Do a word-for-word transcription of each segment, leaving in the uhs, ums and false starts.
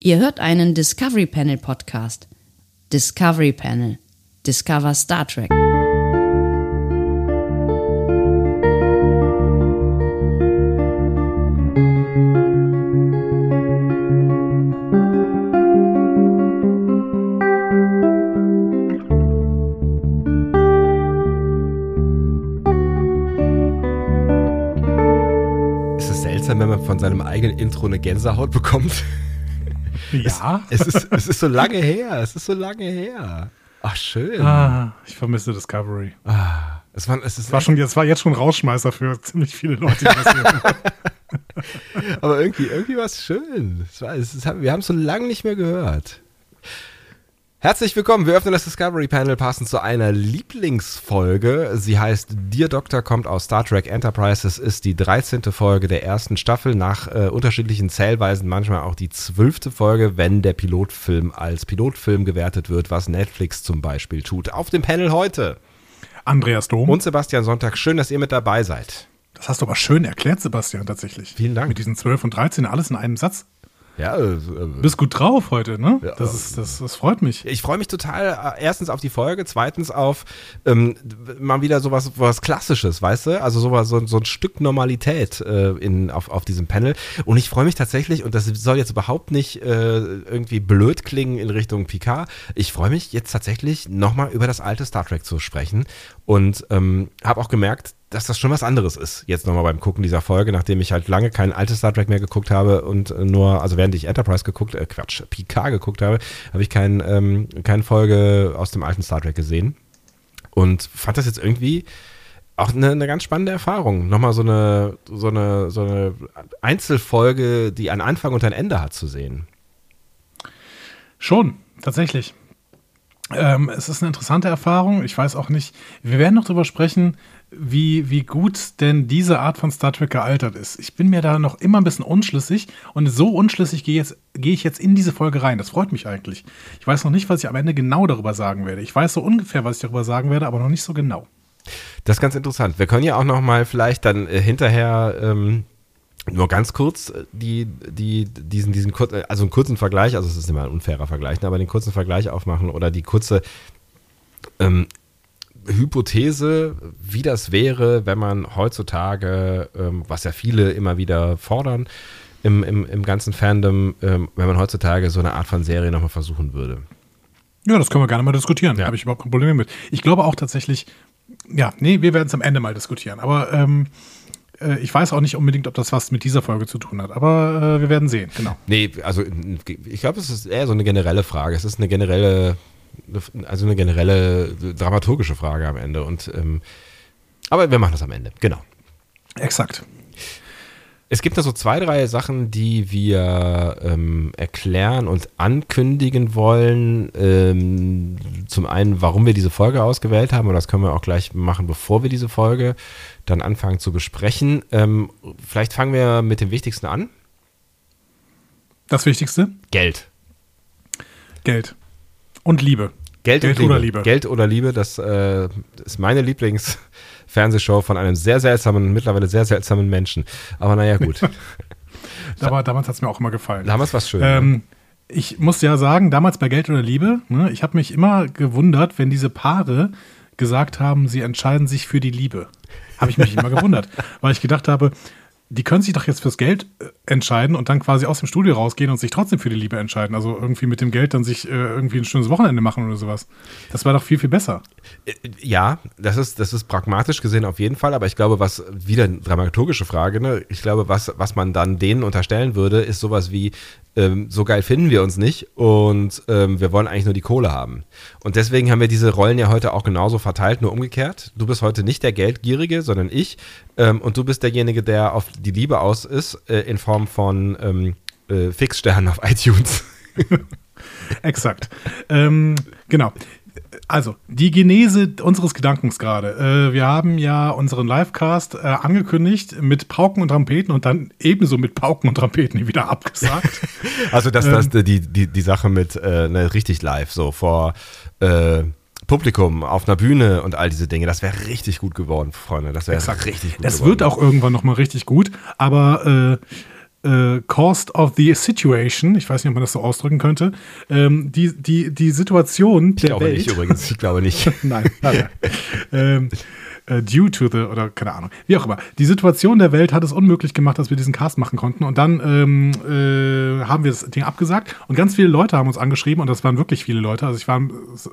Ihr hört einen Discovery Panel Podcast. Discovery Panel. Discover Star Trek. Ist es seltsam, wenn man von seinem eigenen Intro eine Gänsehaut bekommt? Ja. Es, es, ist, es ist so lange her. Es ist so lange her. Ach, schön. Ah, ich vermisse Discovery. Ah, es war, es ist Es war, schon, es war jetzt schon ein Rausschmeißer für ziemlich viele Leute. Die das hier Aber irgendwie, irgendwie war es schön. Es war, es ist, wir haben es so lange nicht mehr gehört. Herzlich willkommen. Wir öffnen das Discovery Panel passend zu einer Lieblingsfolge. Sie heißt Dear Doctor, kommt aus Star Trek Enterprise. Es ist die dreizehnte Folge der ersten Staffel, nach äh, unterschiedlichen Zählweisen manchmal auch die zwölfte Folge, wenn der Pilotfilm als Pilotfilm gewertet wird, was Netflix zum Beispiel tut. Auf dem Panel heute Andreas Dom. und Sebastian Sonntag. Schön, dass ihr mit dabei seid. Das hast du aber schön erklärt, Sebastian, tatsächlich. Vielen Dank. Mit diesen zwölf und dreizehn, alles in einem Satz. Ja, äh, Du bist gut drauf heute, ne? Ja, das, ist, das, das freut mich. Ich freue mich total, äh, erstens auf die Folge, zweitens auf ähm, mal wieder sowas was Klassisches, weißt du? Also sowas, so, so ein Stück Normalität äh, in, auf, auf diesem Panel. Und ich freue mich tatsächlich, und das soll jetzt überhaupt nicht äh, irgendwie blöd klingen in Richtung Picard, ich freue mich jetzt tatsächlich nochmal über das alte Star Trek zu sprechen und ähm, habe auch gemerkt, dass das schon was anderes ist, jetzt nochmal beim Gucken dieser Folge, nachdem ich halt lange kein altes Star Trek mehr geguckt habe und nur, also während ich Enterprise geguckt, äh Quatsch, Picard geguckt habe, habe ich kein, ähm, keine Folge aus dem alten Star Trek gesehen und fand das jetzt irgendwie auch eine, eine ganz spannende Erfahrung. Nochmal so eine, so eine, so eine Einzelfolge, die einen Anfang und ein Ende hat, zu sehen. Schon, tatsächlich. Ähm, es ist eine interessante Erfahrung. Ich weiß auch nicht, wir werden noch drüber sprechen, wie, wie gut denn diese Art von Star Trek gealtert ist. Ich bin mir da noch immer ein bisschen unschlüssig und so unschlüssig gehe jetzt, gehe ich jetzt in diese Folge rein. Das freut mich eigentlich. Ich weiß noch nicht, was ich am Ende genau darüber sagen werde. Ich weiß so ungefähr, was ich darüber sagen werde, aber noch nicht so genau. Das ist ganz interessant. Wir können ja auch noch mal vielleicht dann äh, hinterher ähm, nur ganz kurz die, die, diesen, diesen kurzen, also einen kurzen Vergleich, also es ist immer ein unfairer Vergleich, aber den kurzen Vergleich aufmachen oder die kurze ähm, Hypothese, wie das wäre, wenn man heutzutage, ähm, was ja viele immer wieder fordern im, im, im ganzen Fandom, ähm, wenn man heutzutage so eine Art von Serie nochmal versuchen würde. Ja, das können wir gerne mal diskutieren. Da Ja. habe ich überhaupt kein Problem mit. Ich glaube auch tatsächlich, ja, nee, wir werden es am Ende mal diskutieren. Aber ähm, äh, ich weiß auch nicht unbedingt, ob das was mit dieser Folge zu tun hat. Aber äh, wir werden sehen, genau. Nee, also ich glaube, es ist eher so eine generelle Frage. Es ist eine generelle, also eine generelle dramaturgische Frage am Ende. Und ähm, aber wir machen das am Ende, genau. Exakt. Es gibt da so zwei, drei Sachen, die wir ähm, erklären und ankündigen wollen. Ähm, zum einen, warum wir diese Folge ausgewählt haben, und das können wir auch gleich machen, bevor wir diese Folge dann anfangen zu besprechen. Ähm, vielleicht fangen wir mit dem Wichtigsten an. Das Wichtigste? Geld. Geld. Und Liebe. Geld, Geld und Liebe. oder Liebe. Geld oder Liebe, das äh, ist meine Lieblingsfernsehshow von einem sehr seltsamen, mittlerweile sehr seltsamen Menschen. Aber naja, gut. Aber damals hat es mir auch immer gefallen. Damals war es schön. Ähm, ich muss ja sagen, damals bei Geld oder Liebe, ne, ich habe mich immer gewundert, wenn diese Paare gesagt haben, sie entscheiden sich für die Liebe. Habe ich mich immer gewundert. Weil ich gedacht habe, die können sich doch jetzt fürs Geld äh, entscheiden und dann quasi aus dem Studio rausgehen und sich trotzdem für die Liebe entscheiden. Also irgendwie mit dem Geld dann sich äh, irgendwie ein schönes Wochenende machen oder sowas. Das war doch viel, viel besser. Ja, das ist, das ist pragmatisch gesehen auf jeden Fall, aber ich glaube, was, wieder eine dramaturgische Frage, ne? Ich glaube, was, was man dann denen unterstellen würde, ist sowas wie, ähm, so geil finden wir uns nicht und ähm, wir wollen eigentlich nur die Kohle haben. Und deswegen haben wir diese Rollen ja heute auch genauso verteilt, nur umgekehrt. Du bist heute nicht der Geldgierige, sondern ich, ähm, und du bist derjenige, der auf die Liebe aus ist, äh, in Form von ähm, äh, Fixsternen auf iTunes. Exakt. Ähm, genau. Also, die Genese unseres Gedankens gerade. Äh, wir haben ja unseren Livecast äh, angekündigt mit Pauken und Trompeten und dann ebenso mit Pauken und Trompeten wieder abgesagt. Also das, Ähm. das die, die, die Sache mit äh, ne, richtig live, so vor äh, Publikum auf einer Bühne und all diese Dinge, das wäre richtig gut geworden, Freunde. Das wäre richtig gut Es geworden. wird auch irgendwann nochmal richtig gut, aber äh, äh, Cost of the Situation, ich weiß nicht, ob man das so ausdrücken könnte, ähm, die, die, die Situation ich der glaube Welt. Nicht, übrigens, ich glaube nicht. Nein, nein. ähm, äh, due to the, oder keine Ahnung, wie auch immer. Die Situation der Welt hat es unmöglich gemacht, dass wir diesen Cast machen konnten. Und dann ähm, äh, haben wir das Ding abgesagt. Und ganz viele Leute haben uns angeschrieben. Und das waren wirklich viele Leute. Also ich war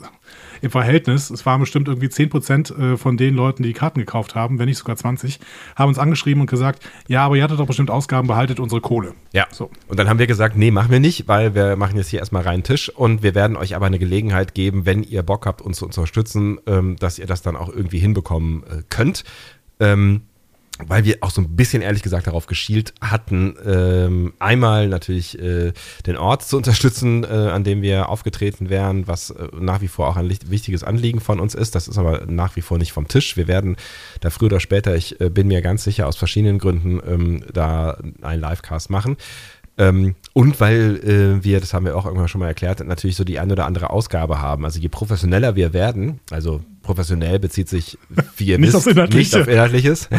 im Verhältnis, es waren bestimmt irgendwie zehn Prozent von den Leuten, die die Karten gekauft haben, wenn nicht sogar zwanzig, haben uns angeschrieben und gesagt, ja, aber ihr hattet doch bestimmt Ausgaben, behaltet unsere Kohle. Ja, so. Und dann haben wir gesagt, nee, machen wir nicht, weil wir machen jetzt hier erstmal reinen Tisch und wir werden euch aber eine Gelegenheit geben, wenn ihr Bock habt, uns zu unterstützen, ähm, dass ihr das dann auch irgendwie hinbekommen äh, könnt. Ähm, weil wir auch so ein bisschen, ehrlich gesagt, darauf geschielt hatten, ähm, einmal natürlich äh, den Ort zu unterstützen, äh, an dem wir aufgetreten wären, was äh, nach wie vor auch ein wichtiges Anliegen von uns ist. Das ist aber nach wie vor nicht vom Tisch. Wir werden da früher oder später, ich äh, bin mir ganz sicher, aus verschiedenen Gründen ähm, da einen Livecast machen. Ähm, und weil äh, wir, das haben wir auch irgendwann schon mal erklärt, natürlich so die eine oder andere Ausgabe haben. Also je professioneller wir werden, also professionell bezieht sich, wie ihr nicht, wisst, auf nicht auf Inhaltliches,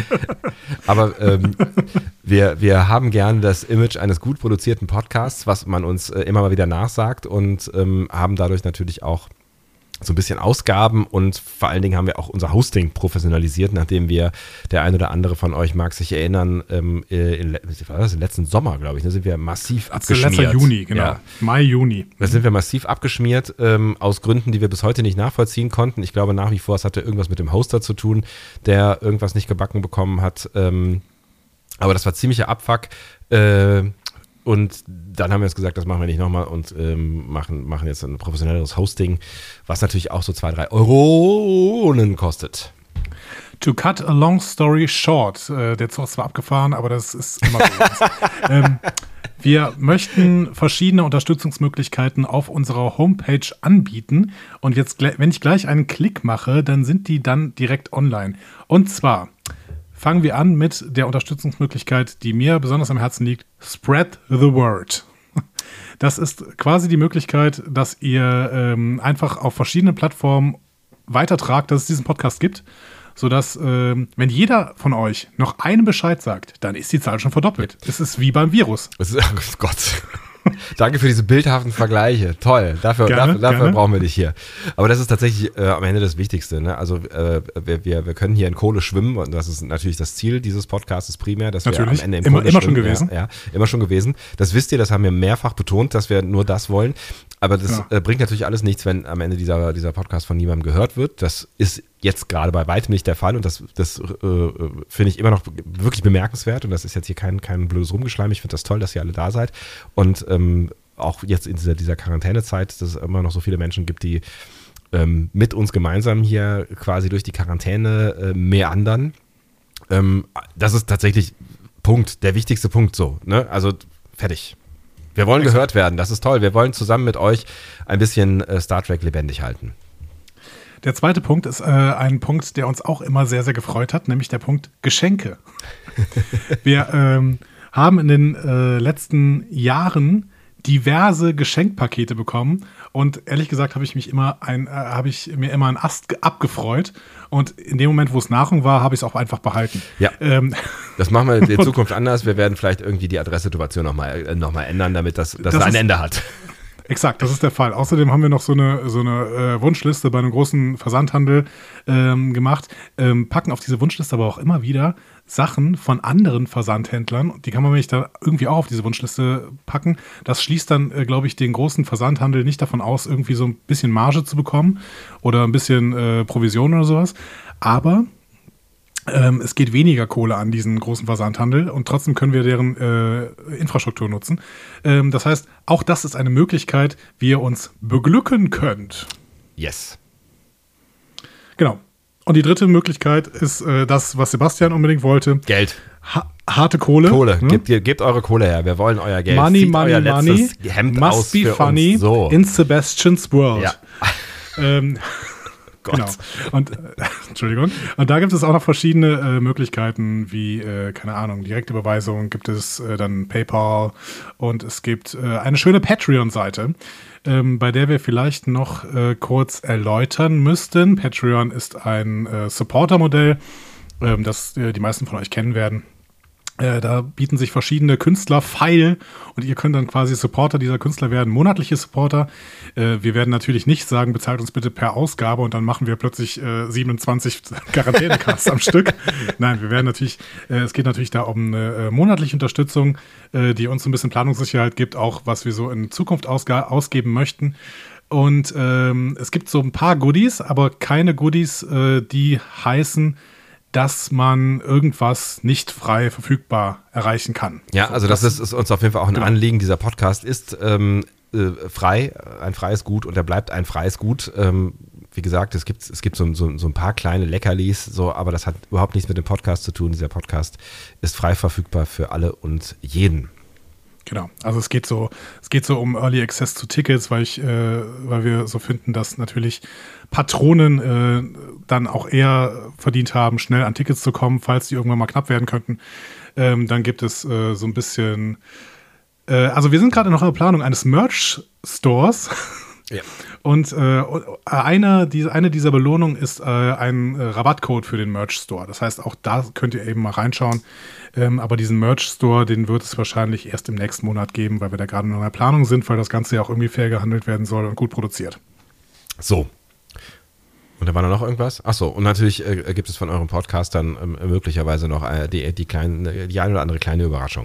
aber ähm, wir, wir haben gerne das Image eines gut produzierten Podcasts, was man uns äh, immer mal wieder nachsagt und ähm, haben dadurch natürlich auch so ein bisschen Ausgaben und vor allen Dingen haben wir auch unser Hosting professionalisiert, nachdem wir, der ein oder andere von euch mag sich erinnern, ähm, in, war das, im letzten Sommer, glaube ich, da sind wir massiv abgeschmiert. Letzter Juni, genau. Ja. Mai, Juni. Da sind wir massiv abgeschmiert, ähm, aus Gründen, die wir bis heute nicht nachvollziehen konnten. Ich glaube nach wie vor, es hatte irgendwas mit dem Hoster zu tun, der irgendwas nicht gebacken bekommen hat. Ähm, aber das war ziemlicher Abfuck. Äh, Und dann haben wir uns gesagt, das machen wir nicht nochmal und ähm, machen, machen jetzt ein professionelleres Hosting, was natürlich auch so zwei, drei Euronen kostet. To cut a long story short, äh, der Zug ist zwar abgefahren, aber das ist immer so. ähm, wir möchten verschiedene Unterstützungsmöglichkeiten auf unserer Homepage anbieten und jetzt, wenn ich gleich einen Klick mache, dann sind die dann direkt online. Und zwar fangen wir an mit der Unterstützungsmöglichkeit, die mir besonders am Herzen liegt, Spread the Word. Das ist quasi die Möglichkeit, dass ihr ähm, einfach auf verschiedenen Plattformen weitertragt, dass es diesen Podcast gibt, sodass, ähm, wenn jeder von euch noch einen Bescheid sagt, dann ist die Zahl schon verdoppelt. Es ist wie beim Virus. Das ist, oh Gott. Danke für diese bildhaften Vergleiche. Toll. Dafür, gerne, dafür, dafür gerne. brauchen wir dich hier. Aber das ist tatsächlich äh, am Ende das Wichtigste. Ne? Also äh, wir, wir, wir können hier in Kohle schwimmen und das ist natürlich das Ziel dieses Podcasts primär, dass natürlich. wir am Ende in immer, Kohle immer schwimmen. schon gewesen. Ja, ja, immer schon gewesen. Das wisst ihr, das haben wir mehrfach betont, dass wir nur das wollen. Aber das ja. äh, bringt natürlich alles nichts, wenn am Ende dieser, dieser Podcast von niemandem gehört wird. Das ist jetzt gerade bei weitem nicht der Fall und das, das äh, finde ich immer noch wirklich bemerkenswert und das ist jetzt hier kein, kein blödes Rumgeschleim. Ich finde das toll, dass ihr alle da seid und ähm, auch jetzt in dieser, dieser Quarantänezeit, dass es immer noch so viele Menschen gibt, die ähm, mit uns gemeinsam hier quasi durch die Quarantäne äh, meandern. Ähm, das ist tatsächlich Punkt, der wichtigste Punkt so. Ne? Also fertig. Wir wollen Exakt. gehört werden, das ist toll. Wir wollen zusammen mit euch ein bisschen äh, Star Trek lebendig halten. Der zweite Punkt ist äh, ein Punkt, der uns auch immer sehr, sehr gefreut hat, nämlich der Punkt Geschenke. Wir ähm, haben in den äh, letzten Jahren diverse Geschenkpakete bekommen und ehrlich gesagt habe ich mich immer ein, äh, habe ich mir immer einen Ast abgefreut und in dem Moment, wo es Nahrung war, habe ich es auch einfach behalten. Ja, ähm, das machen wir in der Zukunft anders. Wir werden vielleicht irgendwie die Adresssituation nochmal äh, noch mal ändern, damit das, das, das ein ist, Ende hat. Exakt, das ist der Fall. Außerdem haben wir noch so eine, so eine äh, Wunschliste bei einem großen Versandhandel ähm, gemacht, ähm, packen auf diese Wunschliste aber auch immer wieder Sachen von anderen Versandhändlern. Die kann man nämlich da irgendwie auch auf diese Wunschliste packen. Das schließt dann, äh, glaube ich, den großen Versandhandel nicht davon aus, irgendwie so ein bisschen Marge zu bekommen oder ein bisschen äh, Provision oder sowas. Aber ähm, es geht weniger Kohle an diesen großen Versandhandel und trotzdem können wir deren äh, Infrastruktur nutzen. Ähm, das heißt, auch das ist eine Möglichkeit, wie ihr uns beglücken könnt. Yes. Genau. Und die dritte Möglichkeit ist äh, das, was Sebastian unbedingt wollte. Geld. Ha- harte Kohle. Kohle. Ne? Gebt, gebt eure Kohle her. Wir wollen euer Geld. Money, Zieht money, euer money. Hemd Must aus be für funny uns. So. in Sebastian's World. Ja. Ähm, Gott. Genau. Und, äh, Entschuldigung. Und da gibt es auch noch verschiedene äh, Möglichkeiten, wie, äh, keine Ahnung, Direktüberweisung, gibt es äh, dann PayPal und es gibt äh, eine schöne Patreon-Seite, ähm, bei der wir vielleicht noch äh, kurz erläutern müssten. Patreon ist ein äh, Supporter-Modell, ähm, das äh, die meisten von euch kennen werden. Äh, da bieten sich verschiedene Künstler feil und ihr könnt dann quasi Supporter dieser Künstler werden, monatliche Supporter. Äh, wir werden natürlich nicht sagen, bezahlt uns bitte per Ausgabe und dann machen wir plötzlich äh, siebenundzwanzig Quarantänecasts am Stück. Nein, wir werden natürlich, äh, es geht natürlich da um eine äh, monatliche Unterstützung, äh, die uns ein bisschen Planungssicherheit gibt, auch was wir so in Zukunft ausga- ausgeben möchten. Und ähm, es gibt so ein paar Goodies, aber keine Goodies, äh, die heißen, dass man irgendwas nicht frei verfügbar erreichen kann. Ja, also das, das ist, ist uns auf jeden Fall auch ein genau. Anliegen. Dieser Podcast ist ähm, äh, frei, ein freies Gut und er bleibt ein freies Gut. Ähm, wie gesagt, es gibt, es gibt so, so, so ein paar kleine Leckerlis, so, aber das hat überhaupt nichts mit dem Podcast zu tun. Dieser Podcast ist frei verfügbar für alle und jeden. Genau, also es geht so, es geht so um Early Access zu Tickets, weil ich, äh, weil wir so finden, dass natürlich Patronen äh, dann auch eher verdient haben, schnell an Tickets zu kommen, falls die irgendwann mal knapp werden könnten. Ähm, dann gibt es äh, so ein bisschen, äh, also wir sind gerade noch in der Planung eines Merch-Stores. Ja. Und äh, eine, diese, eine dieser Belohnungen ist äh, ein äh, Rabattcode für den Merch-Store. Das heißt, auch da könnt ihr eben mal reinschauen. Ähm, aber diesen Merch-Store, den wird es wahrscheinlich erst im nächsten Monat geben, weil wir da gerade noch in der Planung sind, weil das Ganze ja auch irgendwie fair gehandelt werden soll und gut produziert. So. Und da war noch irgendwas? Achso, und natürlich äh, gibt es von euren Podcastern äh, möglicherweise noch äh, die, die, kleinen, die eine oder andere kleine Überraschung.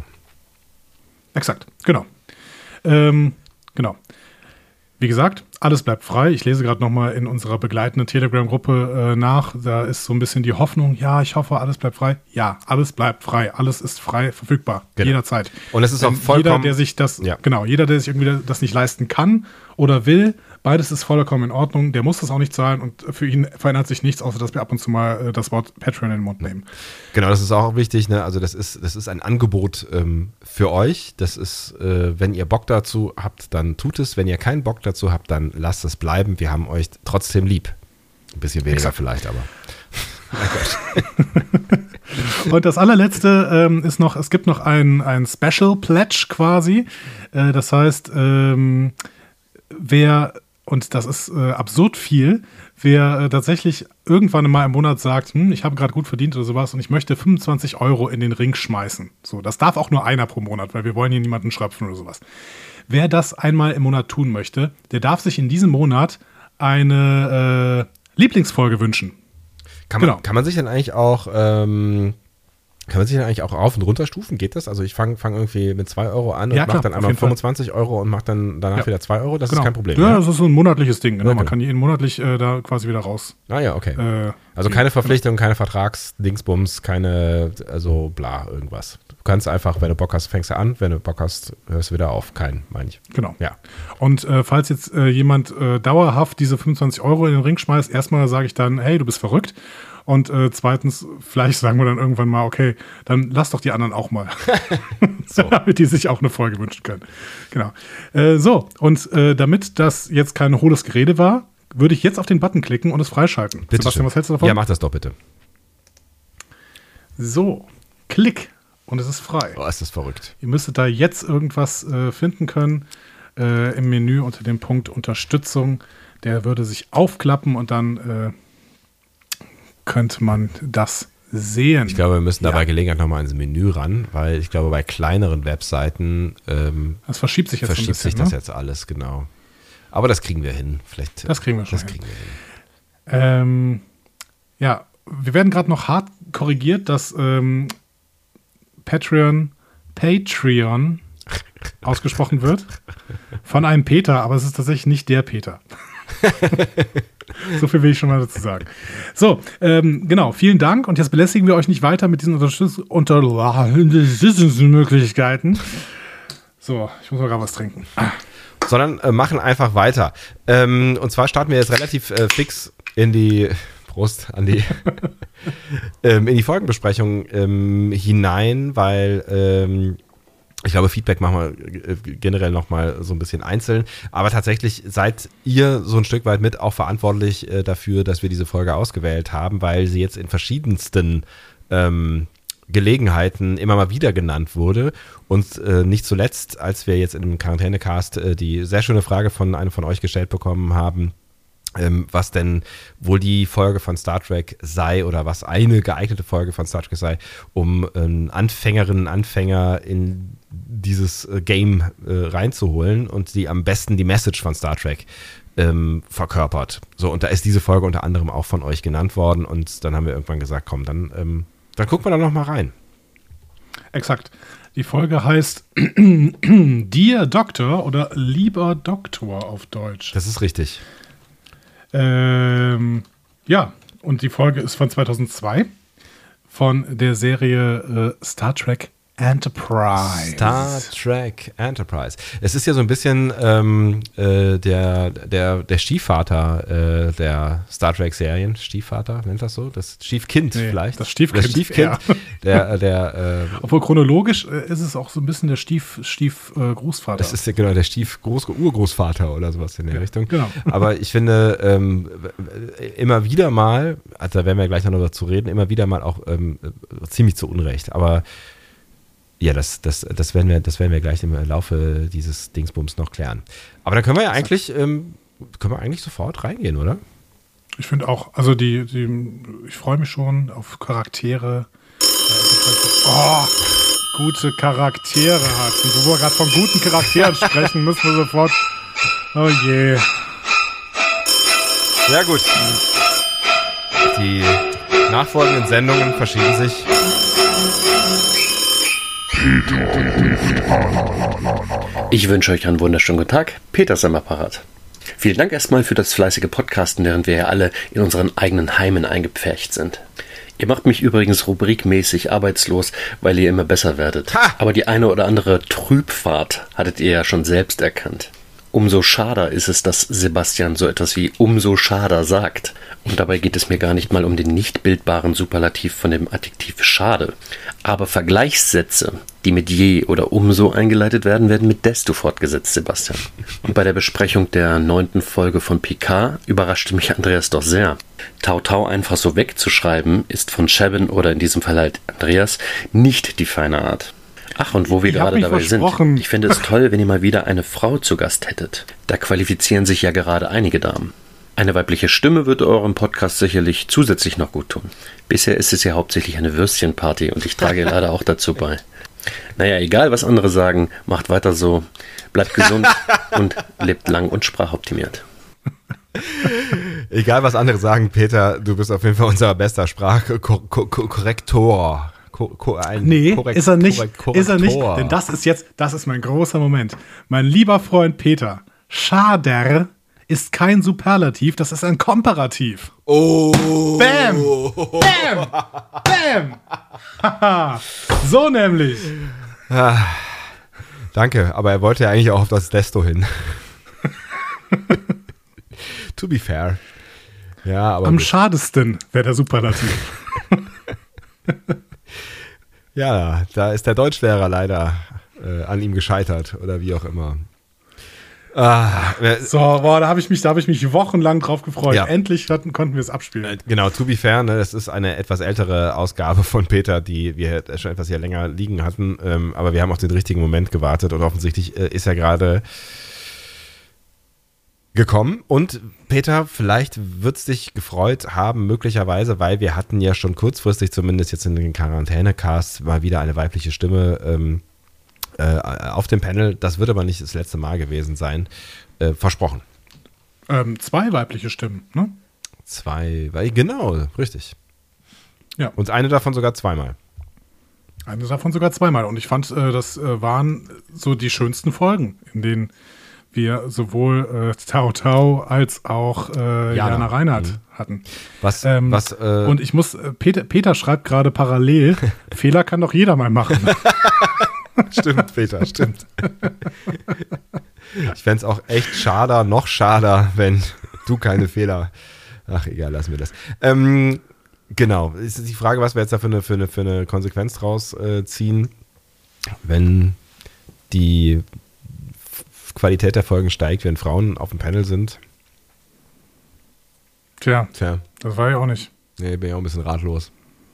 Exakt, genau. Ähm, genau. Wie gesagt, alles bleibt frei. Ich lese gerade nochmal in unserer begleitenden Telegram-Gruppe äh, nach. Da ist so ein bisschen die Hoffnung, ja, ich hoffe, alles bleibt frei. Ja, alles bleibt frei. Alles ist frei verfügbar. Genau. Jederzeit. Und es ist auch Denn vollkommen... Jeder, der sich das, ja. genau, jeder, der sich irgendwie das nicht leisten kann oder will, beides ist vollkommen in Ordnung. Der muss das auch nicht zahlen und für ihn verändert sich nichts, außer dass wir ab und zu mal äh, das Wort Patreon in den Mund nehmen. Genau, das ist auch wichtig. Ne? Also das ist, das ist ein Angebot ähm, für euch. Das ist, äh, wenn ihr Bock dazu habt, dann tut es. Wenn ihr keinen Bock dazu habt, dann lasst es bleiben. Wir haben euch trotzdem lieb. Ein bisschen weniger Exakt. Vielleicht, aber mein Gott. Und das allerletzte ähm, ist noch, es gibt noch ein, ein Special Pledge quasi. Äh, das heißt, ähm, wer, und das ist äh, absurd viel, wer äh, tatsächlich irgendwann mal im Monat sagt, hm, ich habe gerade gut verdient oder sowas und ich möchte fünfundzwanzig Euro in den Ring schmeißen. So, das darf auch nur einer pro Monat, weil wir wollen hier niemanden schröpfen oder sowas. Wer das einmal im Monat tun möchte, der darf sich in diesem Monat eine äh, Lieblingsfolge wünschen. Kann man, genau. kann man sich dann eigentlich auch ähm, kann man sich dann eigentlich auch auf- und runterstufen? Geht das? Also ich fange fang irgendwie mit zwei Euro an und ja, mache dann einmal fünfundzwanzig Fall. Euro und mache dann danach ja. wieder zwei Euro. Das genau. ist kein Problem. Ja, ja, das ist so ein monatliches Ding. Genau. Ja, Man genau. kann jeden monatlich äh, da quasi wieder raus. Ah ja, okay. Äh, also keine Verpflichtung, keine Vertragsdingsbums, keine, also bla, irgendwas. Du kannst einfach, wenn du Bock hast, fängst du an. Wenn du Bock hast, hörst du wieder auf. Kein, meine ich. Genau. Ja. Und äh, falls jetzt äh, jemand äh, dauerhaft diese fünfundzwanzig Euro in den Ring schmeißt, erstmal sage ich dann, hey, du bist verrückt. Und äh, zweitens, vielleicht sagen wir dann irgendwann mal, okay, dann lass doch die anderen auch mal. So. Damit die sich auch eine Folge wünschen können. Genau. Äh, so, und äh, damit das jetzt kein hohles Gerede war, würde ich jetzt auf den Button klicken und es freischalten. Bitte Sebastian, schön. Was hältst du davon? Ja, mach das doch bitte. So, Klick und es ist frei. Oh, ist das verrückt. Ihr müsstet da jetzt irgendwas äh, finden können äh, im Menü unter dem Punkt Unterstützung. Der würde sich aufklappen und dann äh, könnte man das sehen. Ich glaube, wir müssen da ja. bei Gelegenheit nochmal ins Menü ran, weil ich glaube, bei kleineren Webseiten ähm, das verschiebt sich jetzt verschiebt ein bisschen, sich das ne? jetzt alles, genau. Aber das kriegen wir hin. Vielleicht, das kriegen wir schon das hin. Kriegen wir hin. Ähm, ja, wir werden gerade noch hart korrigiert, dass ähm, Patreon Patreon ausgesprochen wird von einem Peter, aber es ist tatsächlich nicht der Peter. So viel will ich schon mal dazu sagen. So, ähm, genau, vielen Dank und jetzt belästigen wir euch nicht weiter mit diesen Unterstützungs- Unterstützungsmöglichkeiten. So, ich muss mal gerade was trinken. Ah. Sondern äh, machen einfach weiter. Ähm, und zwar starten wir jetzt relativ äh, fix in die Prost an die ähm, in die Folgenbesprechung ähm, hinein, weil ähm, ich glaube, Feedback machen wir generell nochmal so ein bisschen einzeln. Aber tatsächlich seid ihr so ein Stück weit mit auch verantwortlich äh, dafür, dass wir diese Folge ausgewählt haben, weil sie jetzt in verschiedensten ähm, Gelegenheiten immer mal wieder genannt wurde. Und äh, nicht zuletzt, als wir jetzt in dem Quarantänecast äh, die sehr schöne Frage von einem von euch gestellt bekommen haben, ähm, was denn wohl die Folge von Star Trek sei oder was eine geeignete Folge von Star Trek sei, um ähm, Anfängerinnen und Anfänger in dieses äh, Game äh, reinzuholen und die am besten die Message von Star Trek ähm, verkörpert. So, und da ist diese Folge unter anderem auch von euch genannt worden und dann haben wir irgendwann gesagt, komm, dann, ähm, dann gucken wir da noch mal rein. Exakt. Die Folge heißt Dear Doctor oder Lieber Doktor auf Deutsch. Das ist richtig. Ähm, ja, und die Folge ist von zweitausendzwei von der Serie äh, Star Trek Enterprise. Star Trek Enterprise. Es ist ja so ein bisschen ähm, äh, der, der, der Stiefvater äh, der Star Trek-Serien. Stiefvater, nennt das so? Das Stiefkind Nee, vielleicht? das Stiefkind, Das Stiefkind. ja. Der, der, äh, Obwohl chronologisch äh, ist es auch so ein bisschen der Stief, Stief äh, Großvater. das ist ja genau der Stief-Urgroßvater oder sowas in der Ja, Richtung. genau. Aber ich finde, ähm, immer wieder mal, also da werden wir gleich noch dazu reden, immer wieder mal auch ähm, ziemlich zu Unrecht. Aber ja, das, das, das, werden wir, das werden wir gleich im Laufe dieses Dingsbums noch klären. Aber da können wir ja eigentlich, ähm, können wir eigentlich sofort reingehen, oder? Ich finde auch, also die, die ich freue mich schon auf Charaktere. Oh, gute Charaktere hat. Und wo wir gerade von guten Charakteren sprechen, müssen wir sofort. Oh je. Sehr gut. Die nachfolgenden Sendungen verschieben sich. Ich wünsche euch einen wunderschönen guten Tag. Peter ist am Apparat. Vielen Dank erstmal für das fleißige Podcasten, während wir ja alle in unseren eigenen Heimen eingepfercht sind. Ihr macht mich übrigens rubrikmäßig arbeitslos, weil ihr immer besser werdet. Ha! Aber die eine oder andere Trübfahrt hattet ihr ja schon selbst erkannt. Umso schader ist es, dass Sebastian so etwas wie umso schader sagt. Und dabei geht es mir gar nicht mal um den nicht bildbaren Superlativ von dem Adjektiv schade. Aber Vergleichssätze, die mit je oder umso eingeleitet werden, werden mit desto fortgesetzt, Sebastian. Und bei der Besprechung der neunten Folge von Picard überraschte mich Andreas doch sehr. Tau Tau einfach so wegzuschreiben, ist von Chabin oder in diesem Fall halt Andreas nicht die feine Art. Ach, und wo wir Ich hab gerade mich dabei versprochen. sind. Ich finde es toll, wenn ihr mal wieder eine Frau zu Gast hättet. Da qualifizieren sich ja gerade einige Damen. Eine weibliche Stimme würde eurem Podcast sicherlich zusätzlich noch gut tun. Bisher ist es ja hauptsächlich eine Würstchenparty und ich trage leider auch dazu bei. Naja, egal was andere sagen, macht weiter so, bleibt gesund und lebt lang und sprachoptimiert. Egal, was andere sagen, Peter, du bist auf jeden Fall unser bester Sprachkorrektor. Ko- ko- ein Nee, Korrekt- ist er nicht. Korrekt- Ist er nicht, Korrektor. denn das ist jetzt, das ist mein großer Moment. Mein lieber Freund Peter, schader ist kein Superlativ, das ist ein Komparativ. Oh. Bam! Bam! Bam! Haha. So nämlich. Danke, aber er wollte ja eigentlich auch auf das Desto hin. To be fair. Ja, aber Am gut. schadesten wäre der Superlativ. Ja, da ist der Deutschlehrer leider äh, an ihm gescheitert oder wie auch immer. Ah, äh, So, boah, da habe ich mich, da habe ich mich wochenlang drauf gefreut. Ja. Endlich hatten, konnten wir es abspielen. genau, to be fair, ne, das ist eine etwas ältere Ausgabe von Peter, die wir schon etwas hier länger liegen hatten, ähm, aber wir haben auf den richtigen Moment gewartet und offensichtlich äh, ist er gerade gekommen. Und Peter, vielleicht wird es dich gefreut haben, möglicherweise, weil wir hatten ja schon kurzfristig, zumindest jetzt in den Quarantäne-Casts, mal wieder eine weibliche Stimme ähm, äh, auf dem Panel. Das wird aber nicht das letzte Mal gewesen sein. Äh, versprochen. Ähm, zwei weibliche Stimmen, ne? Zwei, weil, genau, richtig. Ja. Und eine davon sogar zweimal. Eine davon sogar zweimal. Und ich fand, äh, das äh, waren so die schönsten Folgen, in denen wir sowohl äh, Tau Tau als auch äh, Jana. Jana Reinhardt Mhm. hatten. Was, Ähm, was, äh, und ich muss, äh, Peter, Peter schreibt gerade parallel, Fehler kann doch jeder mal machen. stimmt, Peter, stimmt. Ich fände es auch echt schader, noch schader, wenn du keine Fehler. Ach, egal, lassen wir das. Ähm, genau, ist die Frage, was wir jetzt da für eine, für eine, für eine Konsequenz draus äh, ziehen, wenn die F- Qualität der Folgen steigt, wenn Frauen auf dem Panel sind. Tja, Tja, das war ich auch nicht. nee, bin ja auch ein bisschen ratlos.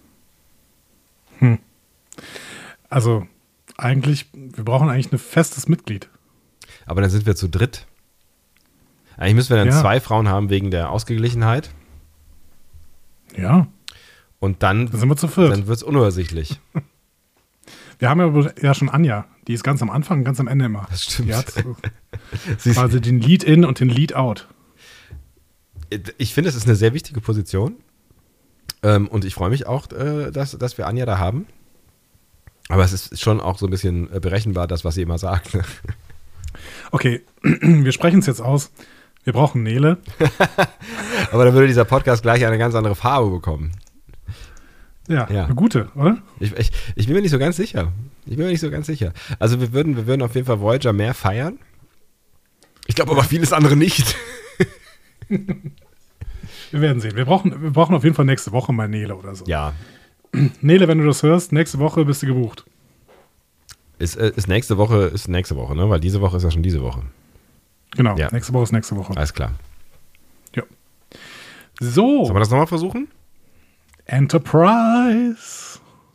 Also, eigentlich, wir brauchen eigentlich ein festes Mitglied. Aber dann sind wir zu dritt. Eigentlich müssen wir dann Ja. zwei Frauen haben wegen der Ausgeglichenheit. Ja, Und dann, dann sind wir zu viert. dann wird es unübersichtlich. Wir haben ja, ja schon Anja, die ist ganz am Anfang und ganz am Ende immer. Das stimmt. Die hat Sie ist, quasi den Lead-In und den Lead-Out. ich finde, es ist eine sehr wichtige Position. Ähm, und ich freue mich auch, äh, dass, dass wir Anja da haben. Aber es ist schon auch so ein bisschen äh, berechenbar, das, was sie immer sagt. Ne? Okay, wir sprechen es jetzt aus. Wir brauchen Nele. Aber dann würde dieser Podcast gleich eine ganz andere Farbe bekommen. Ja, Ja. eine gute, oder? Ich, ich, ich bin mir nicht so ganz sicher. Ich bin mir nicht so ganz sicher. Also wir würden, wir würden auf jeden Fall Voyager mehr feiern. Ich glaube aber vieles andere nicht. Wir werden sehen. Wir brauchen, wir brauchen auf jeden Fall nächste Woche mal Nele oder so. Ja. Nele, wenn du das hörst, nächste Woche bist du gebucht. Ist, äh, ist nächste Woche, ist nächste Woche, ne? Weil diese Woche ist ja schon diese Woche. Genau, Ja. nächste Woche ist nächste Woche. Alles klar. Ja. So, Sollen wir das nochmal versuchen? Enterprise.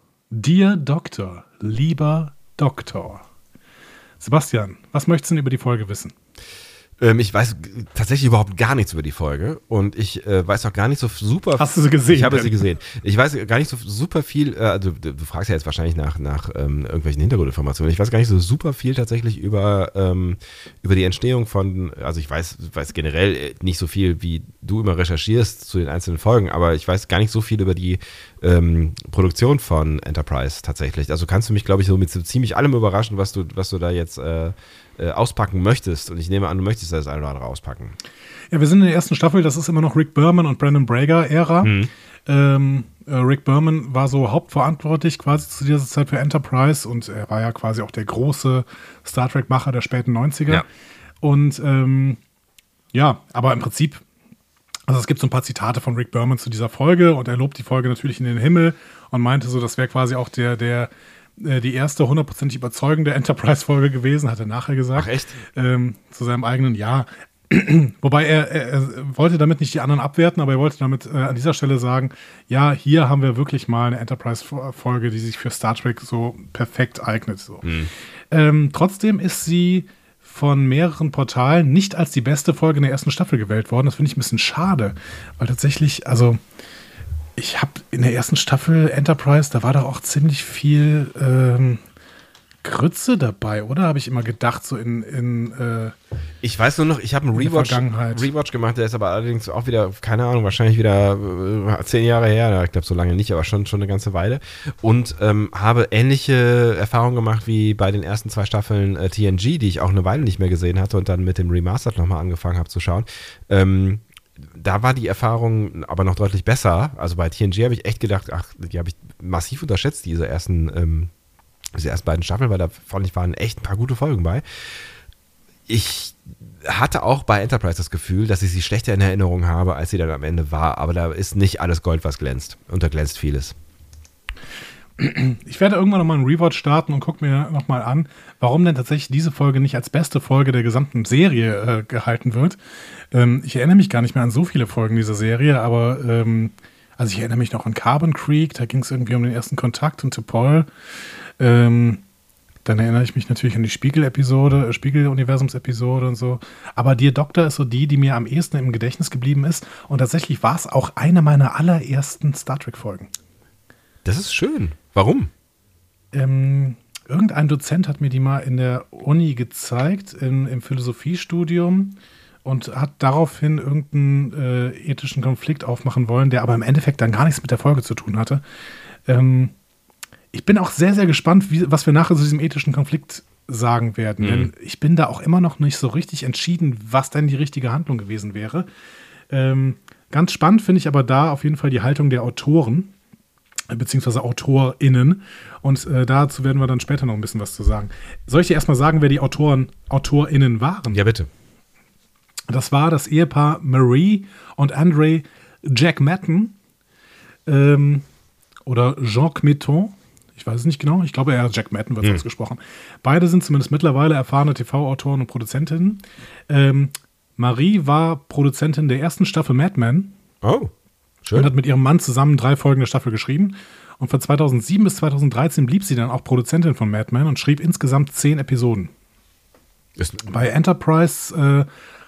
Dear Doctor, lieber Doktor. Sebastian, was möchtest du denn über die Folge wissen? Ähm, ich weiß g- tatsächlich überhaupt gar nichts über die Folge und ich äh, weiß auch gar nicht so super. Hast du sie gesehen? Ich habe denn? sie gesehen. Ich weiß gar nicht so super viel, äh, also du, du fragst ja jetzt wahrscheinlich nach, nach ähm, irgendwelchen Hintergrundinformationen. Ich weiß gar nicht so super viel tatsächlich über, ähm, über die Entstehung von, also ich weiß, weiß generell äh, nicht so viel, wie du immer recherchierst zu den einzelnen Folgen, aber ich weiß gar nicht so viel über die ähm, Produktion von Enterprise tatsächlich. Also kannst du mich, glaube ich, so mit so ziemlich allem überraschen, was du, was du da jetzt äh, äh, auspacken möchtest. Und ich nehme an, du möchtest das eine oder andere auspacken. Ja, wir sind in der ersten Staffel, das ist immer noch Rick Berman und Brandon Braga-Ära. Mhm. Ähm, äh, Rick Berman war so hauptverantwortlich quasi zu dieser Zeit für Enterprise und er war ja quasi auch der große Star Trek-Macher der späten neunziger. Ja. Und ähm, ja, aber im Prinzip, also es gibt so ein paar Zitate von Rick Berman zu dieser Folge und er lobt die Folge natürlich in den Himmel und meinte so, das wäre quasi auch der, der äh, die erste hundertprozentig überzeugende Enterprise-Folge gewesen, hat er nachher gesagt. Ach, echt? Ähm, zu seinem eigenen Ja. Wobei er, er, er wollte damit nicht die anderen abwerten, aber er wollte damit äh, an dieser Stelle sagen, ja, hier haben wir wirklich mal eine Enterprise-Folge, die sich für Star Trek so perfekt eignet. So. Mhm. Ähm, trotzdem ist sie von mehreren Portalen nicht als die beste Folge in der ersten Staffel gewählt worden. Das finde ich ein bisschen schade, weil tatsächlich, also ich habe in der ersten Staffel Enterprise, da war doch auch ziemlich viel ähm, Grütze dabei, oder? Habe ich immer gedacht, so in, in äh, Ich weiß nur noch, ich habe einen In der Rewatch, Vergangenheit. Rewatch gemacht, der ist aber allerdings auch wieder, keine Ahnung, wahrscheinlich wieder äh, zehn Jahre her, ich glaube so lange nicht, aber schon, schon eine ganze Weile. Und ähm, habe ähnliche Erfahrungen gemacht wie bei den ersten zwei Staffeln äh, T N G, die ich auch eine Weile nicht mehr gesehen hatte und dann mit dem Remastered nochmal angefangen habe zu schauen. Ähm, da war die Erfahrung aber noch deutlich besser. Also bei T N G habe ich echt gedacht, ach, die habe ich massiv unterschätzt, diese ersten ähm, diese ersten beiden Staffeln, weil da fand ich, waren echt ein paar gute Folgen bei. Ich hatte auch bei Enterprise das Gefühl, dass ich sie schlechter in Erinnerung habe, als sie dann am Ende war. Aber da ist nicht alles Gold, was glänzt. Und da glänzt vieles. Ich werde irgendwann nochmal einen Rewatch starten und gucke mir nochmal an, warum denn tatsächlich diese Folge nicht als beste Folge der gesamten Serie äh, gehalten wird. Ähm, ich erinnere mich gar nicht mehr an so viele Folgen dieser Serie, aber ähm, also ich erinnere mich noch an Carbon Creek, da ging es irgendwie um den ersten Kontakt und T'Pol. Ähm, dann erinnere ich mich natürlich an die Spiegel-Episode, äh, Spiegel-Universums-Episode und so. Aber Dear Doctor ist so die, die mir am ehesten im Gedächtnis geblieben ist. Und tatsächlich war es auch eine meiner allerersten Star Trek-Folgen. Das ist schön. Warum? Ähm, irgendein Dozent hat mir die mal in der Uni gezeigt, in, im Philosophiestudium und hat daraufhin irgendeinen äh, ethischen Konflikt aufmachen wollen, der aber im Endeffekt dann gar nichts mit der Folge zu tun hatte. Ähm, ich bin auch sehr, sehr gespannt, wie, was wir nachher zu diesem ethischen Konflikt sagen werden. Mhm. Denn ich bin da auch immer noch nicht so richtig entschieden, was denn die richtige Handlung gewesen wäre. Ähm, ganz spannend finde ich aber da auf jeden Fall die Haltung der Autoren, beziehungsweise AutorInnen. Und äh, dazu werden wir dann später noch ein bisschen was zu sagen. Soll ich dir erstmal sagen, wer die Autoren, AutorInnen waren? Ja, bitte. Das war das Ehepaar Marie und Andre Jack Matten ähm, oder Jean Kmeton. Ich weiß es nicht genau. Ich glaube, eher Jack Matten wird es Hm. ausgesprochen. Beide sind zumindest mittlerweile erfahrene T V-Autoren und Produzentinnen. Ähm, Marie war Produzentin der ersten Staffel Mad Men. Oh, schön. Und hat mit ihrem Mann zusammen drei Folgen der Staffel geschrieben. Und von zweitausendsieben bis zweitausenddreizehn blieb sie dann auch Produzentin von Mad Men und schrieb insgesamt zehn Episoden. Ist, Bei Enterprise äh,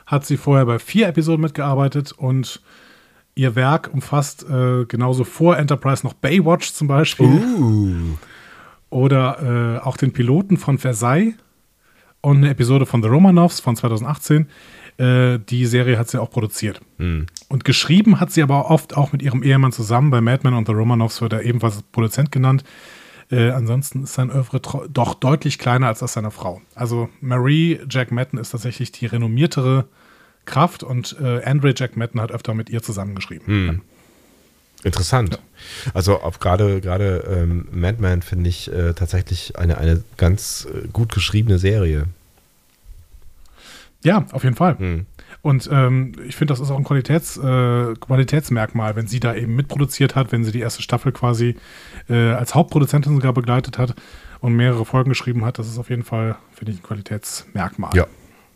hat sie vorher bei vier Episoden mitgearbeitet und ihr Werk umfasst äh, genauso vor Enterprise noch Baywatch zum Beispiel. Uh. Oder äh, auch den Piloten von Versailles und eine Episode von The Romanovs von zweitausendachtzehn. Äh, die Serie hat sie auch produziert. Mm. Und geschrieben hat sie aber oft auch mit ihrem Ehemann zusammen. Bei Mad Men und The Romanovs wird er ebenfalls Produzent genannt. Äh, ansonsten ist sein Oeuvre tro- doch deutlich kleiner als das seiner Frau. Also Marie Jack Madden ist tatsächlich die renommiertere Kraft und äh, Andre Jack Madden hat öfter mit ihr zusammengeschrieben. Mm. Interessant. Ja. Also auch gerade gerade ähm, Mad Men finde ich äh, tatsächlich eine, eine ganz äh, gut geschriebene Serie. Ja, auf jeden Fall. Mhm. Und ähm, ich finde, das ist auch ein Qualitäts, äh, Qualitätsmerkmal, wenn sie da eben mitproduziert hat, wenn sie die erste Staffel quasi äh, als Hauptproduzentin sogar begleitet hat und mehrere Folgen geschrieben hat. Das ist auf jeden Fall, finde ich, ein Qualitätsmerkmal. Ja.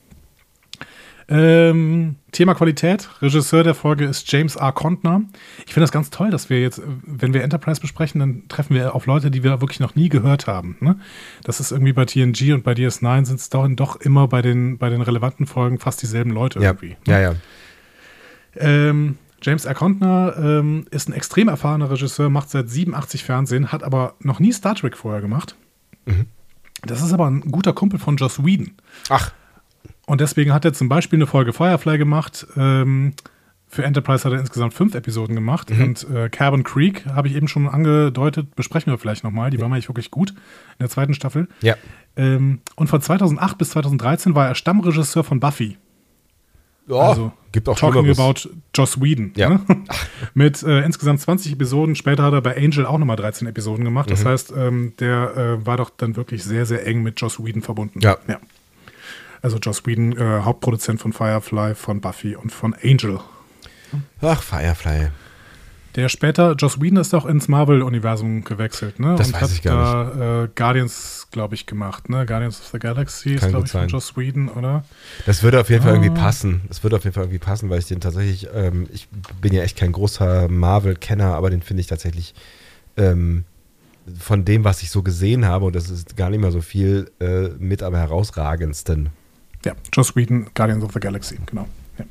Ähm, Thema Qualität. Regisseur der Folge ist James R. Contner. Ich finde das ganz toll, dass wir jetzt, wenn wir Enterprise besprechen, dann treffen wir auf Leute, die wir wirklich noch nie gehört haben. Ne? Das ist irgendwie bei T N G und bei D S neun sind es doch, doch immer bei den, bei den relevanten Folgen fast dieselben Leute ja. irgendwie. Ne? Ja, ja. Ähm, James R. Contner ähm, ist ein extrem erfahrener Regisseur, macht seit siebenundachtzig Fernsehen, hat aber noch nie Star Trek vorher gemacht. Mhm. Das ist aber ein guter Kumpel von Joss Whedon. Ach. Und deswegen hat er zum Beispiel eine Folge Firefly gemacht. Ähm, für Enterprise hat er insgesamt fünf Episoden gemacht. Mhm. Und äh, Carbon Creek, habe ich eben schon angedeutet, besprechen wir vielleicht nochmal. Die war mal wirklich gut in der zweiten Staffel. Ja. Ähm, und von zweitausendacht bis zweitausenddreizehn war er Stammregisseur von Buffy. Oh, also gibt auch Talking Schlimmeres. About Joss Whedon. Ja. Ne? Mit äh, insgesamt zwanzig Episoden. Später hat er bei Angel auch nochmal dreizehn Episoden gemacht. Das mhm. heißt, ähm, der äh, war doch dann wirklich sehr, sehr eng mit Joss Whedon verbunden. Ja. ja. Also Joss Whedon, äh, Hauptproduzent von Firefly, von Buffy und von Angel. Ach, Firefly. Der später, Joss Whedon ist auch ins Marvel-Universum gewechselt, ne? Das und weiß hat ich gar da äh, Guardians, glaube ich, gemacht, ne? Guardians of the Galaxy Kann ist, glaube gut ich, von sein. Joss Whedon, oder? Das würde auf jeden Fall Ah. irgendwie passen. Das würde auf jeden Fall irgendwie passen, weil ich den tatsächlich, ähm, ich bin ja echt kein großer Marvel-Kenner, aber den finde ich tatsächlich ähm, von dem, was ich so gesehen habe, und das ist gar nicht mehr so viel, äh, mit am herausragendsten. Ja, Joss Whedon, Guardians of the Galaxy, genau. Ja,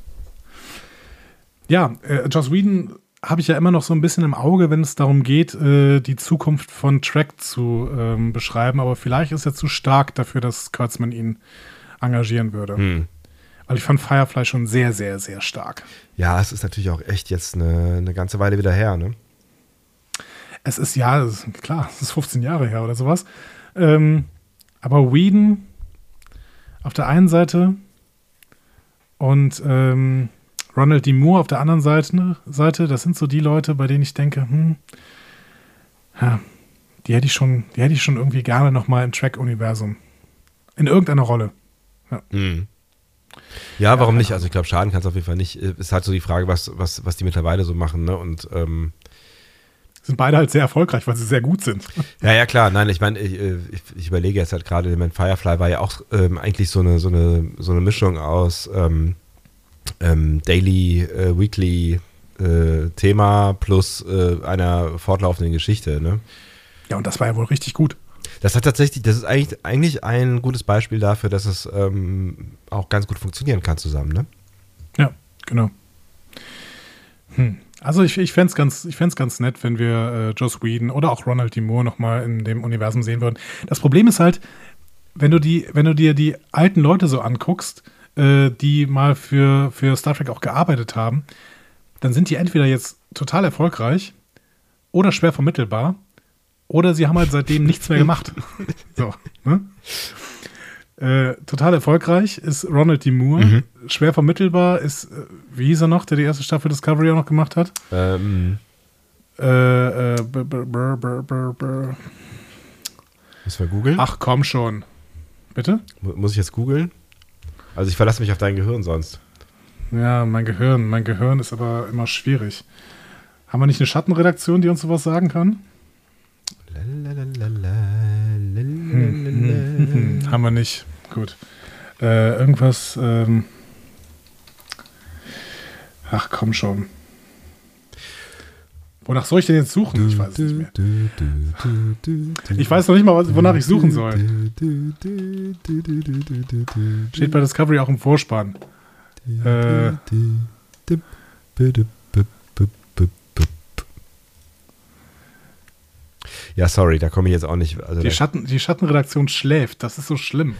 ja äh, Joss Whedon habe ich ja immer noch so ein bisschen im Auge, wenn es darum geht, äh, die Zukunft von Trek zu ähm, beschreiben, aber vielleicht ist er zu stark dafür, dass Kurtzman ihn engagieren würde. Hm. Weil ich fand Firefly schon sehr, sehr, sehr stark. Ja, es ist natürlich auch echt jetzt eine, eine ganze Weile wieder her, ne? Es ist, ja, es ist, klar, es ist fünfzehn Jahre her oder sowas. Ähm, aber Whedon auf der einen Seite und ähm, Ronald D. Moore auf der anderen Seite, ne, Seite, das sind so die Leute, bei denen ich denke, hm, ja, die hätte ich schon, die hätte ich schon irgendwie gerne nochmal im Track-Universum. In irgendeiner Rolle. Ja, Mhm. Ja, warum Ja, nicht? Also ich glaube, schaden kann es auf jeden Fall nicht. Ist halt so die Frage, was, was, was die mittlerweile so machen, ne? Und ähm, sind beide halt sehr erfolgreich, weil sie sehr gut sind. ja, ja, klar. Nein, ich meine, ich, ich, ich überlege jetzt halt gerade, ich mein Firefly war ja auch ähm, eigentlich so eine, so eine, so eine Mischung aus ähm, ähm, Daily, äh, Weekly äh, Thema plus äh, einer fortlaufenden Geschichte, ne? Ja, und das war ja wohl richtig gut. Das hat tatsächlich, das ist eigentlich, eigentlich ein gutes Beispiel dafür, dass es ähm, auch ganz gut funktionieren kann zusammen, ne? Ja, genau. Hm. Also ich, ich fände es ganz, ich fänd's ganz nett, wenn wir äh, Joss Whedon oder auch Ronald D. Moore nochmal in dem Universum sehen würden. Das Problem ist halt, wenn du, die, wenn du dir die alten Leute so anguckst, äh, die mal für, für Star Trek auch gearbeitet haben, dann sind die entweder jetzt total erfolgreich oder schwer vermittelbar oder sie haben halt seitdem nichts mehr gemacht. So, ne? Äh, total erfolgreich ist Ronald D. Moore. Mhm. Schwer vermittelbar ist, äh, wie hieß er noch, der die erste Staffel Discovery auch noch gemacht hat? Ähm, Äh, äh, b- b- b- b- b- b- müssen wir googeln? Ach, komm schon. Bitte? Mu- Muss ich jetzt googeln? Also ich verlasse mich auf dein Gehirn sonst. Ja, mein Gehirn. Mein Gehirn ist aber immer schwierig. Haben wir nicht eine Schattenredaktion, die uns sowas sagen kann? Lalalala, Hm, lalalala. hm, haben wir nicht. Gut. Äh, irgendwas. Ähm Ach, komm schon. Wonach soll ich denn jetzt suchen? Ich weiß es nicht mehr. Ich weiß noch nicht mal, was- wonach ich suchen soll. Steht bei Discovery auch im Vorspann. Äh, ja, sorry, da komme ich jetzt auch nicht. Also die, Schatten, die Schattenredaktion schläft, das ist so schlimm.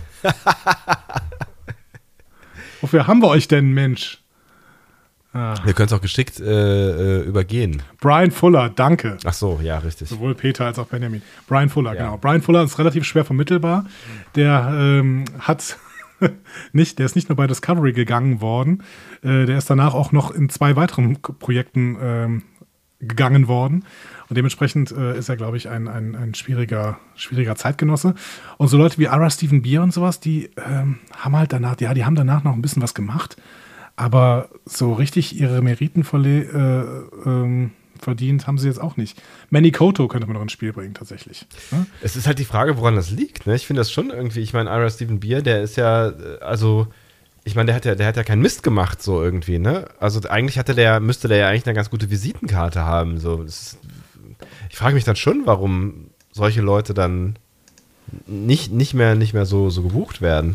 Wofür haben wir euch denn, Mensch? Ah. Wir können es auch geschickt äh, übergehen. Brian Fuller, danke. Ach so, ja, richtig. Sowohl Peter als auch Benjamin. Brian Fuller, ja. Genau. Brian Fuller ist relativ schwer vermittelbar. Der ähm, hat nicht, der ist nicht nur bei Discovery gegangen worden, äh, der ist danach auch noch in zwei weiteren Projekten ähm, gegangen worden. Und dementsprechend äh, ist er, glaube ich, ein, ein, ein schwieriger, schwieriger Zeitgenosse. Und so Leute wie Ira Steven Beer und sowas, die ähm, haben halt danach, ja, die haben danach noch ein bisschen was gemacht. Aber so richtig ihre Meriten verle- äh, ähm, verdient haben sie jetzt auch nicht. Manny Koto könnte man noch ins Spiel bringen, tatsächlich. Ja? Es ist halt die Frage, woran das liegt. Ne? Ich finde das schon irgendwie, ich meine, Ira Steven Beer, der ist ja, also, ich meine, der hat ja, der hat ja keinen Mist gemacht, so irgendwie, ne? Also eigentlich hatte der, müsste der ja eigentlich eine ganz gute Visitenkarte haben. So. Das ist, ich frage mich dann schon, warum solche Leute dann nicht, nicht mehr, nicht mehr so, so gebucht werden.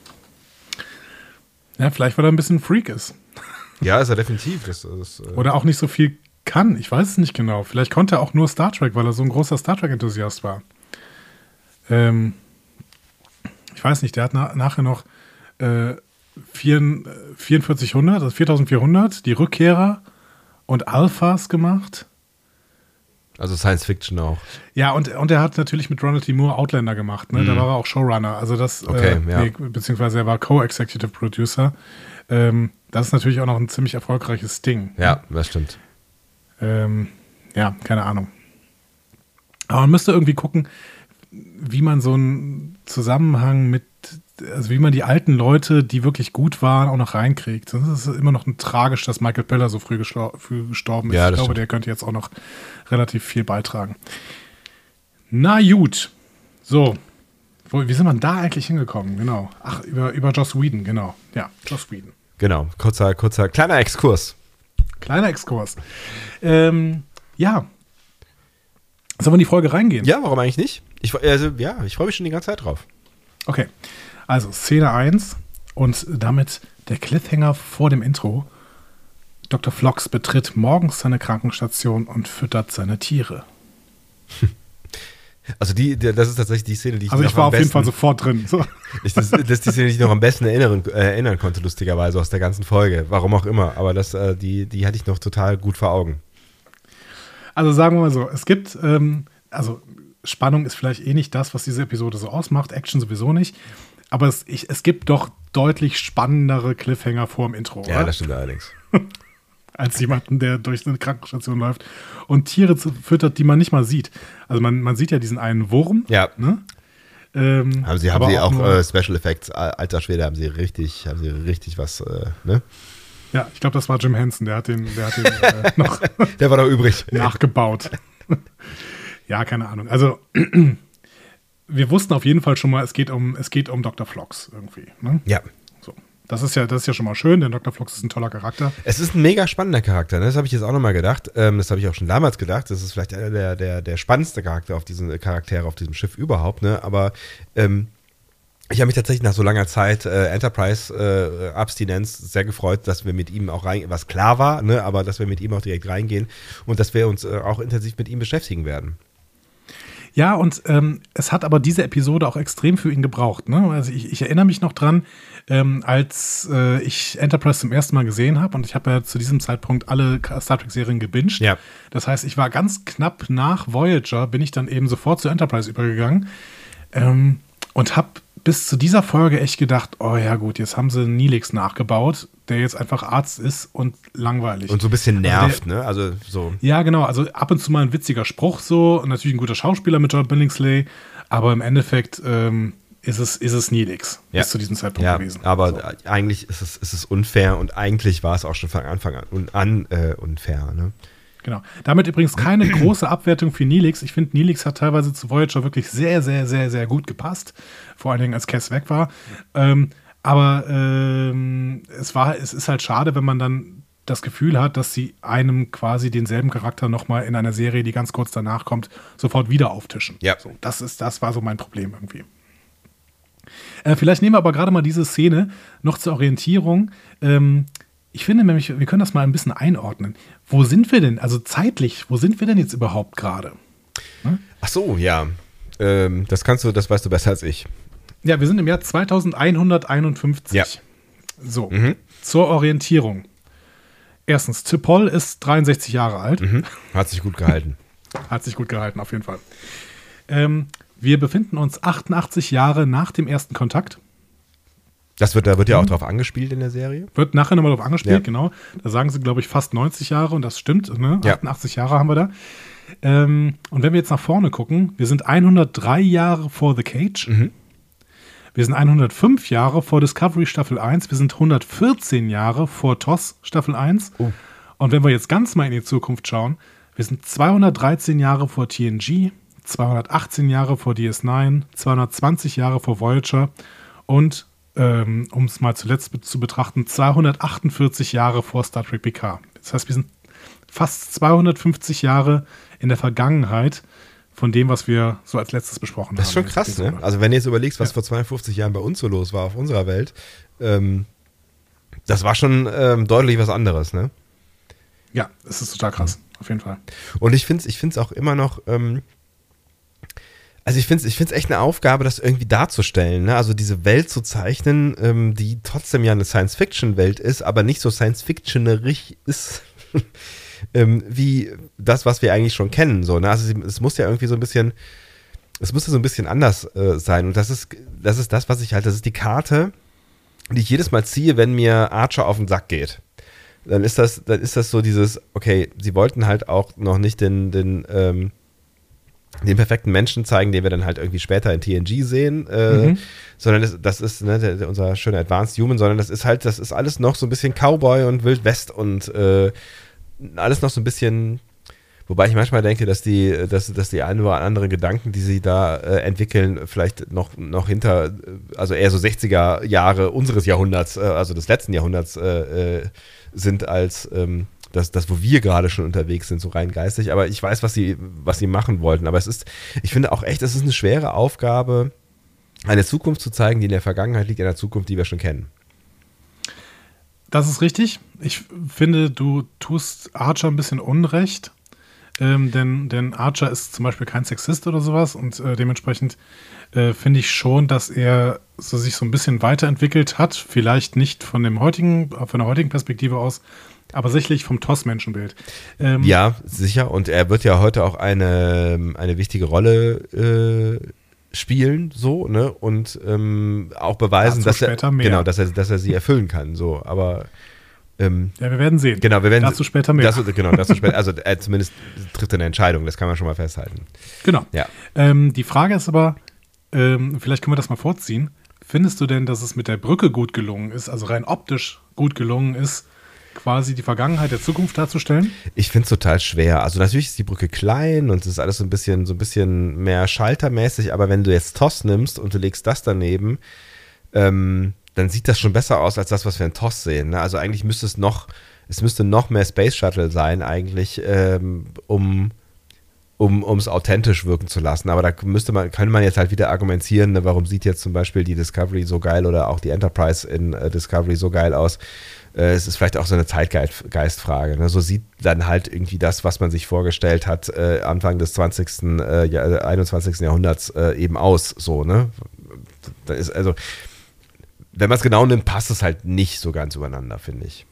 Ja, vielleicht, weil er ein bisschen ein Freak ist. Ja, ist er definitiv. Das, das, äh Oder auch nicht so viel kann. Ich weiß es nicht genau. Vielleicht konnte er auch nur Star Trek, weil er so ein großer Star Trek-Enthusiast war. Ähm, ich weiß nicht, der hat na- nachher noch äh, vierundvierzig hundert, also viertausendvierhundert, die Rückkehrer und Alphas gemacht. Also Science Fiction auch. Ja, und, und er hat natürlich mit Ronald D. Moore Outlander gemacht, ne? Mhm. Da war er auch Showrunner. Also das, okay, äh, ja. nee, beziehungsweise er war Co-Executive Producer. Ähm, das ist natürlich auch noch ein ziemlich erfolgreiches Ding. Ja, das stimmt. Ähm, ja, keine Ahnung. Aber man müsste irgendwie gucken, wie man so einen Zusammenhang mit, also wie man die alten Leute, die wirklich gut waren, auch noch reinkriegt. Das ist immer noch ein tragisch, dass Michael Peller so früh, geschlo- früh gestorben ist. Ja, ich glaube, stimmt. der könnte jetzt auch noch relativ viel beitragen. Na gut. So. Wo, wie sind wir da eigentlich hingekommen? Genau. Ach, über, über Joss Whedon, genau. Ja, Joss Whedon. Genau. Kurzer, kurzer, kleiner Exkurs. Kleiner Exkurs. Ähm, ja. Sollen wir in die Folge reingehen? Ja, warum eigentlich nicht? Ich, also, ja, ich freue mich schon die ganze Zeit drauf. Okay, also Szene eins und damit der Cliffhanger vor dem Intro. Doktor Phlox betritt morgens seine Krankenstation und füttert seine Tiere. Also die, die, das ist tatsächlich die Szene, die ich Also noch ich war am auf besten, jeden Fall sofort drin. So. Ich, das, das ist die Szene, die ich noch am besten erinnern, äh, erinnern konnte, lustigerweise aus der ganzen Folge. Warum auch immer, aber das, äh, die, die hatte ich noch total gut vor Augen. Also sagen wir mal so, es gibt, ähm, also Spannung ist vielleicht eh nicht das, was diese Episode so ausmacht, Action sowieso nicht, aber es, ich, es gibt doch deutlich spannendere Cliffhanger vor dem Intro, Ja, oder? das stimmt allerdings. Als jemanden, der durch eine Krankenstation läuft und Tiere zu, füttert, die man nicht mal sieht. Also man, man sieht ja diesen einen Wurm. Ja. Ne? Ähm, Haben sie, haben aber sie auch, nur- äh, Special Effects, alter Schwede, haben sie richtig, haben sie richtig was, äh, ne? Ja, ich glaube, das war Jim Henson, der hat den, der hat den äh, noch Der war doch übrig. nachgebaut. Ja, keine Ahnung. Also wir wussten auf jeden Fall schon mal, es geht um, es geht um Doktor Phlox irgendwie. Ne? Ja. So. Das ist ja, das ist ja schon mal schön, denn Doktor Phlox ist ein toller Charakter. Es ist ein mega spannender Charakter, ne? Das habe ich jetzt auch nochmal gedacht. Ähm, das habe ich auch schon damals gedacht. Das ist vielleicht einer der, der, der spannendste Charakter auf diesen, Charaktere auf diesem Schiff überhaupt, ne? Aber ähm, ich habe mich tatsächlich nach so langer Zeit äh, Enterprise-Abstinenz äh, sehr gefreut, dass wir mit ihm auch rein, was klar war, ne? Aber dass wir mit ihm auch direkt reingehen und dass wir uns äh, auch intensiv mit ihm beschäftigen werden. Ja, und ähm, es hat aber diese Episode auch extrem für ihn gebraucht. Ne? Also ich, ich erinnere mich noch dran, ähm, als äh, ich Enterprise zum ersten Mal gesehen habe und ich habe ja zu diesem Zeitpunkt alle Star Trek-Serien gebinged. Ja. Das heißt, ich war ganz knapp nach Voyager, bin ich dann eben sofort zu Enterprise übergegangen ähm, und habe bis zu dieser Folge echt gedacht, oh ja gut, jetzt haben sie Neelix nachgebaut, der jetzt einfach Arzt ist und langweilig. Und so ein bisschen nervt, Also der, ne? Also so. Ja, genau. Also ab und zu mal ein witziger Spruch so. Und natürlich ein guter Schauspieler mit John Billingsley. Aber im Endeffekt ähm, ist es, ist es Neelix Ja. bis zu diesem Zeitpunkt Ja, gewesen. aber So. eigentlich ist es, ist es unfair und eigentlich war es auch schon von Anfang an, an äh, unfair, ne? Genau. Damit übrigens keine große Abwertung für Neelix. Ich finde, Neelix hat teilweise zu Voyager wirklich sehr, sehr, sehr, sehr gut gepasst. Vor allen Dingen, als Cass weg war. Ähm, aber ähm, es war, es ist halt schade, wenn man dann das Gefühl hat, dass sie einem quasi denselben Charakter nochmal in einer Serie, die ganz kurz danach kommt, sofort wieder auftischen. Ja. So, das ist, das war so mein Problem irgendwie. Äh, vielleicht nehmen wir aber gerade mal diese Szene noch zur Orientierung. Ähm, ich finde nämlich, wir können das mal ein bisschen einordnen. Wo sind wir denn, also zeitlich, wo sind wir denn jetzt überhaupt gerade? Hm? Ach so, ja. Ähm, das kannst du, das weißt du besser als ich. Ja, wir sind im Jahr zweitausendeinhunderteinundfünfzig. Ja. So, Mhm. zur Orientierung. Erstens, T'Pol ist dreiundsechzig Jahre alt. Mhm. Hat sich gut gehalten. Hat sich gut gehalten, auf jeden Fall. Ähm, wir befinden uns achtundachtzig Jahre nach dem ersten Kontakt. Das wird, da wird ja auch drauf angespielt in der Serie. Wird nachher nochmal drauf angespielt, Ja. genau. Da sagen sie, glaube ich, fast neunzig Jahre und das stimmt. Ne? Ja. achtundachtzig Jahre haben wir da. Ähm, und wenn wir jetzt nach vorne gucken, wir sind hundertdrei Jahre vor The Cage. Mhm. Wir sind hundertfünf Jahre vor Discovery Staffel eins. Wir sind hundertvierzehn Jahre vor T O S Staffel eins. Oh. Und wenn wir jetzt ganz mal in die Zukunft schauen, wir sind zweihundertdreizehn Jahre vor T N G, zweihundertachtzehn Jahre vor D S neun, zweihundertzwanzig Jahre vor Voyager und, ähm, um es mal zuletzt be- zu betrachten, zweihundertachtundvierzig Jahre vor Star Trek Picard. Das heißt, wir sind fast zweihundertfünfzig Jahre in der Vergangenheit von dem, was wir so als letztes besprochen haben. Das ist schon krass, ne? Also wenn du jetzt überlegst, was Ja. vor zweiundfünfzig Jahren bei uns so los war auf unserer Welt, ähm, das war schon ähm, deutlich was anderes, ne? Ja, es ist total krass, auf jeden Fall. Und ich finde es ich find's auch immer noch, ähm, also ich finde es ich find's echt eine Aufgabe, das irgendwie darzustellen, ne? Also diese Welt zu zeichnen, ähm, die trotzdem ja eine Science-Fiction-Welt ist, aber nicht so Science-Fictionerig ist, ähm, wie das, was wir eigentlich schon kennen. So, ne? Also sie- es muss ja irgendwie so ein bisschen, es muss ja so ein bisschen anders äh, sein. Und das ist, das ist das, was ich halt, das ist die Karte, die ich jedes Mal ziehe, wenn mir Archer auf den Sack geht. Dann ist das, dann ist das so dieses, okay, sie wollten halt auch noch nicht den, den, ähm, den perfekten Menschen zeigen, den wir dann halt irgendwie später in T N G sehen, äh, Mhm. sondern das, das ist ne, der, der, unser schöner Advanced Human, sondern das ist halt, das ist alles noch so ein bisschen Cowboy und Wild West und äh, alles noch so ein bisschen, wobei ich manchmal denke, dass die, dass, dass die ein oder anderen Gedanken, die sie da äh, entwickeln, vielleicht noch, noch hinter, äh, also eher so sechziger Jahre unseres Jahrhunderts, äh, also des letzten Jahrhunderts äh, äh, sind als ähm, das, das, wo wir gerade schon unterwegs sind, so rein geistig. Aber ich weiß, was sie, was sie machen wollten. Aber es ist, ich finde auch echt, es ist eine schwere Aufgabe, eine Zukunft zu zeigen, die in der Vergangenheit liegt, in der Zukunft, die wir schon kennen. Das ist richtig. Ich finde, du tust Archer ein bisschen Unrecht, ähm, denn, denn Archer ist zum Beispiel kein Sexist oder sowas und äh, dementsprechend äh, finde ich schon, dass er so sich so ein bisschen weiterentwickelt hat. Vielleicht nicht von dem heutigen, von der heutigen Perspektive aus, aber sicherlich vom T O S-Menschenbild. Ähm, Ja, sicher. Und er wird ja heute auch eine, eine wichtige Rolle äh, spielen, so, ne? Und ähm, auch beweisen, Dazu dass er, später mehr. genau, dass er, dass er sie erfüllen kann. So, aber ähm, ja, wir werden sehen. genau, wir werden Dazu später mehr. Dazu, genau, dazu später. Also er zumindest trifft er eine Entscheidung. Das kann man schon mal festhalten. Genau. Ja. Ähm, die Frage ist aber, ähm, vielleicht können wir das mal vorziehen. Findest du denn, dass es mit der Brücke gut gelungen ist, also rein optisch gut gelungen ist, quasi die Vergangenheit der Zukunft darzustellen? Ich finde es total schwer. Also natürlich ist die Brücke klein und es ist alles so ein bisschen, so ein bisschen mehr schaltermäßig, aber wenn du jetzt T O S nimmst und du legst das daneben, ähm, dann sieht das schon besser aus als das, was wir in T O S sehen. Ne? Also eigentlich müsste es noch, es müsste noch mehr Space Shuttle sein, eigentlich, ähm, um um es authentisch wirken zu lassen. Aber da müsste man, kann man jetzt halt wieder argumentieren, ne, warum sieht jetzt zum Beispiel die Discovery so geil oder auch die Enterprise in äh, Discovery so geil aus. Äh, es ist vielleicht auch so eine Zeitgeistfrage. Ne? So sieht dann halt irgendwie das, was man sich vorgestellt hat, äh, Anfang des zwanzigsten. Äh, ja, einundzwanzigsten. Jahrhunderts äh, eben aus. So, ne? Da ist also, wenn man es genau nimmt, passt es halt nicht so ganz übereinander, finde ich.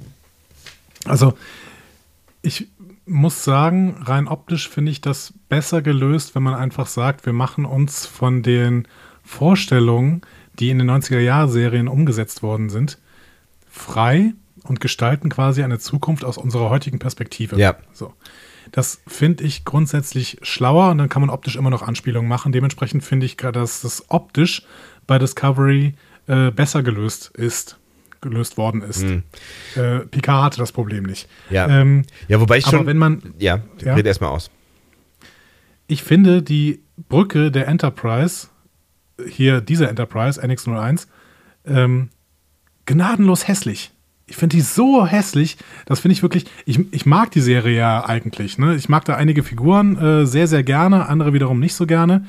Also, ich muss sagen, rein optisch finde ich das besser gelöst, wenn man einfach sagt, wir machen uns von den Vorstellungen, die in den neunziger-Jahre-Serien umgesetzt worden sind, frei und gestalten quasi eine Zukunft aus unserer heutigen Perspektive. Ja. So. Das finde ich grundsätzlich schlauer und dann kann man optisch immer noch Anspielungen machen. Dementsprechend finde ich gerade, dass das optisch bei Discovery äh, besser gelöst ist. gelöst worden ist. Mhm. Äh, Picard hatte das Problem nicht. Ja, Ähm, ja wobei ich aber schon. wenn man, ja, Ja. red erst mal aus. ich finde die Brücke der Enterprise, hier diese Enterprise, N X null eins, ähm, gnadenlos hässlich. Ich finde die so hässlich, das finde ich wirklich, ich, ich mag die Serie ja eigentlich, ne? Ich mag da einige Figuren äh, sehr, sehr gerne, andere wiederum nicht so gerne.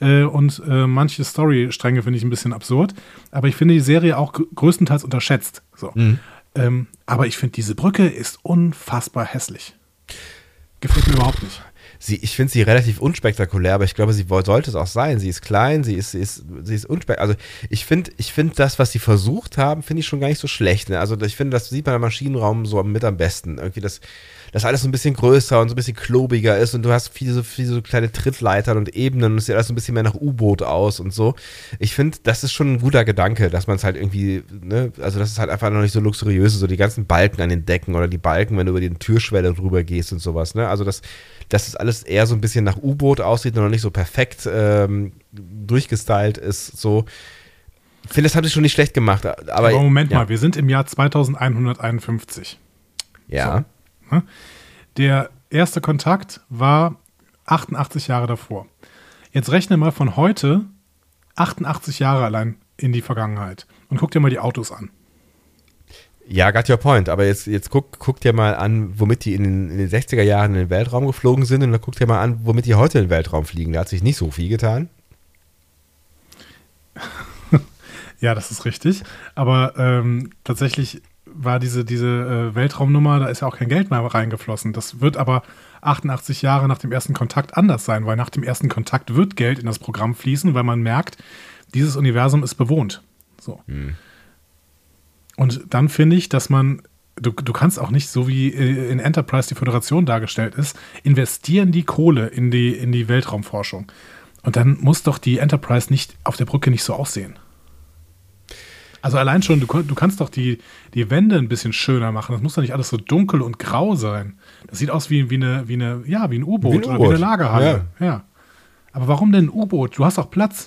äh, und äh, manche Storystränge finde ich ein bisschen absurd. Aber ich finde die Serie auch gr- größtenteils unterschätzt. So. Mhm. Ähm, aber ich finde, diese Brücke ist unfassbar hässlich. Gefällt mir überhaupt nicht. Sie, ich finde sie relativ unspektakulär, aber ich glaube, sie woll- sollte es auch sein. Sie ist klein, sie ist, sie ist, sie ist unspektakulär. Also ich finde, ich finde das, was sie versucht haben, finde ich schon gar nicht so schlecht. Ne? Also ich finde, das sieht man im Maschinenraum so mit am besten. Irgendwie, dass das alles so ein bisschen größer und so ein bisschen klobiger ist und du hast viele so, viele so kleine Trittleitern und Ebenen und es sieht alles so ein bisschen mehr nach U-Boot aus und so. Ich finde, das ist schon ein guter Gedanke, dass man es halt irgendwie, ne, also das ist halt einfach noch nicht so luxuriös, so die ganzen Balken an den Decken oder die Balken, wenn du über die Türschwelle drüber gehst und sowas, ne, also das, dass es alles eher so ein bisschen nach U-Boot aussieht und noch nicht so perfekt ähm, durchgestylt ist, so. Ich finde, das haben sie schon nicht schlecht gemacht, aber... Aber Moment ja. mal, wir sind im Jahr zweitausendeinhunderteinundfünfzig. Ja. So. Der erste Kontakt war achtundachtzig Jahre davor. Jetzt rechne mal von heute achtundachtzig Jahre allein in die Vergangenheit und guck dir mal die Autos an. Ja, got your point, aber jetzt, jetzt guck, guck dir mal an, womit die in den, in den sechziger Jahren in den Weltraum geflogen sind und dann guck dir mal an, womit die heute in den Weltraum fliegen. Da hat sich nicht so viel getan. Ja, das ist richtig. Aber ähm, tatsächlich war diese, diese äh, Weltraumnummer, da ist ja auch kein Geld mehr reingeflossen. Das wird aber achtundachtzig Jahre nach dem ersten Kontakt anders sein, weil nach dem ersten Kontakt wird Geld in das Programm fließen, weil man merkt, dieses Universum ist bewohnt. So. Hm. Und dann finde ich, dass man, du, du kannst auch nicht, so wie in Enterprise die Föderation dargestellt ist, investieren die Kohle in die, in die Weltraumforschung. Und dann muss doch die Enterprise nicht auf der Brücke nicht so aussehen. Also allein schon, du, du kannst doch die, die Wände ein bisschen schöner machen. Das muss doch nicht alles so dunkel und grau sein. Das sieht aus wie, wie eine, wie eine, ja, wie ein U-Boot Wie ein oder U-Boot. wie eine Lagerhalle. Ja. ja. Aber warum denn ein U-Boot? Du hast auch Platz.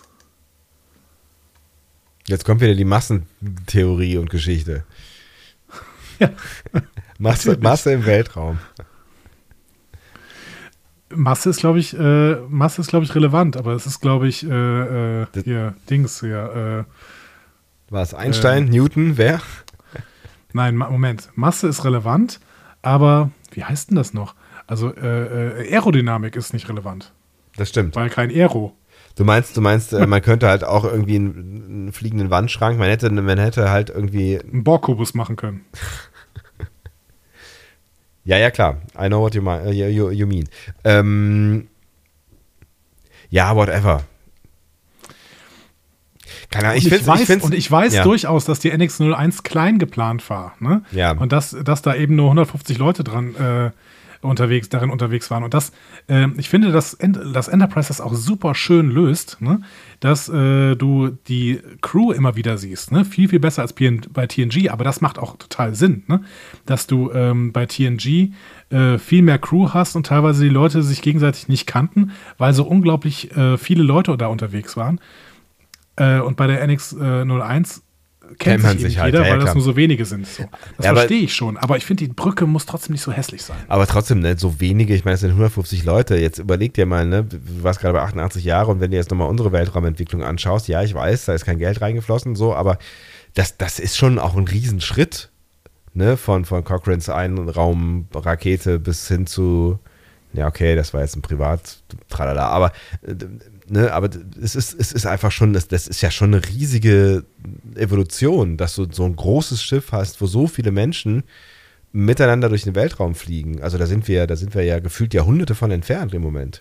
Jetzt kommt wieder die Massentheorie und Geschichte. Ja. Masse, Masse im Weltraum. Masse ist, glaube ich, äh, Masse ist, glaube ich, relevant, aber es ist, glaube ich, äh, äh, hier, Dings hier, äh, Was? Einstein, äh, Newton, wer? Nein, Moment. Masse ist relevant, aber wie heißt denn das noch? Also äh, äh, Aerodynamik ist nicht relevant. Das stimmt. Weil kein Aero. Du meinst, du meinst, äh, man könnte halt auch irgendwie einen, einen fliegenden Wandschrank, man hätte, man hätte halt irgendwie... einen Borgkubus machen können. Ja, ja, klar. I know what you, my, you, you mean. Ähm, ja, whatever. Keine Ahnung, ich, und, ich weiß, ich und ich weiß ja. durchaus, dass die N X null eins klein geplant war. Ne? Ja. Und dass, dass da eben nur hundertfünfzig Leute dran äh, unterwegs, darin unterwegs waren. Und das, äh, ich finde, dass, dass Enterprise das auch super schön löst, ne? Dass äh, du die Crew immer wieder siehst. Ne? Viel, viel besser als bei T N G, aber das macht auch total Sinn, ne? Dass du ähm, bei T N G äh, viel mehr Crew hast und teilweise die Leute sich gegenseitig nicht kannten, weil so unglaublich äh, viele Leute da unterwegs waren. Äh, und bei der N X null eins kennt sich, sich halt, jeder, ja, ja, weil das nur so wenige sind. So. Das ja, verstehe ich schon, aber ich finde, die Brücke muss trotzdem nicht so hässlich sein. Aber trotzdem, ne, so wenige, ich meine, es sind hundertfünfzig Leute. Jetzt überleg dir mal, ne, du warst gerade bei achtundachtzig Jahre und wenn du jetzt nochmal unsere Weltraumentwicklung anschaust, ja, ich weiß, da ist kein Geld reingeflossen, so, aber das, das ist schon auch ein Riesenschritt, ne, von, von Cochranes Einraumrakete bis hin zu, ja, okay, das war jetzt ein Privat, tralala, aber Ne, aber es ist, es ist einfach schon, das, das ist ja schon eine riesige Evolution, dass du so ein großes Schiff hast, wo so viele Menschen miteinander durch den Weltraum fliegen. Also da sind wir, da sind wir ja gefühlt Jahrhunderte von entfernt im Moment.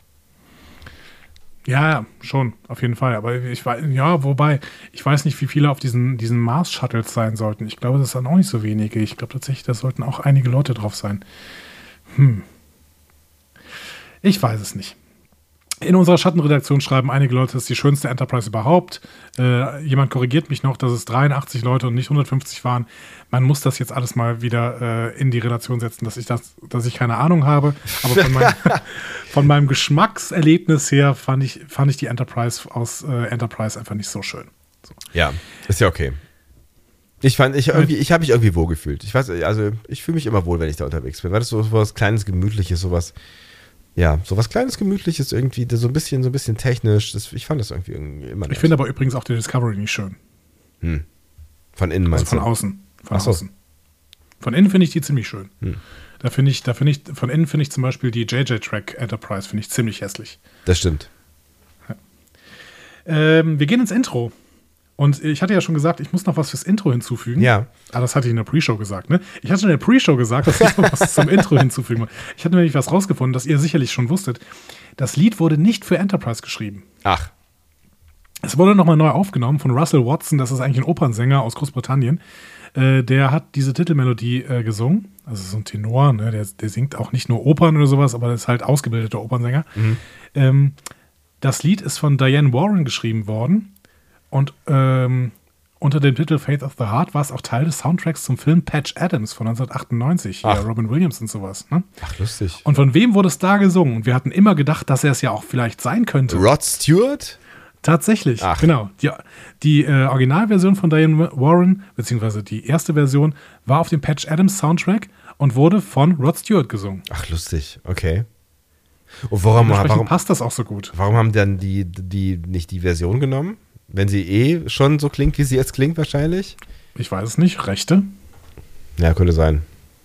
Ja, schon, auf jeden Fall. Aber ich weiß, ja, wobei, ich weiß nicht, wie viele auf diesen, diesen Mars-Shuttles sein sollten. Ich glaube, das sind auch nicht so wenige. Ich glaube tatsächlich, da sollten auch einige Leute drauf sein. Hm. Ich weiß es nicht. In unserer Schattenredaktion schreiben einige Leute, das ist die schönste Enterprise überhaupt. Äh, jemand korrigiert mich noch, dass es dreiundachtzig Leute und nicht hundertfünfzig waren. Man muss das jetzt alles mal wieder äh, in die Relation setzen, dass ich das, dass ich keine Ahnung habe. Aber von, mein, von meinem Geschmackserlebnis her fand ich, fand ich die Enterprise aus äh, Enterprise einfach nicht so schön. So. Ja, ist ja okay. Ich fand, ich irgendwie, ich habe mich irgendwie wohl gefühlt. Ich weiß, also ich fühle mich immer wohl, wenn ich da unterwegs bin. Weil das so, so was Kleines, Gemütliches, sowas. Ja, so was Kleines, Gemütliches irgendwie, so ein bisschen, so ein bisschen technisch. Das, ich fand das irgendwie immer nett. Ich finde aber übrigens auch die Discovery nicht schön. Hm. Von innen meinst also von du? außen. Von Ach so. außen. Von innen finde ich die ziemlich schön. Hm. Da finde ich, da finde ich, von innen finde ich zum Beispiel die J J-Track Enterprise finde ich ziemlich hässlich. Das stimmt. Ja. Ähm, wir gehen ins Intro. Und ich hatte ja schon gesagt, ich muss noch was fürs Intro hinzufügen. Ja. Ah, das hatte ich in der Pre-Show gesagt, ne? Ich hatte in der Pre-Show gesagt, dass ich noch was zum Intro hinzufügen muss. Ich hatte nämlich was rausgefunden, das ihr sicherlich schon wusstet. Das Lied wurde nicht für Enterprise geschrieben. Ach. Es wurde nochmal neu aufgenommen von Russell Watson, das ist eigentlich ein Opernsänger aus Großbritannien. Äh, der hat diese Titelmelodie äh, gesungen. Also so ein Tenor, ne? der, der singt auch nicht nur Opern oder sowas, aber das ist halt ausgebildeter Opernsänger. Mhm. Ähm, das Lied ist von Diane Warren geschrieben worden. Und ähm, unter dem Titel Faith of the Heart war es auch Teil des Soundtracks zum Film Patch Adams von neunzehnhundertachtundneunzig. Ja, Robin Williams und sowas. Ne? Ach, lustig. Und von wem wurde es da gesungen? Und wir hatten immer gedacht, dass er es ja auch vielleicht sein könnte. Rod Stewart? Tatsächlich, Ach. genau. Die, die äh, Originalversion von Diane Warren, beziehungsweise die erste Version, war auf dem Patch Adams Soundtrack und wurde von Rod Stewart gesungen. Ach, lustig. Okay. Und warum, warum passt das auch so gut? Warum haben dann die, die nicht die Version genommen? Wenn sie eh schon so klingt, wie sie jetzt klingt wahrscheinlich? Ich weiß es nicht. Rechte? Ja, könnte sein.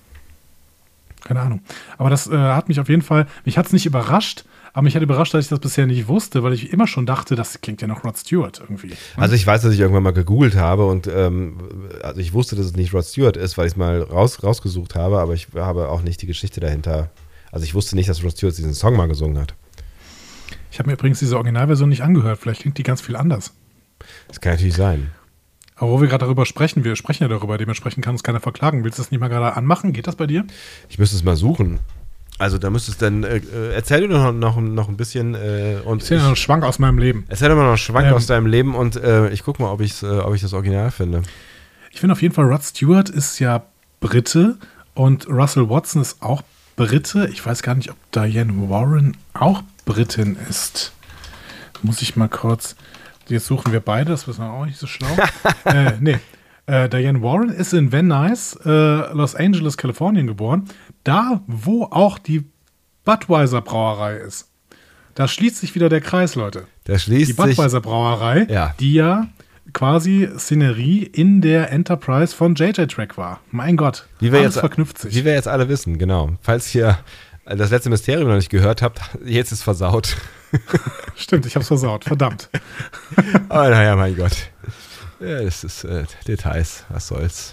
Keine Ahnung. Aber das äh, hat mich auf jeden Fall, mich hat es nicht überrascht, aber mich hat überrascht, dass ich das bisher nicht wusste, weil ich immer schon dachte, das klingt ja nach Rod Stewart irgendwie. Also ich weiß, dass ich irgendwann mal gegoogelt habe und ähm, also ich wusste, dass es nicht Rod Stewart ist, weil ich es mal raus, rausgesucht habe, aber ich habe auch nicht die Geschichte dahinter. Also ich wusste nicht, dass Rod Stewart diesen Song mal gesungen hat. Ich habe mir übrigens diese Originalversion nicht angehört. Vielleicht klingt die ganz viel anders. Das kann natürlich sein. Aber wo wir gerade darüber sprechen, wir sprechen ja darüber, dementsprechend kann uns keiner verklagen. Willst du das nicht mal gerade anmachen? Geht das bei dir? Ich müsste es mal suchen. Also da müsstest du dann, äh, erzähl dir noch, noch, noch ein bisschen. Äh, und erzähl dir noch einen Schwank aus meinem Leben. Erzähl dir mal noch einen Schwank ähm, aus deinem Leben und äh, ich guck mal, ob, ich's, äh, ob ich das Original finde. Ich finde auf jeden Fall, Rod Stewart ist ja Brite und Russell Watson ist auch Brite. Ich weiß gar nicht, ob Diane Warren auch Britin ist. Muss ich mal kurz. Jetzt suchen wir beide, das wissen wir auch nicht so schlau. äh, nee. Äh, Diane Warren ist in Van Nuys, äh, Los Angeles, Kalifornien geboren. Da, wo auch die Budweiser Brauerei ist. Da schließt sich wieder der Kreis, Leute. Da schließt die Budweiser Brauerei, ja. die ja quasi Szenerie in der Enterprise von J J Track war. Mein Gott, wie wir alles jetzt, verknüpft sich. Wie wir jetzt alle wissen, genau. Falls ihr das letzte Mysterium noch nicht gehört habt, jetzt ist versaut. Stimmt, ich hab's versaut, verdammt. Aber naja, mein Gott. Ja, das ist äh, Details, was soll's.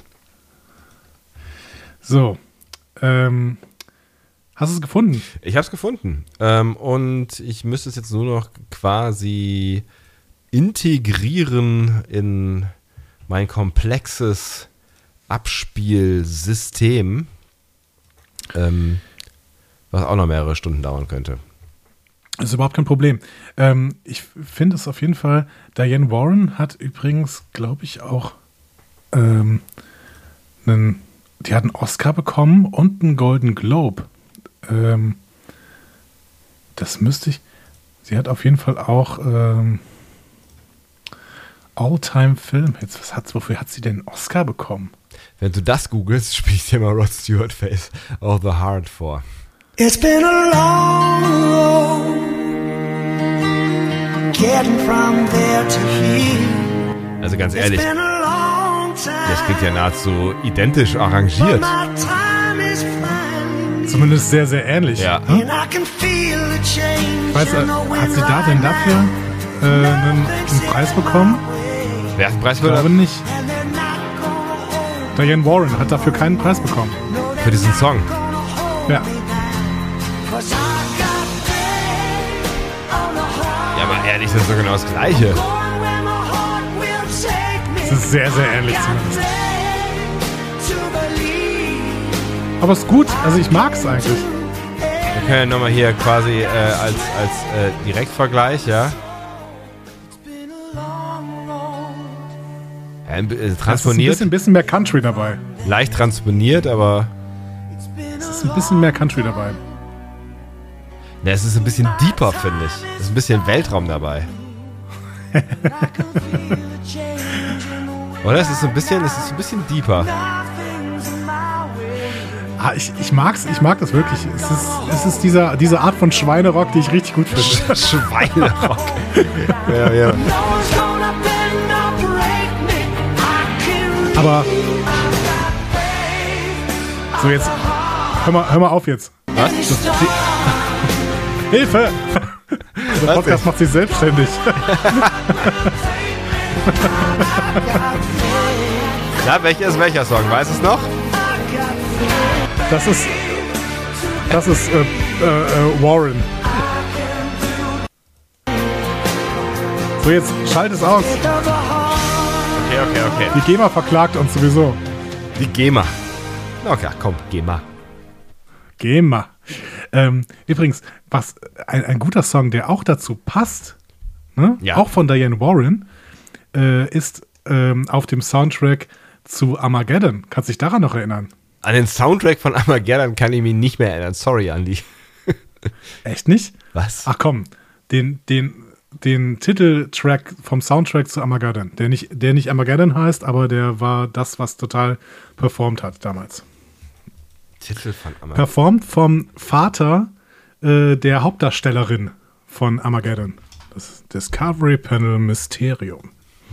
So, ähm, hast du es gefunden? Ich hab's gefunden. Ähm, und ich müsste es jetzt nur noch quasi integrieren in mein komplexes Abspielsystem, ähm, was auch noch mehrere Stunden dauern könnte. Das ist überhaupt kein Problem. Ähm, ich finde es auf jeden Fall, Diane Warren hat übrigens, glaube ich, auch ähm, einen, die hat einen Oscar bekommen und einen Golden Globe. Ähm, das müsste ich, sie hat auf jeden Fall auch ähm, All-Time-Film-Hits. Was hat, wofür hat sie denn einen Oscar bekommen? Wenn du das googelst, spielst du dir mal Rod Stewart Face of the Heart vor. It's been a long road getting from there to here. Also ganz ehrlich, das klingt ja nahezu identisch arrangiert. Zumindest sehr, sehr ähnlich. Ja. Hm? Ich weiß, hat sie da denn dafür äh, einen, einen Preis bekommen? Wer hat einen Preis bekommen? Ich glaube nicht. Diane Warren hat dafür keinen Preis bekommen. Für diesen Song? Ja. Ja, aber ehrlich, das ist so genau das Gleiche. Es ist sehr, sehr ähnlich zumindest. Aber es ist gut, also ich mag es eigentlich. Wir können ja nochmal hier quasi äh, als, als äh, Direktvergleich, ja. ja äh, transponiert. Es ist ein bisschen, bisschen mehr Country dabei. Leicht transponiert, aber es ist ein bisschen mehr Country dabei. Ja, es ist ein bisschen deeper, finde ich. Es ist ein bisschen Weltraum dabei. Oder? Es ist ein bisschen, es ist ein bisschen deeper. Ah, ich, ich mag's, ich mag das wirklich. Es ist, es ist dieser, diese Art von Schweinerock, die ich richtig gut finde. Schweinerock. Ja, ja. Aber so jetzt, hör mal, hör mal auf jetzt. Was? Das, die, Hilfe! Der Podcast macht sich selbstständig. Ja, welcher ist welcher Song? Weißt du es noch? Das ist. Das ist äh, äh, äh, Warren. So, jetzt schalt es aus. Okay, okay, okay. Die GEMA verklagt uns sowieso. Die GEMA. Okay, komm, GEMA. GEMA. Ähm, übrigens, was ein, ein guter Song, der auch dazu passt, ne? Ja. Auch von Diane Warren, äh, ist ähm, auf dem Soundtrack zu Armageddon. Kannst du dich daran noch erinnern? An den Soundtrack von Armageddon kann ich mich nicht mehr erinnern. Sorry, Andi. Echt nicht? Was? Ach komm, den, den, den Titeltrack vom Soundtrack zu Armageddon, der nicht, der nicht Armageddon heißt, aber der war das, was total performt hat damals. Titel von Armageddon. Performt vom Vater äh, der Hauptdarstellerin von Armageddon. Das Discovery Panel Mysterium.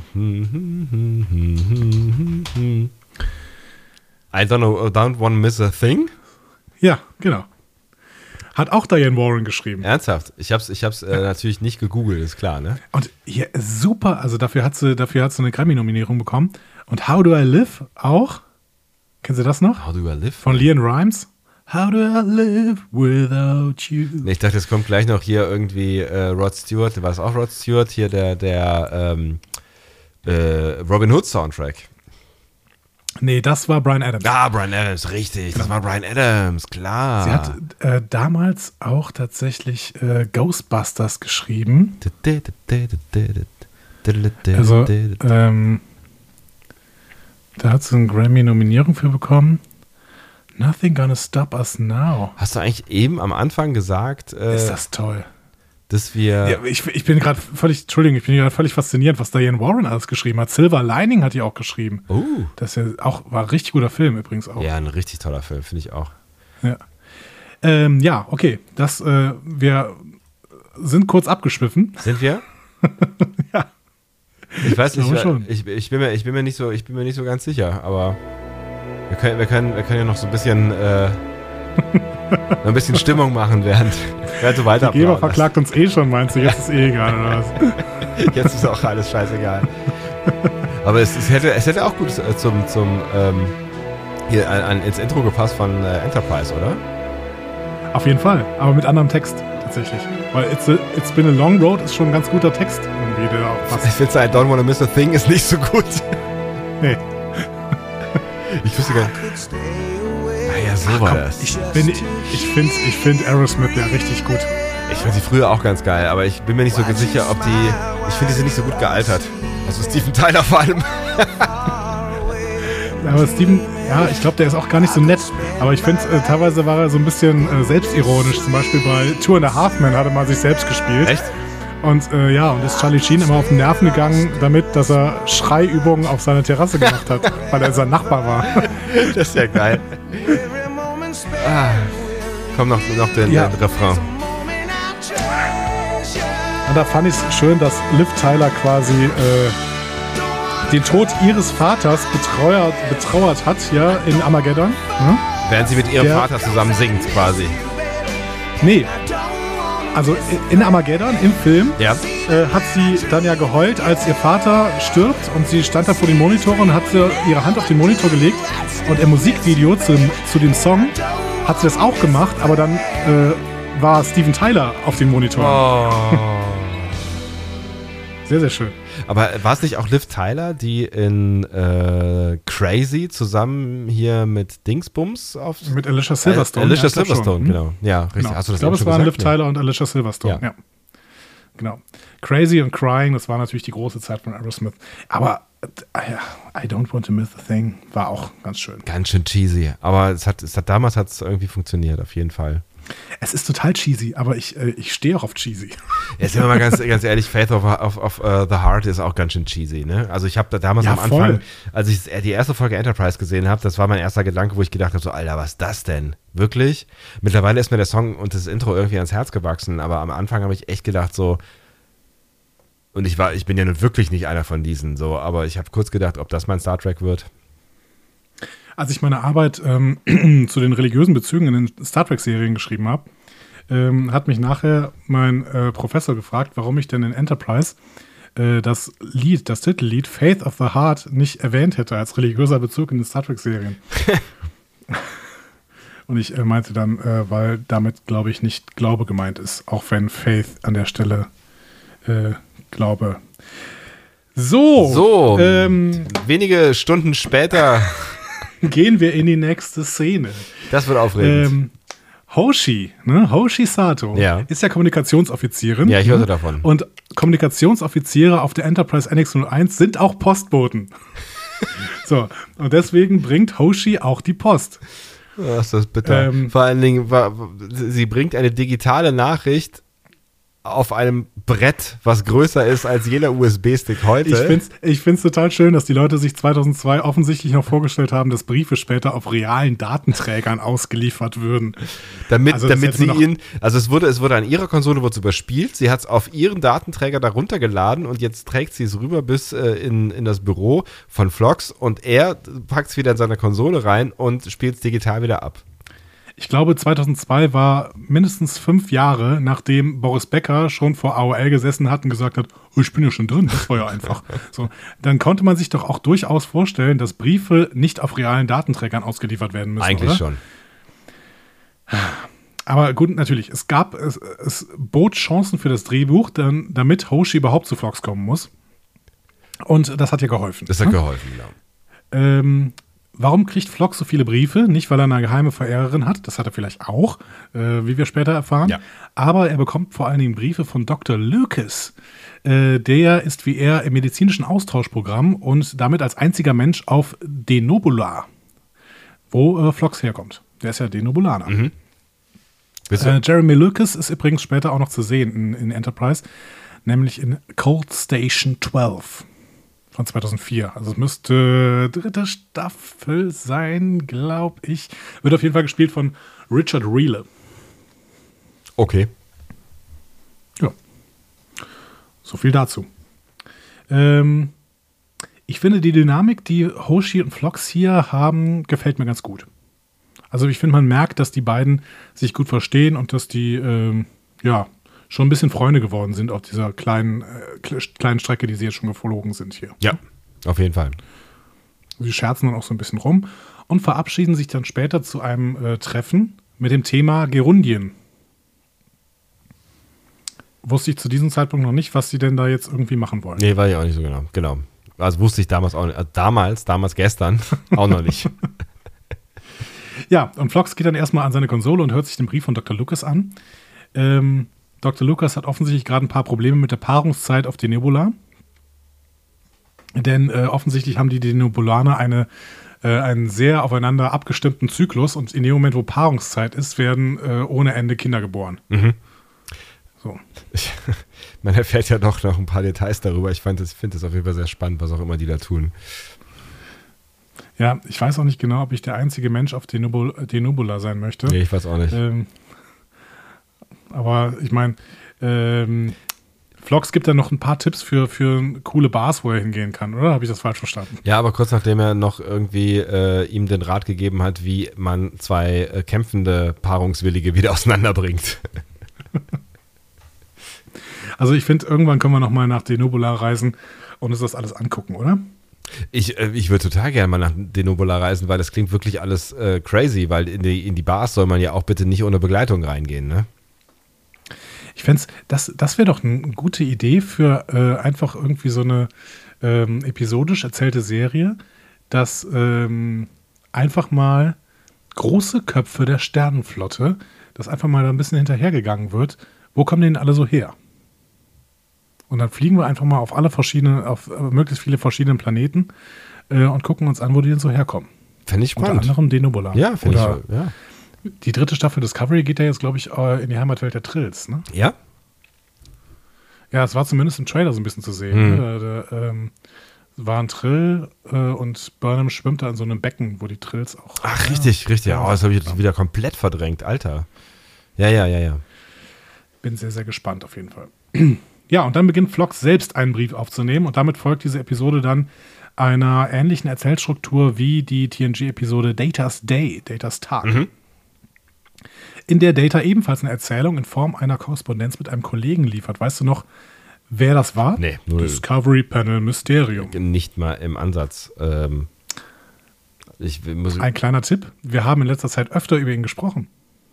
I don't know, don't want to miss a thing? Ja, genau. Hat auch Diane Warren geschrieben. Ernsthaft? Ich hab's, ich hab's äh, natürlich nicht gegoogelt, ist klar, ne? Und ja, super, also dafür hat sie, dafür hat sie eine Grammy-Nominierung bekommen. Und How Do I Live auch? Kennst du das noch? How do I live? Von Leanne Rimes. How do I live without you? Nee, ich dachte, es kommt gleich noch hier irgendwie äh, Rod Stewart, war es auch Rod Stewart? Hier der, der ähm, äh, Robin Hood Soundtrack. Nee, das war Bryan Adams. Ah, Bryan Adams, richtig. Das war Bryan Adams, klar. Sie hat äh, damals auch tatsächlich äh, Ghostbusters geschrieben. Also, ähm, da hat sie eine Grammy-Nominierung für bekommen. Nothing Gonna Stop Us Now. Hast du eigentlich eben am Anfang gesagt, äh, Ist das toll. dass wir... Ja, ich, ich bin gerade völlig, Entschuldigung, ich bin gerade völlig fasziniert, was Diane Warren alles geschrieben hat. Silver Lining hat die auch geschrieben. Oh. Das ist ja auch, war ein richtig guter Film übrigens auch. Ja, ein richtig toller Film, finde ich auch. Ja, ähm, ja okay. Das, äh, wir sind kurz abgeschwiffen. Sind wir? Ja. Ich weiß Ich nicht, glaube schon. ich, ich, bin mir, ich, bin mir nicht so, ich bin mir nicht so ganz sicher, aber wir können, wir können, wir können ja noch so ein bisschen, äh, noch ein bisschen Stimmung machen, während, während du weiter Die Geber plauderst. verklagt uns eh schon, meinst du? Jetzt ist eh egal, oder was? Jetzt ist auch alles scheißegal. Aber es, es, hätte, es hätte auch gut äh, zum, zum ähm, hier an, an, ins Intro gepasst von äh, Enterprise, oder? Auf jeden Fall, aber mit anderem Text tatsächlich. Weil It's, a, it's Been a Long Road ist schon ein ganz guter Text irgendwie, der auch Ich passt. finde I Don't Wanna Miss a Thing ist nicht so gut. Nee. Ich wüsste gar nicht. Ah ja, so war das. Ich, bin- ich, ich finde ich find Aerosmith ja richtig gut. Ich fand sie früher auch ganz geil, aber ich bin mir nicht so sicher, ob die. Ich finde, die sind nicht so gut gealtert. Also Steven Tyler vor allem. Aber Steven, ja, ich glaube, der ist auch gar nicht so nett. Aber ich finde, äh, teilweise war er so ein bisschen äh, selbstironisch. Zum Beispiel bei Two and a Half Men hat er mal sich selbst gespielt. Echt? Und äh, ja, und ist Charlie Sheen immer auf den Nerven gegangen damit, dass er Schreiübungen auf seiner Terrasse gemacht hat, weil er sein Nachbar war. Das ist ja geil. Ah, komm noch, noch den, Ja. den Refrain. Und da fand ich es schön, dass Liv Tyler quasi äh, den Tod ihres Vaters betreuert, betrauert hat, ja, in Armageddon. Ne? Während sie mit ihrem Ja. Vater zusammen singt, quasi. Nee. Also in Armageddon, im Film, Ja. äh, hat sie dann ja geheult, als ihr Vater stirbt und sie stand da vor dem Monitor und hat sie ihre Hand auf den Monitor gelegt und im Musikvideo zu, zu dem Song hat sie das auch gemacht, aber dann äh, war Steven Tyler auf dem Monitor. Oh. Sehr, sehr schön. Aber war es nicht auch Liv Tyler, die in äh, Crazy zusammen hier mit Dingsbums auf. Mit Alicia Silverstone. Äh, Alicia ja, ich glaub Silverstone, schon. genau. Ja, richtig. Genau. Hast du das ich glaube, eben es schon waren Liv gesagt? Nee. Tyler und Alicia Silverstone. Ja. Ja. Genau. Crazy und Crying, das war natürlich die große Zeit von Aerosmith. Aber äh, I Don't Want to Miss a Thing war auch ganz schön. Ganz schön cheesy. Aber es hat, es hat damals hat es irgendwie funktioniert, auf jeden Fall. Es ist total cheesy, aber ich, äh, ich stehe auch auf cheesy. Jetzt sind wir mal ganz, ganz ehrlich, Faith of, of, of uh, the Heart ist auch ganz schön cheesy, ne? Also ich habe da damals Ja, am Anfang, voll. als ich die erste Folge Enterprise gesehen habe, das war mein erster Gedanke, wo ich gedacht habe, so, Alter, was ist das denn? Wirklich? Mittlerweile ist mir der Song und das Intro irgendwie ans Herz gewachsen, aber am Anfang habe ich echt gedacht, so, und ich war, ich bin ja nun wirklich nicht einer von diesen, so, aber ich habe kurz gedacht, ob das mein Star Trek wird. Als ich meine Arbeit ähm, zu den religiösen Bezügen in den Star Trek-Serien geschrieben habe, ähm, hat mich nachher mein äh, Professor gefragt, warum ich denn in Enterprise äh, das Lied, das Titellied Faith of the Heart nicht erwähnt hätte als religiöser Bezug in den Star Trek-Serien. Und ich äh, meinte dann, äh, weil damit, glaube ich, nicht Glaube gemeint ist, auch wenn Faith an der Stelle äh, Glaube. So, So, ähm, wenige Stunden später. gehen wir in die nächste Szene. Das wird aufregend. Ähm, Hoshi, ne? Hoshi Sato, Ja. ist ja Kommunikationsoffizierin. Ja, ich ne? hörte davon. Und Kommunikationsoffiziere auf der Enterprise N X null eins sind auch Postboten. So, und deswegen bringt Hoshi auch die Post. Oh, ist das bitter. Ähm, Vor allen Dingen, wa- sie bringt eine digitale Nachricht auf einem Brett, was größer ist als jeder U S B-Stick heute. Ich finde es ich find's total schön, dass die Leute sich zweitausendzwei offensichtlich noch vorgestellt haben, dass Briefe später auf realen Datenträgern ausgeliefert würden. Damit, Also das damit hätte sie man doch- ihn, also es wurde, es wurde an ihrer Konsole wurde es überspielt, sie hat es auf ihren Datenträger da runtergeladen und jetzt trägt sie es rüber bis äh, in, in das Büro von Phlox und er packt es wieder in seine Konsole rein und spielt es digital wieder ab. Ich glaube, zweitausendzwei war mindestens fünf Jahre, nachdem Boris Becker schon vor A O L gesessen hat und gesagt hat, oh, ich bin ja schon drin, das war ja einfach. So, dann konnte man sich doch auch durchaus vorstellen, dass Briefe nicht auf realen Datenträgern ausgeliefert werden müssen, Eigentlich oder? schon. Aber gut, natürlich, es gab, es, es bot Chancen für das Drehbuch, dann, damit Hoshi überhaupt zu Phlox kommen muss. Und das hat ja geholfen. Das hat ne? geholfen, genau. Ähm, warum kriegt Phlox so viele Briefe? Nicht, weil er eine geheime Verehrerin hat, das hat er vielleicht auch, äh, wie wir später erfahren. Ja. Aber er bekommt vor allen Dingen Briefe von Doktor Lucas. Äh, der ist wie er im medizinischen Austauschprogramm und damit als einziger Mensch auf Denobula, wo äh, Phlox herkommt. Der ist ja Denobulaner. Mhm. Wisst ihr? Äh, Jeremy Lucas ist übrigens später auch noch zu sehen in, in Enterprise, nämlich in Cold Station zwölf von zweitausendvier. Also es müsste dritte Staffel sein, glaube ich. Wird auf jeden Fall gespielt von Richard Riehle. Okay. Ja. So viel dazu. Ähm, ich finde, die Dynamik, die Hoshi und Phlox hier haben, gefällt mir ganz gut. Also ich finde, man merkt, dass die beiden sich gut verstehen und dass die ähm, ja schon ein bisschen Freunde geworden sind auf dieser kleinen, äh, kleinen Strecke, die sie jetzt schon geflogen sind hier. Ja, auf jeden Fall. Sie scherzen dann auch so ein bisschen rum und verabschieden sich dann später zu einem äh, Treffen mit dem Thema Gerundien. Wusste ich zu diesem Zeitpunkt noch nicht, was sie denn da jetzt irgendwie machen wollen. Nee, war ich auch nicht so genau. Genau. Also wusste ich damals auch nicht. Also damals, damals gestern auch noch nicht. Ja, und Phlox geht dann erstmal an seine Konsole und hört sich den Brief von Doktor Lucas an. Ähm, Doktor Lucas hat offensichtlich gerade ein paar Probleme mit der Paarungszeit auf Denebola. Denn äh, offensichtlich haben die Denebulaner eine, äh, einen sehr aufeinander abgestimmten Zyklus und in dem Moment, wo Paarungszeit ist, werden äh, ohne Ende Kinder geboren. Mhm. So. Ich, man erfährt ja doch noch ein paar Details darüber. Ich finde das, find das auf jeden Fall sehr spannend, was auch immer die da tun. Ja, ich weiß auch nicht genau, ob ich der einzige Mensch auf Denobula, Denobula sein möchte. Nee, ich weiß auch nicht. Ähm, aber ich meine, ähm, Phlox gibt dann noch ein paar Tipps für, für coole Bars, wo er hingehen kann, oder? Habe ich das falsch verstanden? Ja, aber kurz nachdem er noch irgendwie äh, ihm den Rat gegeben hat, wie man zwei äh, kämpfende Paarungswillige wieder auseinanderbringt. Also ich finde, irgendwann können wir noch mal nach Denobula reisen und uns das alles angucken, oder? Ich, äh, ich würde total gerne mal nach Denobula reisen, weil das klingt wirklich alles äh, crazy, weil in die, in die Bars soll man ja auch bitte nicht ohne Begleitung reingehen, ne? Ich fände das, das wäre doch eine gute Idee für äh, einfach irgendwie so eine ähm, episodisch erzählte Serie, dass ähm, einfach mal große Köpfe der Sternenflotte, dass einfach mal da ein bisschen hinterhergegangen wird. Wo kommen denn alle so her? Und dann fliegen wir einfach mal auf alle verschiedenen, auf äh, möglichst viele verschiedene Planeten äh, und gucken uns an, wo die denn so herkommen. Fände ich Unter spannend. anderem Denobula. Ja, finde Oder ich. Ja. die dritte Staffel Discovery geht ja jetzt, glaube ich, äh, in die Heimatwelt der Trills, ne? Ja? Ja, es war zumindest im Trailer so ein bisschen zu sehen. Mhm. Ne? Da, da ähm, war ein Trill äh, und Burnham schwimmt da in so einem Becken, wo die Trills auch. Ach, richtig, richtig. Ja. Oh, das habe ich jetzt wieder komplett verdrängt, Alter. Ja, ja, ja, ja. Bin sehr, sehr gespannt auf jeden Fall. Ja, und dann beginnt Phlox selbst einen Brief aufzunehmen und damit folgt diese Episode dann einer ähnlichen Erzählstruktur wie die T N G-Episode Data's Day, Data's Tag. Mhm. in der Data ebenfalls eine Erzählung in Form einer Korrespondenz mit einem Kollegen liefert. Weißt du noch, wer das war? Nee, nur Discovery Panel Mysterium. Nicht mal im Ansatz. Ähm, ich muss Ein kleiner Tipp, wir haben in letzter Zeit öfter über ihn gesprochen.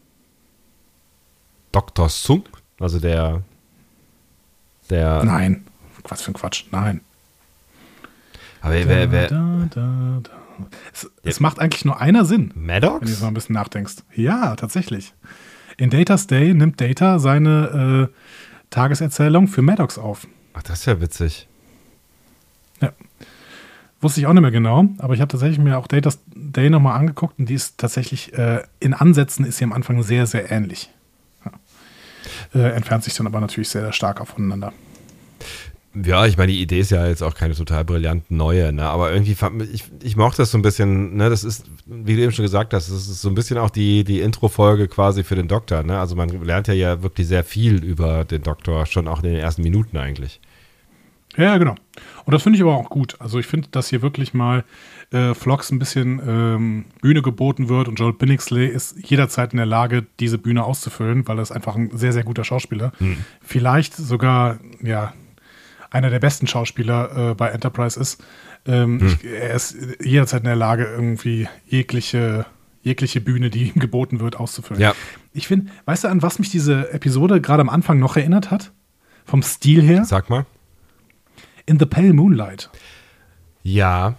Doktor Sung, also der der Nein, was für ein Quatsch, nein. Aber wer, wer, Da, da, da. Es, es macht eigentlich nur einer Sinn, wenn du Maddox? jetzt mal ein bisschen nachdenkst. Ja, tatsächlich. In Data's Day nimmt Data seine äh, Tageserzählung für Maddox auf. Ach, das ist ja witzig. Ja. Wusste ich auch nicht mehr genau, aber ich habe tatsächlich mir auch Data's Day nochmal angeguckt und die ist tatsächlich, äh, in Ansätzen ist sie am Anfang sehr, sehr ähnlich. Ja. Äh, entfernt sich dann aber natürlich sehr, sehr stark voneinander. Ja, ich meine, die Idee ist ja jetzt auch keine total brillant neue, ne? Aber irgendwie, fand, ich, ich mochte das so ein bisschen, ne? Das ist, wie du eben schon gesagt hast, das ist so ein bisschen auch die, die Intro-Folge quasi für den Doktor, ne? Also man lernt ja, ja wirklich sehr viel über den Doktor, schon auch in den ersten Minuten eigentlich. Ja, genau. Und das finde ich aber auch gut. Also ich finde, dass hier wirklich mal äh, Phlox ein bisschen ähm, Bühne geboten wird und Joel Binnixley ist jederzeit in der Lage, diese Bühne auszufüllen, weil er ist einfach ein sehr, sehr guter Schauspieler. Hm. Vielleicht sogar, ja, einer der besten Schauspieler äh, bei Enterprise ist. Ähm, hm. ich, er ist jederzeit in der Lage, irgendwie jegliche, jegliche Bühne, die ihm geboten wird, auszufüllen. Ja. Ich finde, weißt du, an was mich diese Episode gerade am Anfang noch erinnert hat? Vom Stil her? Sag mal. In the Pale Moonlight. Ja.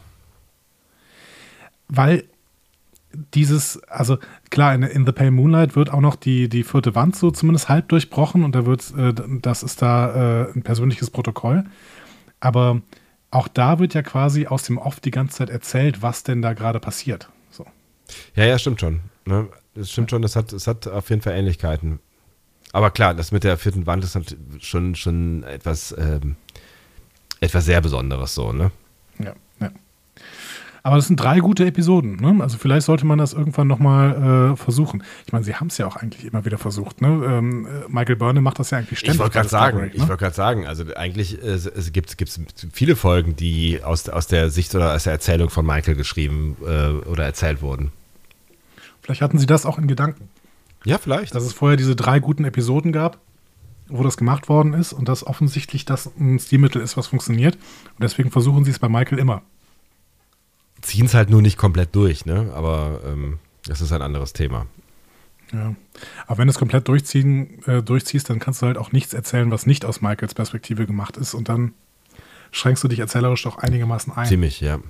Weil dieses, also klar, in, in The Pale Moonlight wird auch noch die, die vierte Wand so zumindest halb durchbrochen und da wird, äh, das ist da äh, ein persönliches Protokoll. Aber auch da wird ja quasi aus dem Off die ganze Zeit erzählt, was denn da gerade passiert. So. Ja, ja, stimmt schon. Ne? Das stimmt schon, das hat, das hat auf jeden Fall Ähnlichkeiten. Aber klar, das mit der vierten Wand ist halt schon, schon etwas, ähm, etwas sehr Besonderes so, ne? Ja, ja. Aber das sind drei gute Episoden, ne? Also vielleicht sollte man das irgendwann nochmal äh, versuchen. Ich meine, sie haben es ja auch eigentlich immer wieder versucht, ne? Ähm, Michael Burnham macht das ja eigentlich ständig. Ich wollte gerade sagen, ne? ich wollte gerade sagen, also eigentlich äh, es gibt es viele Folgen, die aus, aus der Sicht oder aus der Erzählung von Michael geschrieben äh, oder erzählt wurden. Vielleicht hatten sie das auch in Gedanken. Ja, vielleicht. Dass es vorher diese drei guten Episoden gab, wo das gemacht worden ist und dass offensichtlich das ein Stilmittel ist, was funktioniert. Und deswegen versuchen sie es bei Michael immer. Ziehen es halt nur nicht komplett durch, ne? Aber ähm, das ist ein anderes Thema. Ja. Aber wenn du es komplett durchziehen, äh, durchziehst, dann kannst du halt auch nichts erzählen, was nicht aus Michaels Perspektive gemacht ist. Und dann schränkst du dich erzählerisch doch einigermaßen ein. Ziemlich, ja.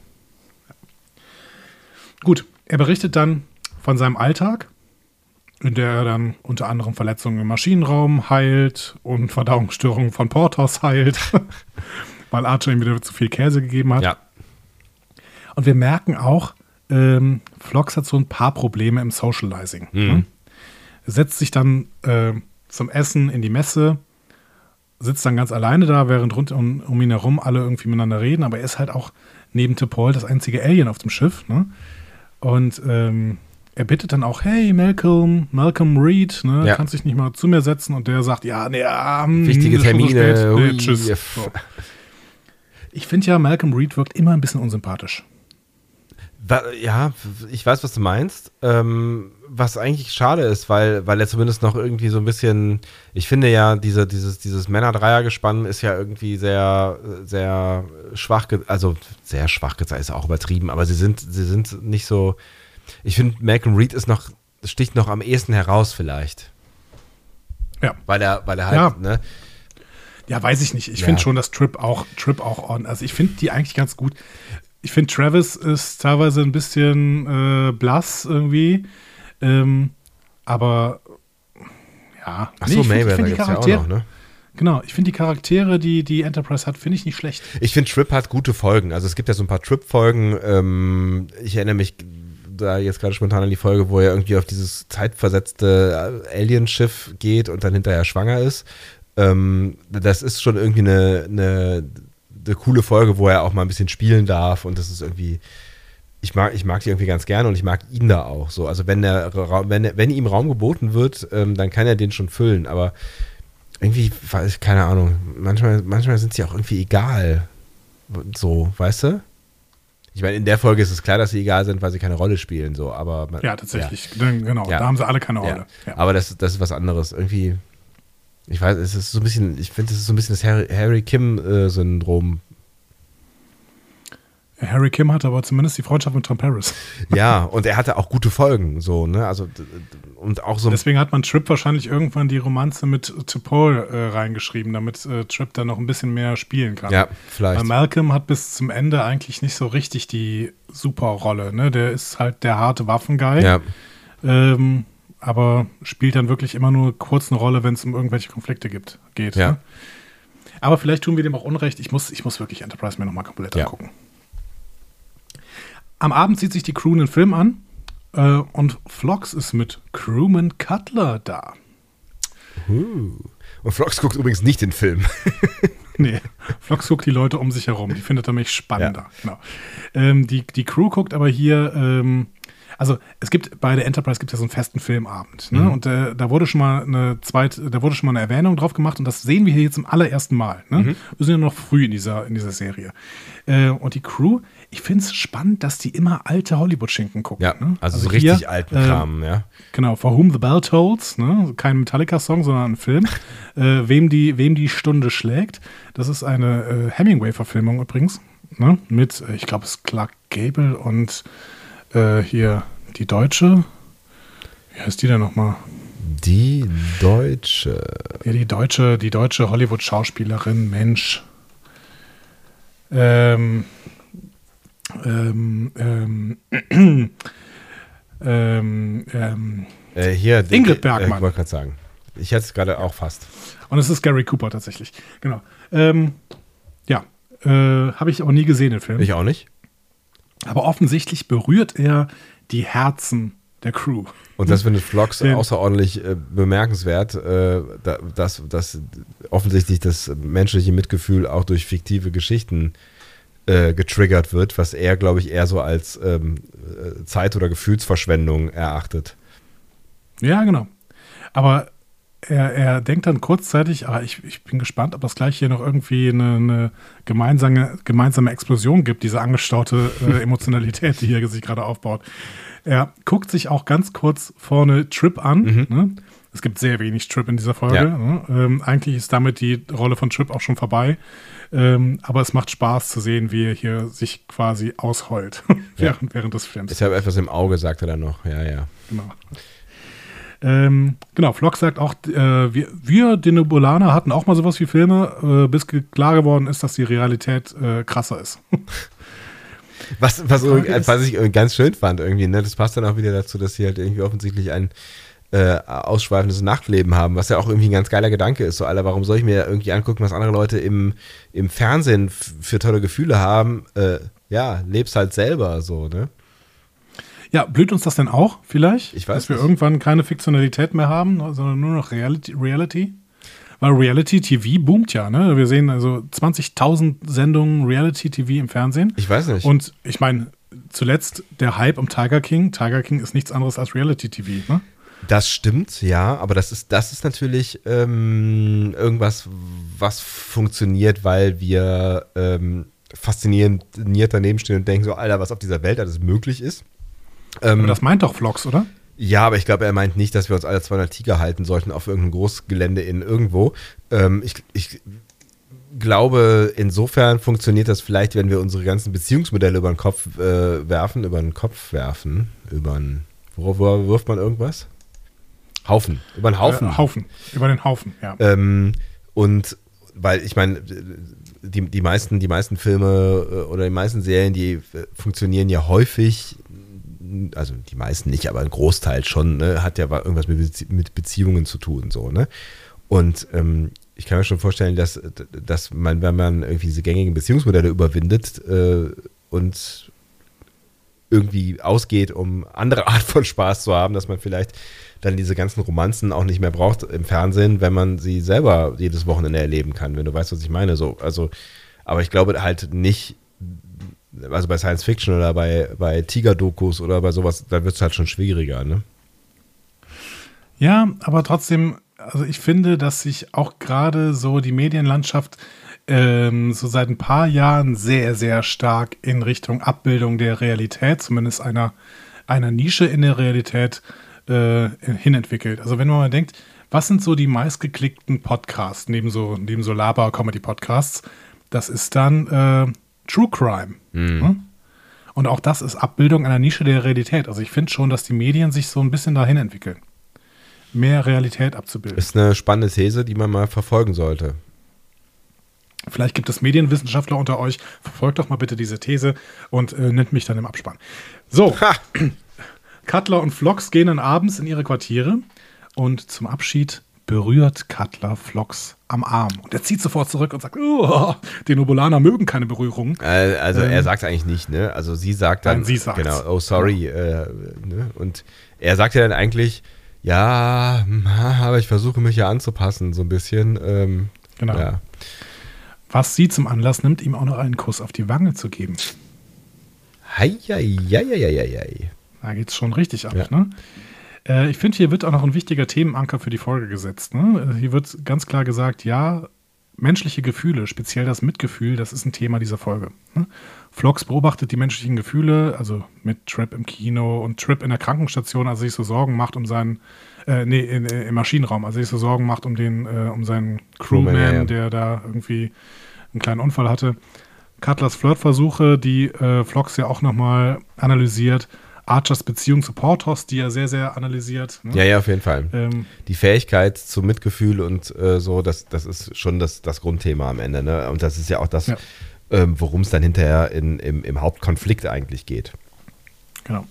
Gut, er berichtet dann von seinem Alltag, in der er dann unter anderem Verletzungen im Maschinenraum heilt und Verdauungsstörungen von Portos heilt, weil Archer ihm wieder zu viel Käse gegeben hat. Ja. Und wir merken auch, ähm, Phlox hat so ein paar Probleme im Socializing. Mhm. Ne? Er setzt sich dann äh, zum Essen in die Messe, sitzt dann ganz alleine da, während rund um, um ihn herum alle irgendwie miteinander reden, aber er ist halt auch neben T'Pol das einzige Alien auf dem Schiff. Ne? Und ähm, er bittet dann auch, hey, Malcolm, Malcolm Reed, ne, ja. kannst dich nicht mal zu mir setzen? Und der sagt, ja, nee, ähm, wichtige Termine. Nee, tschüss. So. Ich finde ja, Malcolm Reed wirkt immer ein bisschen unsympathisch. Ja, ich weiß, was du meinst. Ähm, was eigentlich schade ist, weil, weil er zumindest noch irgendwie so ein bisschen, ich finde ja, diese, dieses, dieses Männer-Dreier-Gespann ist ja irgendwie sehr, sehr schwach, ge- also sehr schwach gezeigt, ist auch übertrieben, aber sie sind, sie sind nicht so, ich finde, Malcolm Reed ist noch, sticht noch am ehesten heraus vielleicht. Ja. Weil er, weil er halt, Ja. ne? Ja, weiß ich nicht. Ich Ja. finde schon, dass Trip auch, Trip auch on, also ich finde die eigentlich ganz gut. Ich finde, Travis ist teilweise ein bisschen äh, blass irgendwie. Ähm, aber ja. Ach so, nee, ich find- ich Mayweather find die gibt's ja auch Charaktere- noch, ne? Genau, ich finde die Charaktere, die die Enterprise hat, finde ich nicht schlecht. Ich finde, Trip hat gute Folgen. Also es gibt ja so ein paar Trip-Folgen. Ähm, ich erinnere mich da jetzt gerade spontan an die Folge, wo er irgendwie auf dieses zeitversetzte Alienschiff geht und dann hinterher schwanger ist. Ähm, das ist schon irgendwie eine, eine, eine coole Folge, wo er auch mal ein bisschen spielen darf und das ist irgendwie, ich mag, ich mag die irgendwie ganz gerne und ich mag ihn da auch so. Also wenn der wenn, der, wenn ihm Raum geboten wird, ähm, dann kann er den schon füllen, aber irgendwie, weiß ich, keine Ahnung, manchmal, manchmal sind sie auch irgendwie egal. So, weißt du? Ich meine, in der Folge ist es klar, dass sie egal sind, weil sie keine Rolle spielen, so, aber. Ja, tatsächlich. Ja. Genau, ja. da haben sie alle keine Rolle. Ja. Ja. Aber das, das ist was anderes. Irgendwie, ich weiß, es ist so ein bisschen, ich finde, es ist so ein bisschen das Harry, Harry Kim-Syndrom. Harry Kim hatte aber zumindest die Freundschaft mit Tom Paris. Ja, und er hatte auch gute Folgen, so, ne? Also, und auch so. Deswegen hat man Tripp wahrscheinlich irgendwann die Romanze mit T'Pol äh, reingeschrieben, damit äh, Tripp dann noch ein bisschen mehr spielen kann. Ja, vielleicht. Weil Malcolm hat bis zum Ende eigentlich nicht so richtig die Superrolle, ne? Der ist halt der harte Waffenguy. Ja. Ähm, aber spielt dann wirklich immer nur kurz eine Rolle, wenn es um irgendwelche Konflikte gibt, geht. Ja. Ne? Aber vielleicht tun wir dem auch Unrecht. Ich muss, ich muss wirklich Enterprise mir nochmal komplett ja. angucken. Am Abend zieht sich die Crew einen Film an äh, und Phlox ist mit Crewman Cutler da. Uh. Und Phlox guckt übrigens nicht den Film. Nee, Phlox guckt die Leute um sich herum. Die findet er mich spannender. Ja. Genau. Ähm, die, die Crew guckt aber hier, ähm, also es gibt bei der Enterprise gibt es ja so einen festen Filmabend. Ne? Mhm. Und äh, da wurde schon mal eine zweite, da wurde schon mal eine Erwähnung drauf gemacht und das sehen wir hier jetzt zum allerersten Mal. Ne? Mhm. Wir sind ja noch früh in dieser, in dieser Serie. Äh, und die Crew, ich finde es spannend, dass die immer alte Hollywood-Schinken gucken. Ja, ne? also, also so richtig hier, alten Kram, äh, ja. Genau, For Whom the Bell Tolls, ne? Kein Metallica-Song, sondern ein Film. äh, wem, die, wem die Stunde schlägt. Das ist eine äh, Hemingway-Verfilmung übrigens. Ne? Mit, äh, ich glaube, es ist Clark Gable und äh, hier die Deutsche. Wie heißt die denn nochmal? Die Deutsche. Ja, die deutsche, die deutsche Hollywood-Schauspielerin, Mensch. Ähm, ähm, ähm, ähm, ähm, äh, hier, Ingrid Bergmann. Äh, ich wollte gerade sagen. Ich hätte es gerade auch fast. Und es ist Gary Cooper tatsächlich. Genau. Ähm, ja, äh, habe ich auch nie gesehen, den Film. Ich auch nicht. Aber offensichtlich berührt er die Herzen der Crew. Und das findet Phlox Den, außerordentlich äh, bemerkenswert, äh, da, dass, dass offensichtlich das menschliche Mitgefühl auch durch fiktive Geschichten äh, getriggert wird, was er, glaube ich, eher so als ähm, Zeit- oder Gefühlsverschwendung erachtet. Ja, genau. Aber er, er denkt dann kurzzeitig, ah, ich, ich bin gespannt, ob es gleich hier noch irgendwie eine, eine gemeinsame, gemeinsame Explosion gibt, diese angestaute äh, Emotionalität, die hier sich gerade aufbaut. Er guckt sich auch ganz kurz vorne Trip an. Mhm. Ne? Es gibt sehr wenig Trip in dieser Folge. Ja. Ne? Ähm, eigentlich ist damit die Rolle von Trip auch schon vorbei. Ähm, aber es macht Spaß zu sehen, wie er hier sich quasi ausheult während, ja. während des Films. Ich habe etwas im Auge, sagt er dann noch. Ja, ja. Genau. Ähm, genau, Phlox sagt auch, äh, wir, wir, die Nebulaner, hatten auch mal sowas wie Filme, äh, bis klar geworden ist, dass die Realität äh, krasser ist. Was, was, was ich ganz schön fand irgendwie, ne? Das passt dann auch wieder dazu, dass sie halt irgendwie offensichtlich ein äh, ausschweifendes Nachtleben haben, was ja auch irgendwie ein ganz geiler Gedanke ist. So, Alter, warum soll ich mir irgendwie angucken, was andere Leute im, im Fernsehen f- für tolle Gefühle haben? Äh, ja, lebst halt selber so, ne? Ja, blüht uns das denn auch vielleicht? Ich weiß Dass wir nicht. irgendwann keine Fiktionalität mehr haben, sondern nur noch Reality? Reality? Weil Reality-T V boomt ja, ne? Wir sehen also zwanzigtausend Sendungen Reality-T V im Fernsehen. Ich weiß nicht. Und ich meine, zuletzt der Hype um Tiger King. Tiger King ist nichts anderes als Reality-T V, ne? Das stimmt, ja, aber das ist, das ist natürlich ähm, irgendwas, was funktioniert, weil wir ähm, fasziniert daneben stehen und denken so, Alter, was auf dieser Welt alles möglich ist. Ähm, aber das meint doch Phlox, oder? Ja, aber ich glaube, er meint nicht, dass wir uns alle zweihundert Tiger halten sollten auf irgendeinem Großgelände in irgendwo. Ähm, ich, ich glaube, insofern funktioniert das vielleicht, wenn wir unsere ganzen Beziehungsmodelle über den Kopf äh, werfen, über den Kopf werfen, über einen, worauf wirft man irgendwas? Haufen, über einen Haufen. Äh, Haufen, über den Haufen, ja. Ähm, und weil ich meine, die, die, meisten, die meisten Filme oder die meisten Serien, die funktionieren ja häufig, also die meisten nicht, aber ein Großteil schon, ne, hat ja irgendwas mit, Bezie- mit Beziehungen zu tun, so, ne? Und ähm, ich kann mir schon vorstellen, dass, dass man, wenn man irgendwie diese gängigen Beziehungsmodelle überwindet äh, und irgendwie ausgeht, um andere Art von Spaß zu haben, dass man vielleicht dann diese ganzen Romanzen auch nicht mehr braucht im Fernsehen, wenn man sie selber jedes Wochenende erleben kann, wenn du weißt, was ich meine. So, also, aber ich glaube halt nicht, also bei Science Fiction oder bei, bei Tiger-Dokus oder bei sowas, da wird es halt schon schwieriger, ne? Ja, aber trotzdem, also ich finde, dass sich auch gerade so die Medienlandschaft ähm, so seit ein paar Jahren sehr, sehr stark in Richtung Abbildung der Realität, zumindest einer, einer Nische in der Realität äh, hinentwickelt. Also wenn man mal denkt, was sind so die meistgeklickten Podcasts, neben so, neben so Laber-Comedy-Podcasts, das ist dann äh, True Crime. Mhm. Ne? Und auch das ist Abbildung einer Nische der Realität. Also ich finde schon, dass die Medien sich so ein bisschen dahin entwickeln, mehr Realität abzubilden. Ist eine spannende These, die man mal verfolgen sollte. Vielleicht gibt es Medienwissenschaftler unter euch. Verfolgt doch mal bitte diese These und äh, nennt mich dann im Abspann. So, Ha! Cutler und Phlox gehen dann abends in ihre Quartiere und zum Abschied berührt Cutler Phlox am Arm. Und er zieht sofort zurück und sagt, oh, die Nobulaner mögen keine Berührungen. Äh, also Ähm, er sagt es eigentlich nicht, ne? Also sie sagt dann, Nein, sie sagt's. genau, oh sorry, äh, ne? Und er sagt ja dann eigentlich, ja, aber ich versuche mich ja anzupassen, so ein bisschen. Ähm, Genau. Ja. Was sie zum Anlass nimmt, ihm auch noch einen Kuss auf die Wange zu geben. Hei, hei, hei, hei, hei, hei. Da geht's schon richtig ab, Ja. ne? Äh, ich finde, hier wird auch noch ein wichtiger Themenanker für die Folge gesetzt. Ne? Hier wird ganz klar gesagt, ja, menschliche Gefühle, speziell das Mitgefühl, das ist ein Thema dieser Folge. Ne? Phlox beobachtet die menschlichen Gefühle, also mit Trip im Kino und Trip in der Krankenstation, als er sich so Sorgen macht um seinen, äh, nee, in, in, im Maschinenraum, als er sich so Sorgen macht um den, äh, um seinen Crewman, Crewman, ja, ja. der da irgendwie einen kleinen Unfall hatte. Cutlers Flirtversuche, die äh, Phlox ja auch nochmal analysiert. Archers Beziehung zu Porthos, die er sehr, sehr analysiert. Ne? Ja, ja, auf jeden Fall. Ähm, Die Fähigkeit zum Mitgefühl und äh, so, das, das ist schon das, das Grundthema am Ende, ne? Und das ist ja auch das, Ja. ähm, worum es dann hinterher in, im, im Hauptkonflikt eigentlich geht. Genau.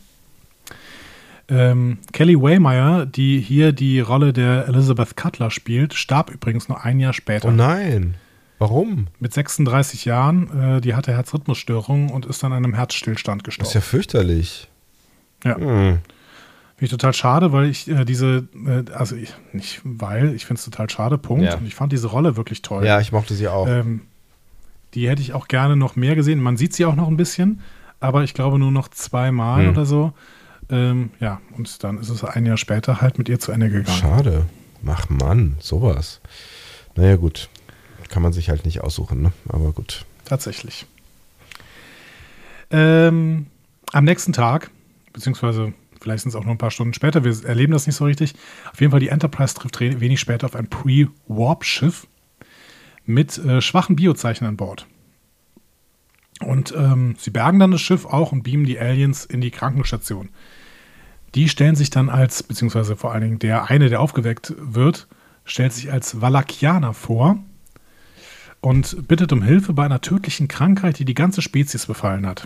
Ähm, Kelly Waymeyer, die hier die Rolle der Elizabeth Cutler spielt, starb übrigens nur ein Jahr später. Oh nein, warum? Mit sechsunddreißig Jahren, äh, die hatte Herzrhythmusstörungen und ist dann an einem Herzstillstand Das ist gestorben. ja fürchterlich. Ja. Hm. Finde ich total schade, weil ich äh, diese, äh, also ich, nicht weil, ich finde es total schade, Punkt. Ja. Und ich fand diese Rolle wirklich toll. Ja, ich mochte sie auch. Ähm, die hätte ich auch gerne noch mehr gesehen. Man sieht sie auch noch ein bisschen, aber ich glaube nur noch zweimal Hm. oder so. Ähm, ja, und dann ist es ein Jahr später halt mit ihr zu Ende gegangen. Schade. Ach Mann, sowas. Naja, gut. Kann man sich halt nicht aussuchen, ne? Aber gut. Tatsächlich. Ähm, am nächsten Tag, beziehungsweise vielleicht sind es auch nur ein paar Stunden später, wir erleben das nicht so richtig. Auf jeden Fall, die Enterprise trifft re- wenig später auf ein Pre-Warp-Schiff mit äh, schwachen Biozeichen an Bord. Und ähm, sie bergen dann das Schiff auch und beamen die Aliens in die Krankenstation. Die stellen sich dann als, beziehungsweise vor allen Dingen der eine, der aufgeweckt wird, stellt sich als Valakianer vor und bittet um Hilfe bei einer tödlichen Krankheit, die die ganze Spezies befallen hat.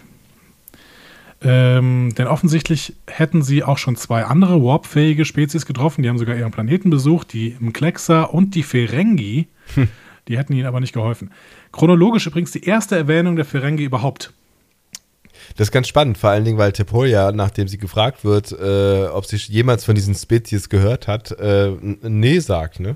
Ähm, denn offensichtlich hätten sie auch schon zwei andere warpfähige Spezies getroffen, die haben sogar ihren Planeten besucht, die Mklexa und die Ferengi. Hm. Die hätten ihnen aber nicht geholfen. Chronologisch übrigens die erste Erwähnung der Ferengi überhaupt. Das ist ganz spannend, vor allen Dingen, weil Teporia, nachdem sie gefragt wird, äh, ob sie jemals von diesen Spezies gehört hat, äh, n- nee sagt, ne?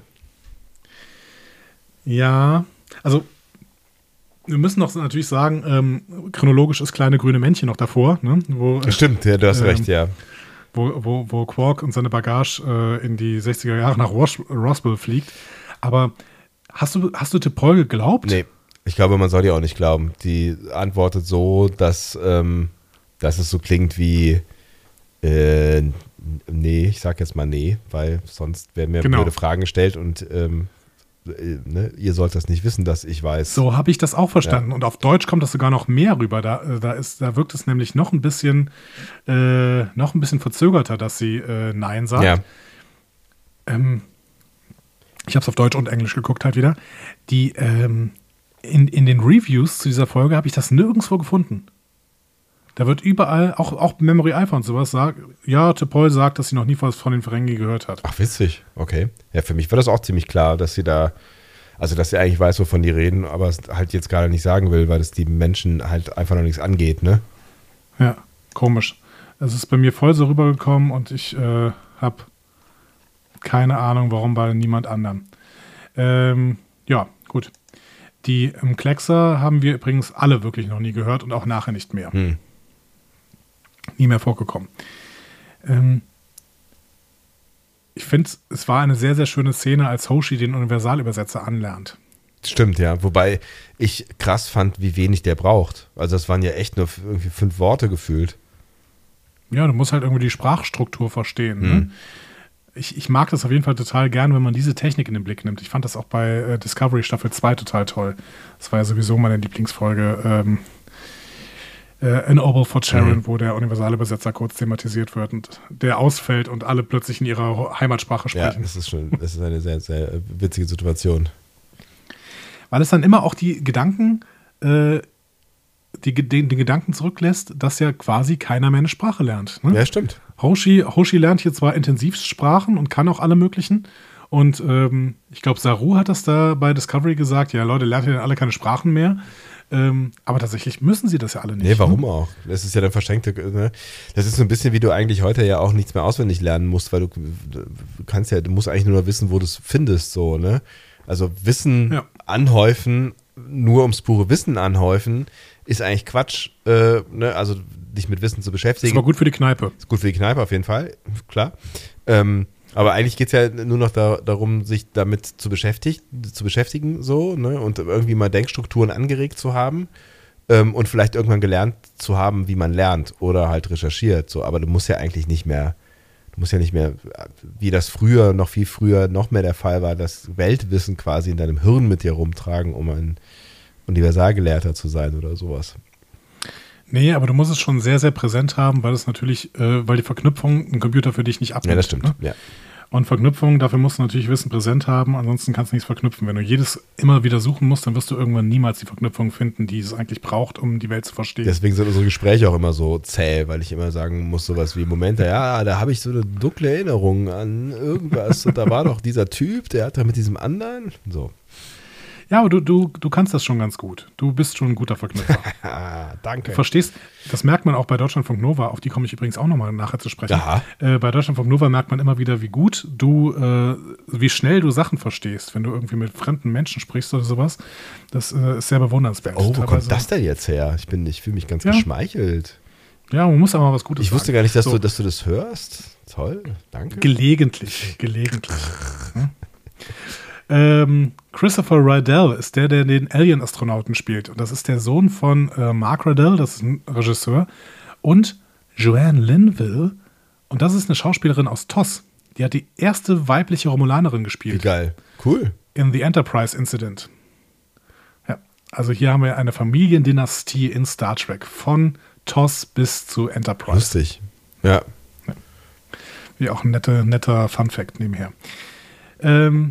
Ja, also wir müssen noch natürlich sagen, ähm, chronologisch ist kleine grüne Männchen noch davor, ne? Wo, äh, Stimmt, ja, du hast ähm, recht, ja. wo, wo, wo Quark und seine Bagage äh, in die sechziger Jahre nach Ros- Roswell fliegt. Aber hast du, hast du T'Pol geglaubt? Nee, ich glaube, man soll die auch nicht glauben. Die antwortet so, dass, ähm, dass es so klingt wie äh, nee, ich sag jetzt mal nee, weil sonst werden mir Genau. blöde Fragen gestellt und ähm, äh, ne, ihr sollt das nicht wissen, dass ich weiß. So habe ich das auch verstanden. Und auf Deutsch kommt das sogar noch mehr rüber. Da, äh, da, ist, da wirkt es nämlich noch ein bisschen, äh, noch ein bisschen verzögerter, dass sie äh, Nein sagt. Ja, Ähm, ich habe es auf Deutsch und Englisch geguckt halt wieder. Die, ähm, in, in den Reviews zu dieser Folge habe ich das nirgendwo gefunden. Da wird überall, auch, auch Memory Alpha und sowas, sagt, ja, T'Pol sagt, dass sie noch nie was von den Ferengi gehört hat. ach witzig, okay. Ja, für mich war das auch ziemlich klar, dass sie da, also dass sie eigentlich weiß, wovon die reden, aber es halt jetzt gerade nicht sagen will, weil es die Menschen halt einfach noch nichts angeht, ne? Ja, komisch. Es ist bei mir voll so rübergekommen und ich äh, habe keine Ahnung, warum bei niemand anderem. Ähm, ja, gut. Die Mklexa haben wir übrigens alle wirklich noch nie gehört und auch nachher nicht mehr. Hm. Nie mehr vorgekommen. Ähm, ich finde, es war eine sehr, sehr schöne Szene, als Hoshi den Universalübersetzer anlernt. Stimmt, ja. Wobei ich krass fand, wie wenig der braucht. Also das waren ja echt nur irgendwie fünf Worte gefühlt. Ja, du musst halt irgendwie die Sprachstruktur verstehen. Mhm. Ne? Ich, ich mag das auf jeden Fall total gern, wenn man diese Technik in den Blick nimmt. Ich fand das auch bei äh, Discovery Staffel zwei total toll. Das war ja sowieso meine Lieblingsfolge. Ähm, äh, An Oval for Sharon, mhm. wo der Universalübersetzer kurz thematisiert wird und der ausfällt und alle plötzlich in ihrer Heimatsprache sprechen. Ja, das ist schon, das ist eine sehr, sehr witzige Situation. Weil es dann immer auch die Gedanken, äh, die, den, den Gedanken zurücklässt, dass ja quasi keiner mehr eine Sprache lernt. Ne? Ja, stimmt. Hoshi, Hoshi lernt hier zwar Intensivsprachen und kann auch alle möglichen. Und ähm, ich glaube, Saru hat das da bei Discovery gesagt, ja Leute, lernt ihr denn alle keine Sprachen mehr? Ähm, aber tatsächlich müssen sie das ja alle nicht. Nee, warum ne? auch? Das ist ja dann verschenkte, ne? Das ist so ein bisschen, wie du eigentlich heute ja auch nichts mehr auswendig lernen musst, weil du, du kannst ja, du musst eigentlich nur noch wissen, wo du es findest, so, ne? Also Wissen ja. anhäufen, nur ums pure Wissen anhäufen, ist eigentlich Quatsch, äh, ne? Also dich mit Wissen zu beschäftigen. Ist aber gut für die Kneipe. Ist gut für die Kneipe auf jeden Fall, klar. Ähm, aber eigentlich geht es ja nur noch da, darum, sich damit zu beschäftigen, zu beschäftigen so, ne? Und irgendwie mal Denkstrukturen angeregt zu haben ähm, und vielleicht irgendwann gelernt zu haben, wie man lernt oder halt recherchiert. So. Aber du musst ja eigentlich nicht mehr, du musst ja nicht mehr, wie das früher, noch viel früher noch mehr der Fall war, das Weltwissen quasi in deinem Hirn mit dir rumtragen, um ein Universalgelehrter zu sein oder sowas. Nee, aber du musst es schon sehr, sehr präsent haben, weil es natürlich, äh, weil die Verknüpfung ein Computer für dich nicht abnimmt. Ja, das stimmt, ne? ja. Und Verknüpfung, dafür musst du natürlich Wissen präsent haben, ansonsten kannst du nichts verknüpfen. Wenn du jedes immer wieder suchen musst, dann wirst du irgendwann niemals die Verknüpfung finden, die es eigentlich braucht, um die Welt zu verstehen. Deswegen sind unsere Gespräche auch immer so zäh, weil ich immer sagen muss, sowas wie Momente, ja, da habe ich so eine dunkle Erinnerung an irgendwas und da war doch dieser Typ, der hat da mit diesem anderen, so. Ja, aber du, du, du kannst das schon ganz gut. Du bist schon ein guter Verknüpfer. Danke. Du verstehst, das merkt man auch bei Deutschlandfunk Nova, auf die komme ich übrigens auch nochmal nachher zu sprechen. Aha. Äh, bei Deutschlandfunk Nova merkt man immer wieder, wie gut du, äh, wie schnell du Sachen verstehst, wenn du irgendwie mit fremden Menschen sprichst oder sowas. Das äh, ist sehr bewundernswert. Oh, wo Teilweise. kommt das denn jetzt her? Ich bin, ich fühle mich ganz Ja. geschmeichelt. Ja, man muss aber mal was Gutes Ich wusste sagen. gar nicht, dass, So. du, dass du das hörst. Toll, danke. Gelegentlich, gelegentlich. Hm? ähm, Christopher Riddell ist der, der den Alien-Astronauten spielt. Und das ist der Sohn von äh, Mark Riddell, das ist ein Regisseur, und Joanne Linville. Und das ist eine Schauspielerin aus T O S. Die hat die erste weibliche Romulanerin Wie gespielt. geil. Cool. In The Enterprise Incident. Ja, also hier haben wir eine Familiendynastie in Star Trek. Von T O S bis zu Enterprise. Lustig. Ja. Wie auch ein netter, netter Fun-Fact nebenher. Ähm,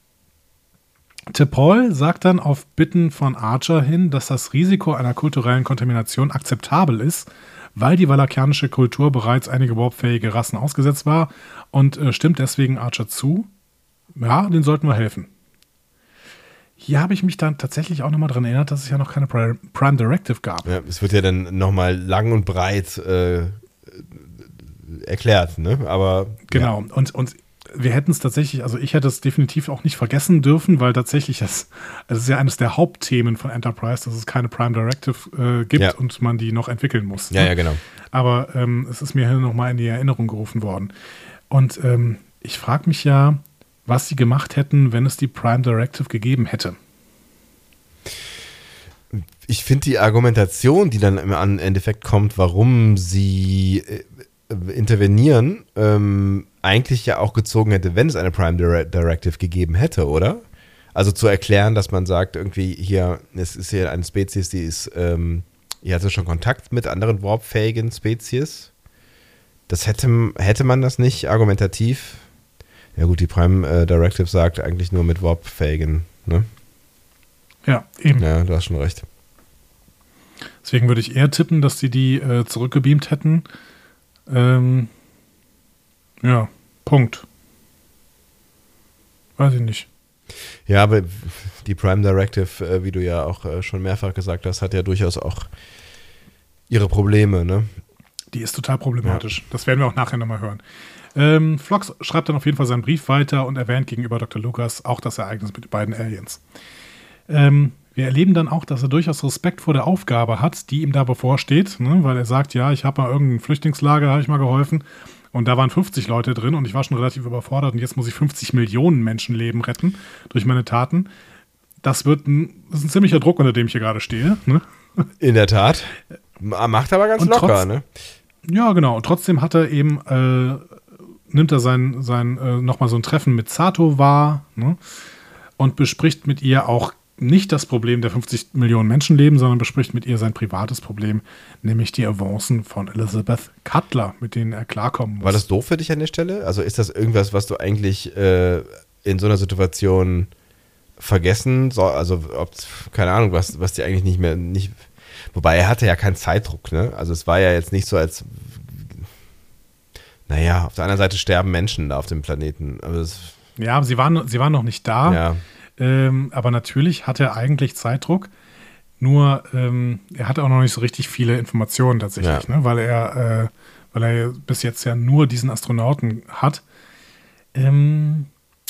T'Pol sagt dann auf Bitten von Archer hin, dass das Risiko einer kulturellen Kontamination akzeptabel ist, weil die valakianische Kultur bereits einige warpfähige Rassen ausgesetzt war und äh, stimmt deswegen Archer zu. Ja, denen sollten wir helfen. Hier habe ich mich dann tatsächlich auch nochmal dran erinnert, dass es ja noch keine Prime, Prime Directive gab. Ja, es wird ja dann nochmal lang und breit äh, erklärt, ne? Aber Genau, ja. und, und wir hätten es tatsächlich, also ich hätte es definitiv auch nicht vergessen dürfen, weil tatsächlich das, das ist ja eines der Hauptthemen von Enterprise, dass es keine Prime Directive äh, gibt Ja. und man die noch entwickeln muss. Ja, ne? ja, genau. Aber ähm, es ist mir hier nochmal in die Erinnerung gerufen worden. Und ähm, ich frage mich ja, was sie gemacht hätten, wenn es die Prime Directive gegeben hätte. Ich finde die Argumentation, die dann im Endeffekt kommt, warum sie äh, intervenieren, ähm, eigentlich ja auch gezogen hätte, wenn es eine Prime Directive gegeben hätte, oder? Also zu erklären, dass man sagt, irgendwie hier, es ist hier eine Spezies, die ist, ähm, die hatte schon Kontakt mit anderen warpfähigen Spezies. Das hätte, hätte man das nicht argumentativ? Ja gut, die Prime äh, Directive sagt eigentlich nur mit warpfähigen, ne? Ja, eben. Ja, du hast schon recht. Deswegen würde ich eher tippen, dass sie die äh, zurückgebeamt hätten. Ähm, ja, Punkt. Weiß ich nicht. Ja, aber die Prime Directive, äh, wie du ja auch äh, schon mehrfach gesagt hast, hat ja durchaus auch ihre Probleme, ne? Die ist total problematisch. Ja. Das werden wir auch nachher nochmal hören. Ähm, Phlox schreibt dann auf jeden Fall seinen Brief weiter und erwähnt gegenüber Doktor Lucas auch das Ereignis mit den beiden Aliens. Ähm, wir erleben dann auch, dass er durchaus Respekt vor der Aufgabe hat, die ihm da bevorsteht, ne? Weil er sagt, ja, ich habe mal irgendein Flüchtlingslager, habe ich mal geholfen und da waren fünfzig Leute drin und ich war schon relativ überfordert und jetzt muss ich fünfzig Millionen Menschenleben retten durch meine Taten. das wird ein, das ist ein ziemlicher Druck, unter dem ich hier gerade stehe. Ne? In der Tat. Macht aber ganz Und locker, trotz, ne? Ja, genau. Und trotzdem hat er eben, äh, nimmt er sein, sein äh, nochmal so ein Treffen mit Sato wahr, ne? Und bespricht mit ihr auch nicht das Problem der fünfzig Millionen Menschenleben, sondern bespricht mit ihr sein privates Problem, nämlich die Avancen von Elizabeth Cutler, mit denen er klarkommen muss. War das doof für dich an der Stelle? Also ist das irgendwas, was du eigentlich äh, in so einer Situation vergessen soll? Also, ob, keine Ahnung, was, was dir eigentlich nicht mehr, nicht, wobei er hatte ja keinen Zeitdruck, ne? Also es war ja jetzt nicht so, als, naja, auf der anderen Seite sterben Menschen da auf dem Planeten. Aber das, ja, sie waren, sie waren noch nicht da. ja. Ähm, aber natürlich hat er eigentlich Zeitdruck, nur ähm, er hatte auch noch nicht so richtig viele Informationen tatsächlich, Ja. ne? weil, er, äh, weil er bis jetzt ja nur diesen Astronauten hat. Ähm,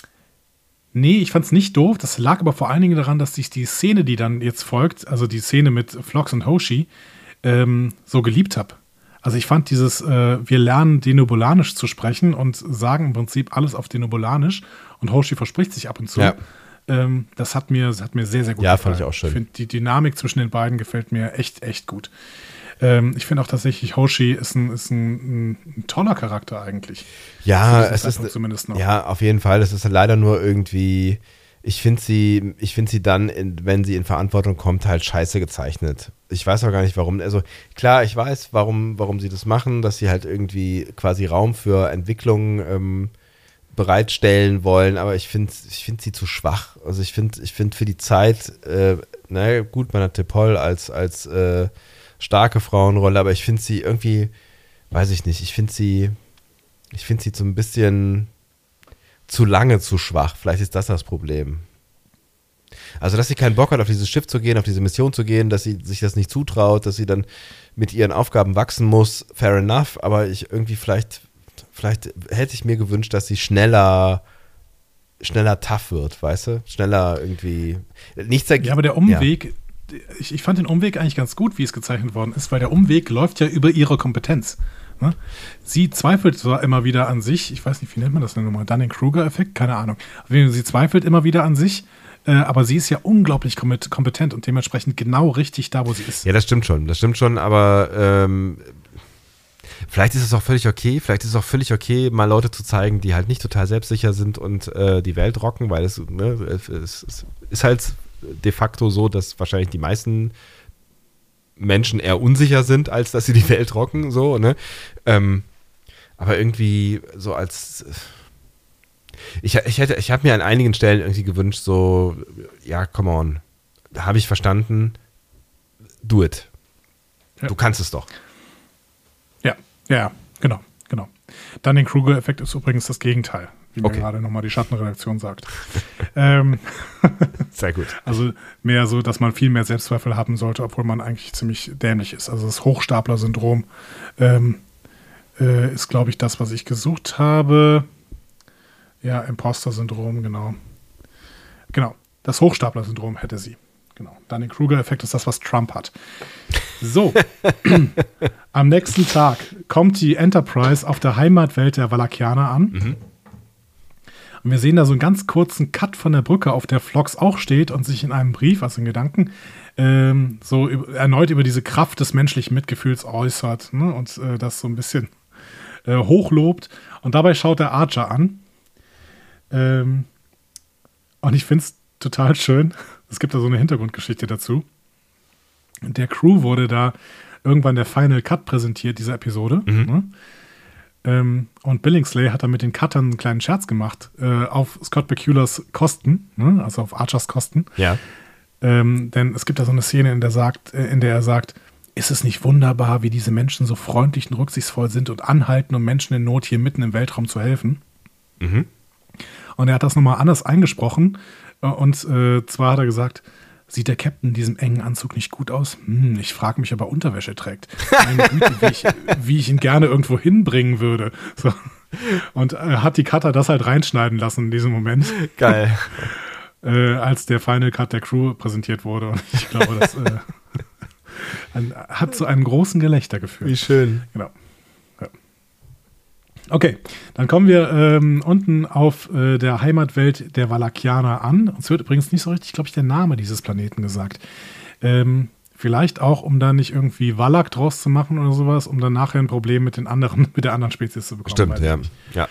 nee, ich fand es nicht doof. Das lag aber vor allen Dingen daran, dass sich die Szene, die dann jetzt folgt, also die Szene mit Phlox und Hoshi, ähm, so geliebt habe. Also ich fand dieses, äh, wir lernen Denobulanisch zu sprechen und sagen im Prinzip alles auf Denobulanisch und Hoshi verspricht sich ab und zu. Ja. Ähm, das hat mir, das hat mir sehr, sehr gut Ja, gefallen. fand ich auch schön. Ich finde, die Dynamik zwischen den beiden gefällt mir echt, echt gut. Ähm, ich finde auch tatsächlich, Hoshi ist ein, ist ein, ein, ein toller Charakter eigentlich. Ja, Zu diesem es Zeitpunkt ist, zumindest noch. ja, auf jeden Fall. Es ist leider nur irgendwie, ich finde sie, ich finde sie dann, in, wenn sie in Verantwortung kommt, halt scheiße gezeichnet. Ich weiß auch gar nicht, warum. Also klar, ich weiß, warum, warum sie das machen, dass sie halt irgendwie quasi Raum für Entwicklung ähm, bereitstellen wollen, aber ich finde ich find sie zu schwach. Also ich finde ich find für die Zeit, äh, na gut, man hat T'Pol als, als äh, starke Frauenrolle, aber ich finde sie irgendwie, weiß ich nicht, ich finde sie, ich finde sie so ein bisschen zu lange zu schwach. Vielleicht ist das das Problem. Also, dass sie keinen Bock hat, auf dieses Schiff zu gehen, auf diese Mission zu gehen, dass sie sich das nicht zutraut, dass sie dann mit ihren Aufgaben wachsen muss, fair enough, aber ich irgendwie vielleicht Vielleicht hätte ich mir gewünscht, dass sie schneller, schneller tough wird, weißt du? Schneller irgendwie. Nichts dagegen. Ja, aber der Umweg, ja. ich, ich fand den Umweg eigentlich ganz gut, wie es gezeichnet worden ist, weil der Umweg läuft ja über ihre Kompetenz. Ne? Sie zweifelt zwar immer wieder an sich, ich weiß nicht, wie nennt man das denn nochmal? Dunning-Kruger-Effekt? Keine Ahnung. Sie zweifelt immer wieder an sich, äh, aber sie ist ja unglaublich kompetent und dementsprechend genau richtig da, wo sie ist. Ja, das stimmt schon, das stimmt schon, aber ähm, vielleicht ist es auch völlig okay, vielleicht ist es auch völlig okay, mal Leute zu zeigen, die halt nicht total selbstsicher sind und äh, die Welt rocken, weil es, ne, es, es ist halt de facto so, dass wahrscheinlich die meisten Menschen eher unsicher sind, als dass sie die Welt rocken, so, ne? Ähm, aber irgendwie so als ich, ich hätte, ich habe mir an einigen Stellen irgendwie gewünscht, so, ja, come on, habe ich verstanden, do it. Ja. Du kannst es doch. Ja, ja, genau, genau. Dunning-Kruger-Effekt ist übrigens das Gegenteil, wie Okay. mir gerade nochmal die Schattenredaktion sagt. ähm, Sehr gut. also mehr so, dass man viel mehr Selbstzweifel haben sollte, obwohl man eigentlich ziemlich dämlich ist. Also das Hochstapler-Syndrom ähm, äh, ist, glaube ich, das, was ich gesucht habe. Ja, Imposter-Syndrom, genau. Genau, das Hochstapler-Syndrom hätte sie. Genau. Dunning-Kruger-Effekt ist das, was Trump hat. So, am nächsten Tag kommt die Enterprise auf der Heimatwelt der Valakianer an. Mhm. Und wir sehen da so einen ganz kurzen Cut von der Brücke, auf der Phlox auch steht und sich in einem Brief, also in Gedanken, ähm, so über, erneut über diese Kraft des menschlichen Mitgefühls äußert, ne? Und äh, das so ein bisschen äh, hochlobt. Und dabei schaut er Archer an. Ähm, und ich finde es total schön. Es gibt da so eine Hintergrundgeschichte dazu. Der Crew wurde da irgendwann der Final Cut präsentiert, dieser Episode. Mhm. Ne? Ähm, und Billingsley hat da mit den Cuttern einen kleinen Scherz gemacht, äh, auf Scott Bakula's Kosten, ne? Also auf Archers Kosten. Ja. Ähm, denn es gibt da so eine Szene, in der, sagt, äh, in der er sagt, ist es nicht wunderbar, wie diese Menschen so freundlich und rücksichtsvoll sind und anhalten, um Menschen in Not hier mitten im Weltraum zu helfen. Mhm. Und er hat das nochmal anders eingesprochen. Und äh, zwar hat er gesagt, sieht der Captain in diesem engen Anzug nicht gut aus? Hm, ich frage mich, ob er Unterwäsche trägt. Meine Güte, wie ich, wie ich ihn gerne irgendwo hinbringen würde. So. Und äh, hat die Cutter das halt reinschneiden lassen in diesem Moment. Geil. äh, als der Final Cut der Crew präsentiert wurde. Und ich glaube, das äh, ein, hat zu einem großen Gelächter geführt. Wie schön. Genau. Ja. Okay, dann kommen wir ähm, unten auf äh, der Heimatwelt der Valakianer an. Uns wird übrigens nicht so richtig, glaube ich, der Name dieses Planeten gesagt. Ähm, vielleicht auch, um da nicht irgendwie Valak draus zu machen oder sowas, um dann nachher ein Problem mit den anderen, mit der anderen Spezies zu bekommen. Stimmt, ja. ja.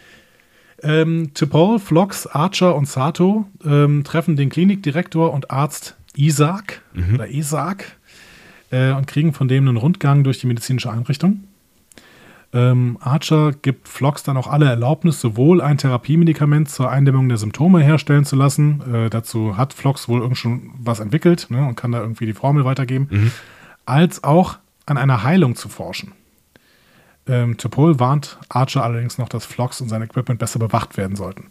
Ähm, T'Pol, Phlox, Archer und Sato ähm, treffen den Klinikdirektor und Arzt Isaac mhm. oder Isaac äh, und kriegen von dem einen Rundgang durch die medizinische Einrichtung. Ähm, Archer gibt Phlox dann auch alle Erlaubnis, sowohl ein Therapiemedikament zur Eindämmung der Symptome herstellen zu lassen. Äh, dazu hat Phlox wohl irgend schon was entwickelt, ne, und kann da irgendwie die Formel weitergeben, mhm. als auch an einer Heilung zu forschen. Ähm, T'Pol warnt Archer allerdings noch, dass Phlox und sein Equipment besser bewacht werden sollten.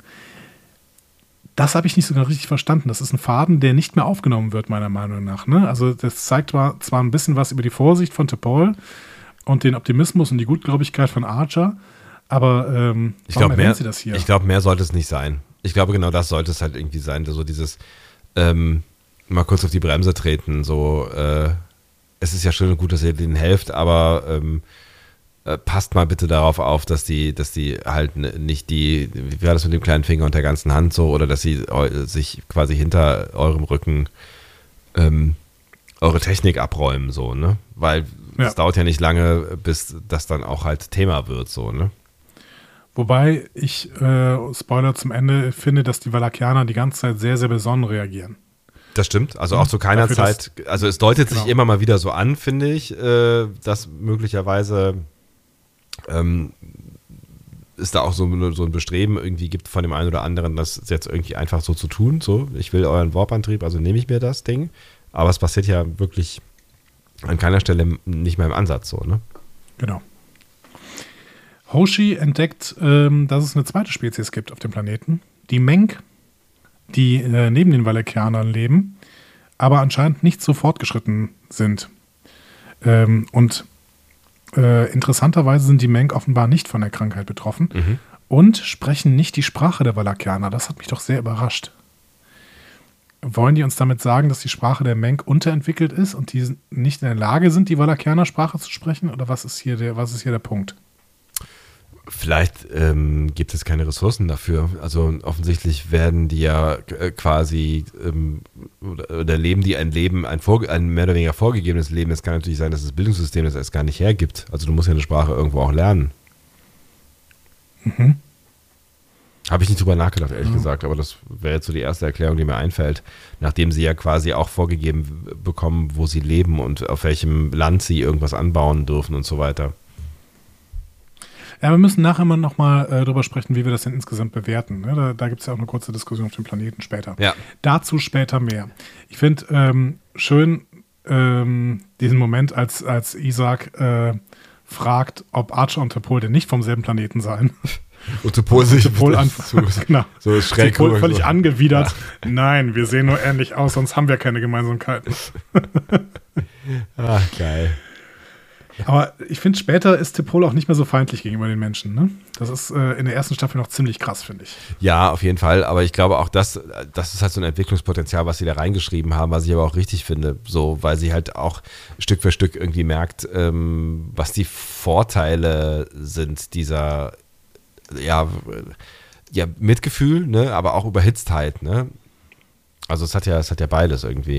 Das habe ich nicht sogar richtig verstanden. Das ist ein Faden, der nicht mehr aufgenommen wird, meiner Meinung nach. Ne? Also das zeigt zwar, zwar ein bisschen was über die Vorsicht von T'Pol und den Optimismus und die Gutgläubigkeit von Archer, aber ähm, ich glaube, mehr, sie das hier? Ich glaube, mehr sollte es nicht sein. Ich glaube, genau das sollte es halt irgendwie sein. So dieses ähm, mal kurz auf die Bremse treten. So, äh, es ist ja schön und gut, dass ihr denen helft, aber ähm, äh, passt mal bitte darauf auf, dass die, dass die halt nicht die, wie war das mit dem kleinen Finger und der ganzen Hand so, oder dass sie eu, sich quasi hinter eurem Rücken ähm, eure Technik abräumen, so, ne? Weil ja. es dauert ja nicht lange, bis das dann auch halt Thema wird, so, ne? Wobei ich, äh, Spoiler zum Ende, finde, dass die Valakianer die ganze Zeit sehr, sehr besonnen reagieren. Das stimmt, also auch zu keiner Dafür, Zeit, also es deutet genau. sich immer mal wieder so an, finde ich, äh, dass möglicherweise ähm, es da auch so, so ein Bestreben irgendwie gibt von dem einen oder anderen, das jetzt irgendwie einfach so zu tun, so, ich will euren Warp-Antrieb, also nehme ich mir das Ding, aber es passiert ja wirklich an keiner Stelle nicht mehr im Ansatz, so, ne? Genau. Hoshi entdeckt, ähm, dass es eine zweite Spezies gibt auf dem Planeten, die Meng, die äh, neben den Valakianern leben, aber anscheinend nicht so fortgeschritten sind. Ähm, und äh, interessanterweise sind die Meng offenbar nicht von der Krankheit betroffen mhm. und sprechen nicht die Sprache der Valakianer. Das hat mich doch sehr überrascht. Wollen die uns damit sagen, dass die Sprache der Meng unterentwickelt ist und die nicht in der Lage sind, die Valakianer-Sprache zu sprechen? Oder was ist hier der, was ist hier der Punkt? Vielleicht ähm, gibt es keine Ressourcen dafür. Also offensichtlich werden die ja äh, quasi ähm, oder, oder leben die ein Leben, ein, vorge- ein mehr oder weniger vorgegebenes Leben. Es kann natürlich sein, dass das Bildungssystem das erst gar nicht hergibt. Also du musst ja eine Sprache irgendwo auch lernen. Mhm. Habe ich nicht drüber nachgedacht, ehrlich mhm. gesagt, aber das wäre jetzt so die erste Erklärung, die mir einfällt, nachdem sie ja quasi auch vorgegeben bekommen, wo sie leben und auf welchem Land sie irgendwas anbauen dürfen und so weiter. Ja, wir müssen nachher mal nochmal äh, drüber sprechen, wie wir das denn insgesamt bewerten. Ne? Da, da gibt es ja auch eine kurze Diskussion auf dem Planeten später. Ja. Dazu später mehr. Ich finde ähm, schön ähm, diesen Moment, als, als Isaac äh, fragt, ob Archer und T'Pol denn nicht vom selben Planeten seien. Und T'Pol sich T'Pol einfach so, genau. so schräg T'Pol völlig so. angewidert. Ja. Nein, wir sehen nur ähnlich aus, sonst haben wir keine Gemeinsamkeiten. Ach, geil. Aber ich finde, später ist T'Pol auch nicht mehr so feindlich gegenüber den Menschen. Ne? Das ist äh, in der ersten Staffel noch ziemlich krass, finde ich. Ja, auf jeden Fall. Aber ich glaube auch, das, das ist halt so ein Entwicklungspotenzial, was sie da reingeschrieben haben, was ich aber auch richtig finde. So, weil sie halt auch Stück für Stück irgendwie merkt, ähm, was die Vorteile sind dieser, ja, ja Mitgefühl, ne, aber auch Überhitztheit. Ne? Also es hat ja, es hat ja beides irgendwie.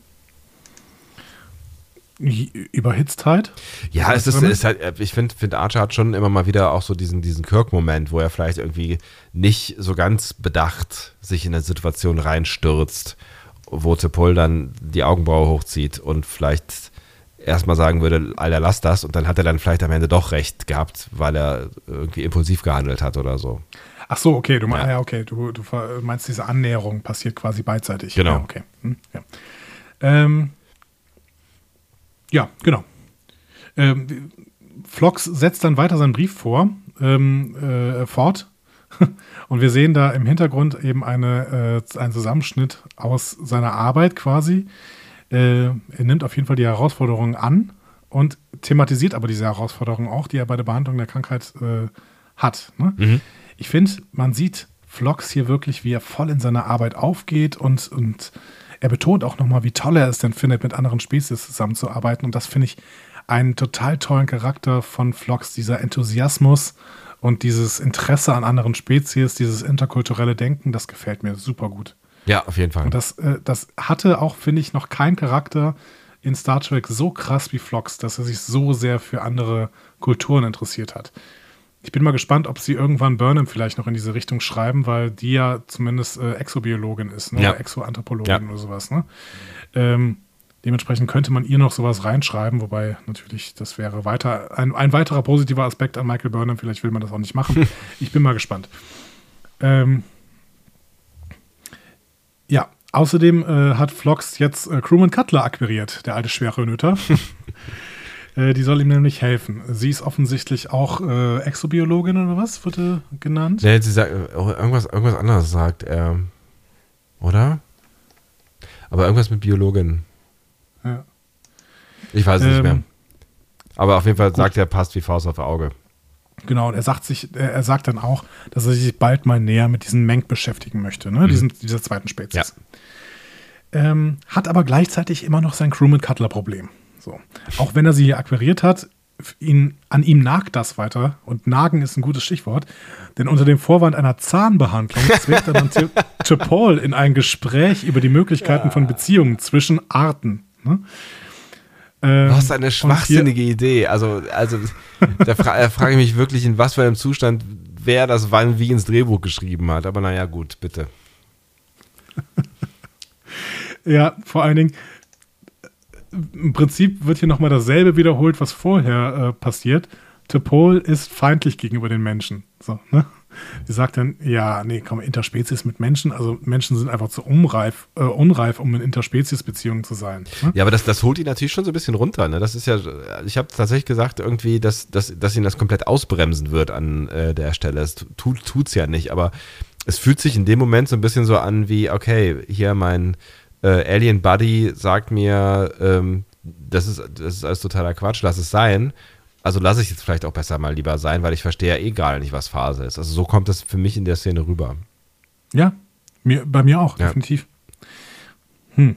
Überhitztheit? Ja, es ist, ist halt, ich finde, find Archer hat schon immer mal wieder auch so diesen, diesen Kirk-Moment, wo er vielleicht irgendwie nicht so ganz bedacht sich in eine Situation reinstürzt, wo T'Pol dann die Augenbraue hochzieht und vielleicht erstmal sagen würde, Alter, lass das, und dann hat er dann vielleicht am Ende doch recht gehabt, weil er irgendwie impulsiv gehandelt hat oder so. Ach so, okay, du, mein, ja. Ja, okay. du, du meinst, diese Annäherung passiert quasi beidseitig. Genau. Ja, okay. Hm, ja. Ähm, Ja, genau. Ähm, Phlox setzt dann weiter seinen Brief vor, ähm, äh, fort. Und wir sehen da im Hintergrund eben eine, äh, einen Zusammenschnitt aus seiner Arbeit quasi. Äh, er nimmt auf jeden Fall die Herausforderungen an und thematisiert aber diese Herausforderungen auch, die er bei der Behandlung der Krankheit äh, hat. Ne? Mhm. Ich finde, man sieht Phlox hier wirklich, wie er voll in seiner Arbeit aufgeht und, und er betont auch nochmal, wie toll er es denn findet, mit anderen Spezies zusammenzuarbeiten. Und das finde ich einen total tollen Charakter von Phlox, dieser Enthusiasmus Und dieses Interesse an anderen Spezies, dieses interkulturelle Denken, das gefällt mir super gut. Ja, auf jeden Fall. Und das, äh, das hatte auch, finde ich, noch kein Charakter in Star Trek so krass wie Phlox, dass er sich so sehr für andere Kulturen interessiert hat. Ich bin mal gespannt, ob sie irgendwann Burnham vielleicht noch in diese Richtung schreiben, weil die ja zumindest äh, Exobiologin ist, ne? Ja. Oder Exoanthropologin Ja. oder sowas. Ne? Ähm, dementsprechend könnte man ihr noch sowas reinschreiben, wobei natürlich das wäre weiter ein, ein weiterer positiver Aspekt an Michael Burnham. Vielleicht will man das auch nicht machen. Ich bin mal gespannt. Ähm, ja, außerdem äh, hat Phlox jetzt äh, Crewman Cutler akquiriert, der alte schwere Nöter. äh, die soll ihm nämlich helfen. Sie ist offensichtlich auch äh, Exobiologin oder was, wurde genannt. Nee, sie sagt, irgendwas, irgendwas anderes sagt er. Oder? Aber irgendwas mit Biologin. Ja. Ich weiß es Ähm, nicht mehr. Aber auf jeden Fall sagt er, passt wie Faust auf Auge. Genau, und er sagt sich, er er sagt dann auch, dass er sich bald mal näher mit diesen Menk beschäftigen möchte, ne? Diesen, dieser zweiten Spezies. Ähm, hat aber gleichzeitig immer noch sein Crewman-Cutler-Problem. So. Auch wenn er sie hier akquiriert hat, ihn, an ihm nagt das weiter. Und nagen ist ein gutes Stichwort. Denn unter dem Vorwand einer Zahnbehandlung zwingt er dann T'Pol in ein Gespräch über die Möglichkeiten von Beziehungen zwischen Arten. Ne? Ähm, Was eine und schwachsinnige Idee. Also, also da fra frage ich mich wirklich, in was für einem Zustand wer das wann wie ins Drehbuch geschrieben hat. Aber naja, gut, bitte. Ja, vor allen Dingen, im Prinzip wird hier nochmal dasselbe wiederholt, was vorher äh, passiert. T'Pol ist feindlich gegenüber den Menschen. So, ne? Sie sagt dann, ja, nee, komm, Interspezies mit Menschen, also Menschen sind einfach zu unreif, äh, unreif, um in Interspezies-Beziehungen zu sein. Ne? Ja, aber das, das holt ihn natürlich schon so ein bisschen runter. Ne? Das ist ja, ich habe tatsächlich gesagt, irgendwie, dass, dass, dass ihn das komplett ausbremsen wird an äh, der Stelle. Es tut, tut's ja nicht, aber es fühlt sich in dem Moment so ein bisschen so an wie, okay, hier mein äh, Alien Buddy sagt mir, ähm, das ist, das ist alles totaler Quatsch, lass es sein. Also lasse ich jetzt vielleicht auch besser mal lieber sein, weil ich verstehe ja eh gar nicht, was Phase ist. Also so kommt das für mich in der Szene rüber. Ja, mir, bei mir auch, Ja. definitiv. Hm.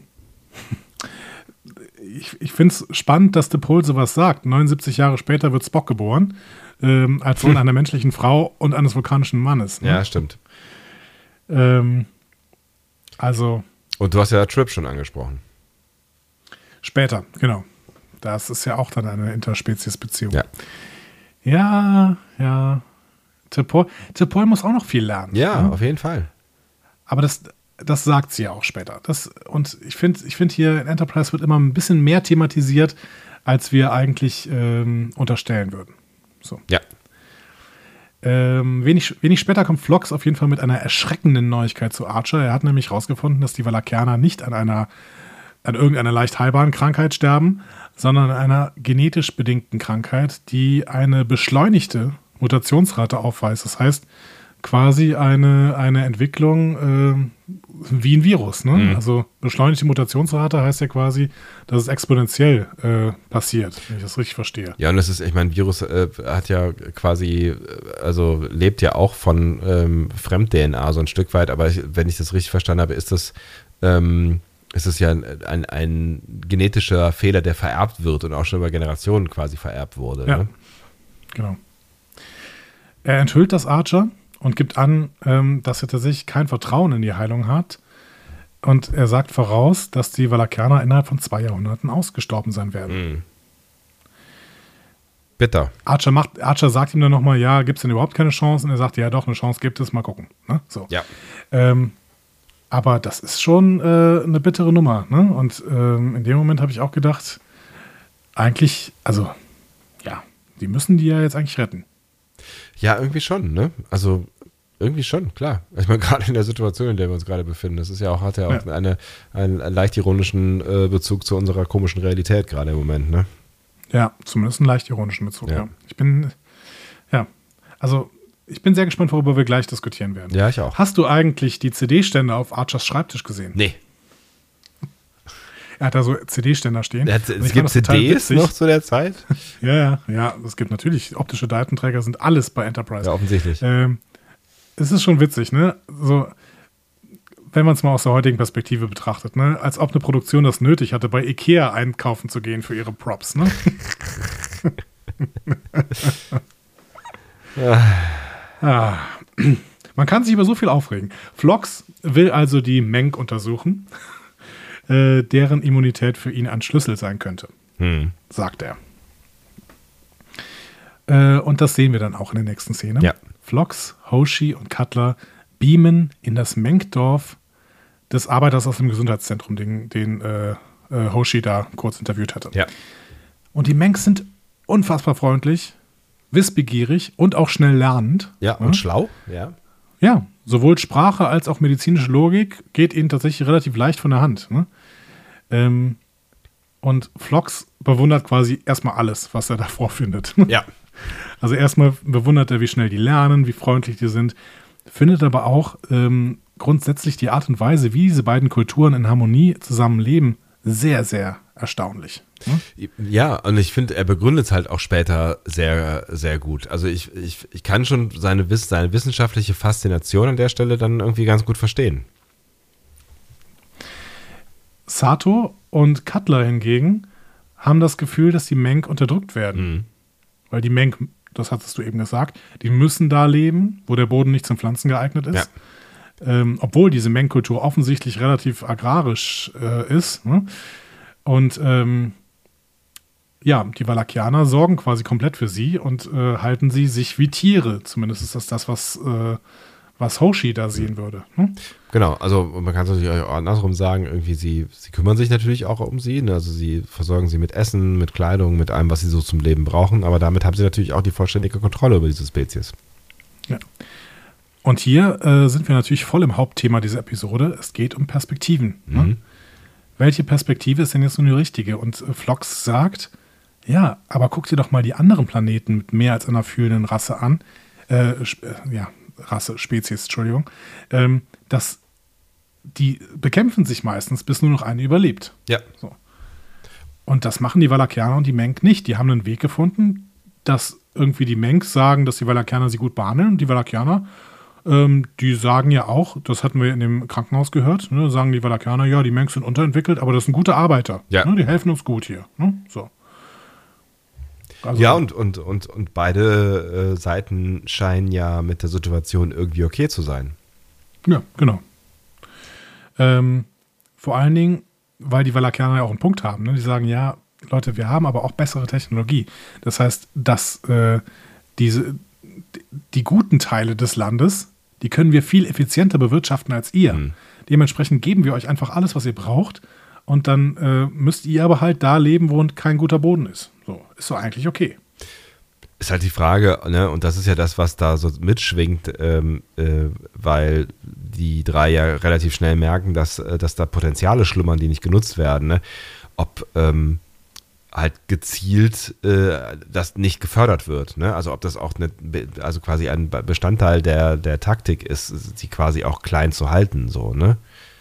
Ich, ich finde es spannend, dass T'Pol sowas sagt. neunundsiebzig Jahre später wird Spock geboren, ähm, als Sohn einer menschlichen Frau und eines vulkanischen Mannes. Ne? Ja, stimmt. Ähm, also Und du hast ja Trip schon angesprochen. später, genau. Das ist ja auch dann eine Interspezies-Beziehung. Ja. Ja, ja. T'Pol, T'Pol muss auch noch viel lernen. Ja, ne? auf jeden Fall. Aber das, das sagt sie ja auch später. Das, und ich finde, ich find hier in Enterprise wird immer ein bisschen mehr thematisiert, als wir eigentlich ähm, unterstellen würden. So. Ja. Ähm, wenig, wenig später kommt Phlox auf jeden Fall mit einer erschreckenden Neuigkeit zu Archer. Er hat nämlich herausgefunden, dass die Valakianer nicht an einer an irgendeiner leicht heilbaren Krankheit sterben, sondern an einer genetisch bedingten Krankheit, die eine beschleunigte Mutationsrate aufweist. Das heißt, quasi eine, eine Entwicklung äh, wie ein Virus. Ne? Mhm. Also beschleunigte Mutationsrate heißt ja quasi, dass es exponentiell äh, passiert, wenn ich das richtig verstehe. Ja, und es ist, ich meine, Virus äh, hat ja quasi, äh, also lebt ja auch von ähm, Fremd-D N A so ein Stück weit, aber ich, wenn ich das richtig verstanden habe, ist das ähm, ist es ja ein, ein genetischer Fehler, der vererbt wird und auch schon über Generationen quasi vererbt wurde. Ja, ne? genau. Er enthüllt das Archer und gibt an, ähm, dass er tatsächlich kein Vertrauen in die Heilung hat. Und er sagt voraus, dass die Valakianer innerhalb von zwei Jahrhunderten ausgestorben sein werden. Mhm. Bitter. Archer, macht, Archer sagt ihm dann nochmal, ja, gibt es denn überhaupt keine Chance? Und er sagt, ja doch, eine Chance gibt es, mal gucken. Ne? So. Ja. Ähm, aber das ist schon äh, eine bittere Nummer. Ne? Und ähm, in dem Moment habe ich auch gedacht, eigentlich, also, ja, die müssen die ja jetzt eigentlich retten. Ja, irgendwie schon, ne? Also irgendwie schon, klar. Ich meine, gerade in der Situation, in der wir uns gerade befinden, das ist ja auch, hat ja auch Ja. Eine, einen, einen leicht ironischen äh, Bezug zu unserer komischen Realität gerade im Moment, ne? Ja, zumindest einen leicht ironischen Bezug. Ja. Ja. Ich bin, ja, also ich bin sehr gespannt, worüber wir gleich diskutieren werden. Ja, ich auch. Hast du eigentlich die C D-Ständer auf Archers Schreibtisch gesehen? Nee. Er hat da so C D-Ständer stehen. Es, Und es ich gibt fand das total C Ds witzig. noch zu der Zeit? Ja, ja, ja, es gibt natürlich optische Datenträger, sind alles bei Enterprise. Ja, offensichtlich. Ähm, es ist schon witzig, ne? So, wenn man es mal aus der heutigen Perspektive betrachtet, ne? Als ob eine Produktion das nötig hatte, bei Ikea einkaufen zu gehen für ihre Props, ne? Ah. Man kann sich über so viel aufregen. Phlox will also die Menk untersuchen, äh, deren Immunität für ihn ein Schlüssel sein könnte, hm. sagt er. Äh, und das sehen wir dann auch in der nächsten Szene. Ja. Phlox, Hoshi und Cutler beamen in das Menkdorf des Arbeiters aus dem Gesundheitszentrum, den, den äh, äh, Hoshi da kurz interviewt hatte. Ja. Und die Menks sind unfassbar freundlich, wissbegierig und auch schnell lernend. Ja, und ja. schlau. Ja. Ja, sowohl Sprache als auch medizinische Logik geht ihnen tatsächlich relativ leicht von der Hand. Ne? Ähm, und Phlox bewundert quasi erstmal alles, was er da vorfindet. Ja. Also erstmal bewundert er, wie schnell die lernen, wie freundlich die sind, findet aber auch ähm, grundsätzlich die Art und Weise, wie diese beiden Kulturen in Harmonie zusammenleben, sehr, sehr erstaunlich. Ne? Ja, und ich finde, er begründet es halt auch später sehr, sehr gut. Also ich, ich, ich kann schon seine, Wiss, seine wissenschaftliche Faszination an der Stelle dann irgendwie ganz gut verstehen. Sato und Cutler hingegen haben das Gefühl, dass die Menk unterdrückt werden. Mhm. Weil die Menk, das hattest du eben gesagt, die müssen da leben, wo der Boden nicht zum Pflanzen geeignet ist. Ja. Ähm, obwohl diese Menk-Kultur offensichtlich relativ agrarisch äh, ist. Ne? Und ähm, ja, die Valakianer sorgen quasi komplett für sie und äh, halten sie sich wie Tiere. Zumindest ist das das, was, äh, was Hoshi da sehen würde. Ne? Genau, also man kann es natürlich auch andersrum sagen, irgendwie sie, sie kümmern sich natürlich auch um sie. Ne? Also sie versorgen sie mit Essen, mit Kleidung, mit allem, was sie so zum Leben brauchen. Aber damit haben sie natürlich auch die vollständige Kontrolle über diese Spezies. Ja. Und hier äh, sind wir natürlich voll im Hauptthema dieser Episode. Es geht um Perspektiven. Mhm. Ne? Welche Perspektive ist denn jetzt nun die richtige? Und äh, Phlox sagt, ja, aber guck dir doch mal die anderen Planeten mit mehr als einer fühlenden Rasse an. Äh, äh, ja, Rasse, Spezies, Entschuldigung. Ähm, das, die bekämpfen sich meistens, bis nur noch eine überlebt. Ja. So. Und das machen die Valakianer und die Menk nicht. Die haben einen Weg gefunden, dass irgendwie die Menks sagen, dass die Valakianer sie gut behandeln und die Valakianer die sagen ja auch, das hatten wir in dem Krankenhaus gehört, ne, sagen die Valakianer, ja, die Menks sind unterentwickelt, aber das sind gute Arbeiter. Ja. Ne, die helfen uns gut hier. Ne, so. Also, ja, und, und, und, und beide äh, Seiten scheinen ja mit der Situation irgendwie okay zu sein. Ja, genau. Ähm, vor allen Dingen, weil die Valakianer ja auch einen Punkt haben. Ne? Die sagen, ja, Leute, wir haben aber auch bessere Technologie. Das heißt, dass äh, diese, die guten Teile des Landes, die können wir viel effizienter bewirtschaften als ihr. Mhm. Dementsprechend geben wir euch einfach alles, was ihr braucht. Und dann äh, müsst ihr aber halt da leben, wo kein guter Boden ist. So, ist so eigentlich okay. Ist halt die Frage, ne, und das ist ja das, was da so mitschwingt, ähm, äh, weil die drei ja relativ schnell merken, dass, äh, dass da Potenziale schlummern, die nicht genutzt werden. Ne? Ob ähm, halt gezielt äh, das nicht gefördert wird. Ne? Also ob das auch eine, also quasi ein Bestandteil der, der Taktik ist, sie quasi auch klein zu halten. So, ne?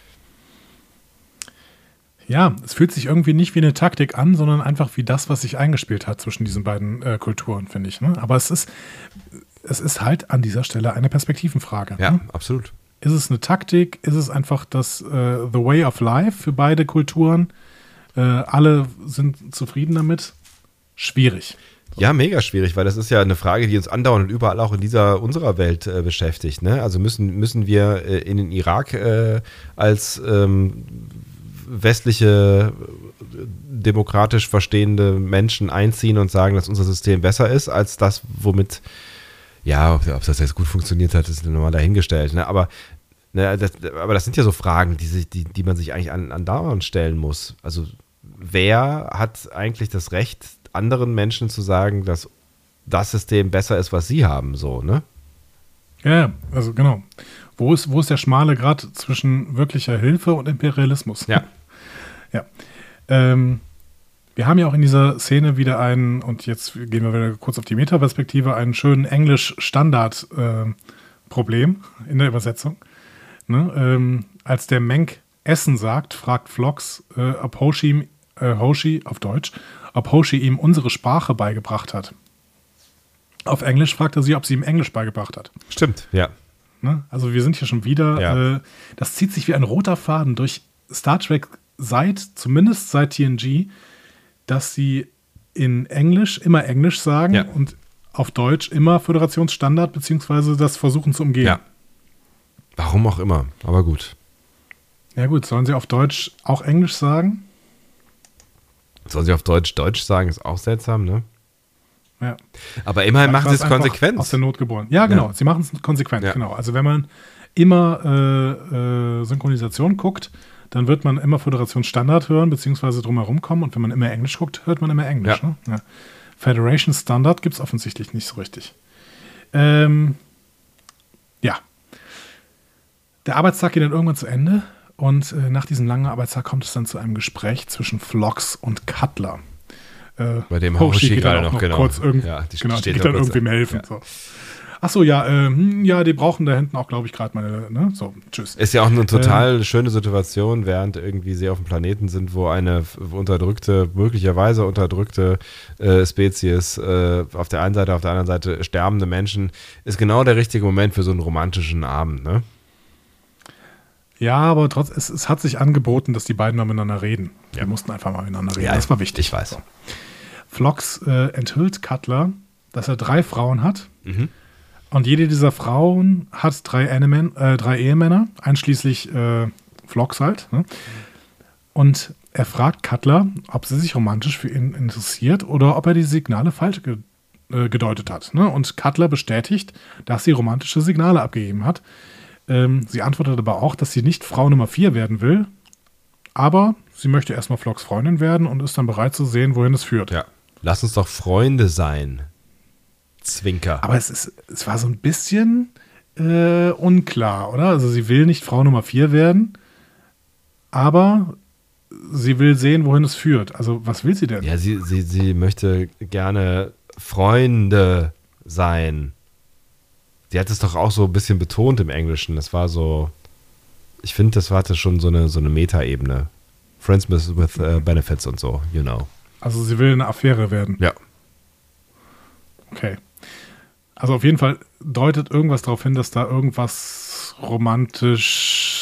Ja, es fühlt sich irgendwie nicht wie eine Taktik an, sondern einfach wie das, was sich eingespielt hat zwischen diesen beiden äh, Kulturen, finde ich. Ne? Aber es ist, es ist halt an dieser Stelle eine Perspektivenfrage. Ja, ne? absolut. Ist es eine Taktik? Ist es einfach das äh, The Way of Life für beide Kulturen? Äh, alle sind zufrieden damit? Schwierig. So. Ja, mega schwierig, weil das ist ja eine Frage, die uns andauernd und überall auch in dieser unserer Welt äh, beschäftigt. Ne? Also müssen, müssen wir äh, in den Irak äh, als ähm, westliche, demokratisch verstehende Menschen einziehen und sagen, dass unser System besser ist als das, womit, ja, ob, ob das jetzt gut funktioniert hat, ist nochmal dahingestellt. Ne? Aber, ne, das, aber das sind ja so Fragen, die, sich, die, die man sich eigentlich an, andauernd stellen muss. Also wer hat eigentlich das Recht, anderen Menschen zu sagen, dass das System besser ist, was sie haben, so, ne? Ja, also genau. Wo ist, wo ist der schmale Grat zwischen wirklicher Hilfe und Imperialismus? Ja. Ja. Ähm, wir haben ja auch in dieser Szene wieder einen, und jetzt gehen wir wieder kurz auf die Metaperspektive, einen schönen Englisch-Standard-Problem äh, in der Übersetzung. Ne? Ähm, als der Menk Essen sagt, fragt Phlox, äh, ob Hoshi, äh, Hoshi auf Deutsch, ob Hoshi ihm unsere Sprache beigebracht hat. Auf Englisch fragt er sie, ob sie ihm Englisch beigebracht hat. Stimmt, ja. Ne? Also wir sind hier schon wieder, ja. äh, das zieht sich wie ein roter Faden durch Star Trek seit, zumindest seit T N G, dass sie in Englisch immer Englisch sagen ja. und auf Deutsch immer Föderationsstandard, beziehungsweise das versuchen zu umgehen. Ja. Warum auch immer, aber gut. Ja gut, sollen sie auf Deutsch auch Englisch sagen? Sollen sie auf Deutsch Deutsch sagen, ist auch seltsam, ne? Ja. Aber immerhin machen sie es einfach konsequent. Aus der Not geboren. Ja, genau. Ja. Sie machen es konsequent, Ja. genau. Also wenn man immer äh, äh, Synchronisation guckt, dann wird man immer Föderationsstandard hören, beziehungsweise drumherum kommen. Und wenn man immer Englisch guckt, hört man immer Englisch. Ja. Ne? Ja. Federation Standard gibt es offensichtlich nicht so richtig. Ähm, ja. Der Arbeitstag geht dann irgendwann zu Ende. Und äh, nach diesem langen Arbeitstag kommt es dann zu einem Gespräch zwischen Phlox und Cutler. Äh, Bei dem Hoshi Hoshi geht dann gerade auch noch, genau. kurz irgend, Ja, die genau, die steht geht da dann kurz irgendwem da. helfen. Ja. So. Ach so, ja, äh, hm, ja, die brauchen da hinten auch, glaube ich, gerade meine, ne? So, tschüss. Ist ja auch eine total schöne Situation, während irgendwie sie auf dem Planeten sind, wo eine f- unterdrückte, möglicherweise unterdrückte äh, Spezies äh, auf der einen Seite, auf der anderen Seite sterbende Menschen, ist genau der richtige Moment für so einen romantischen Abend, ne? Ja, aber trotz, es, es hat sich angeboten, dass die beiden mal miteinander reden. Ja. Wir mussten einfach mal miteinander reden. Ja, das war wichtig. ich weiß. So. Phlox äh, enthüllt Cutler, dass er drei Frauen hat. Mhm. Und jede dieser Frauen hat drei, Enemen, äh, drei Ehemänner, einschließlich äh, Phlox halt. Ne? Und er fragt Cutler, ob sie sich romantisch für ihn interessiert oder ob er die Signale falsch ge äh, gedeutet hat. Ne? Und Cutler bestätigt, dass sie romantische Signale abgegeben hat. Ähm, sie antwortet aber auch, dass sie nicht Frau Nummer vier werden will, aber sie möchte erstmal Phlox Freundin werden und ist dann bereit zu sehen, wohin es führt. Ja. Lass uns doch Freunde sein. Zwinker. Aber es, ist, es war so ein bisschen äh, unklar, oder? Also sie will nicht Frau Nummer vier werden, aber sie will sehen, wohin es führt. Also was will sie denn? Ja, sie, sie, sie möchte gerne Freunde sein. Sie hat es doch auch so ein bisschen betont im Englischen. Das war so, ich finde, das war das schon so eine, so eine Meta-Ebene. Friends with, with uh, benefits und so, you know. Also sie will eine Affäre werden. Ja. Okay. Also auf jeden Fall deutet irgendwas darauf hin, dass da irgendwas romantisch,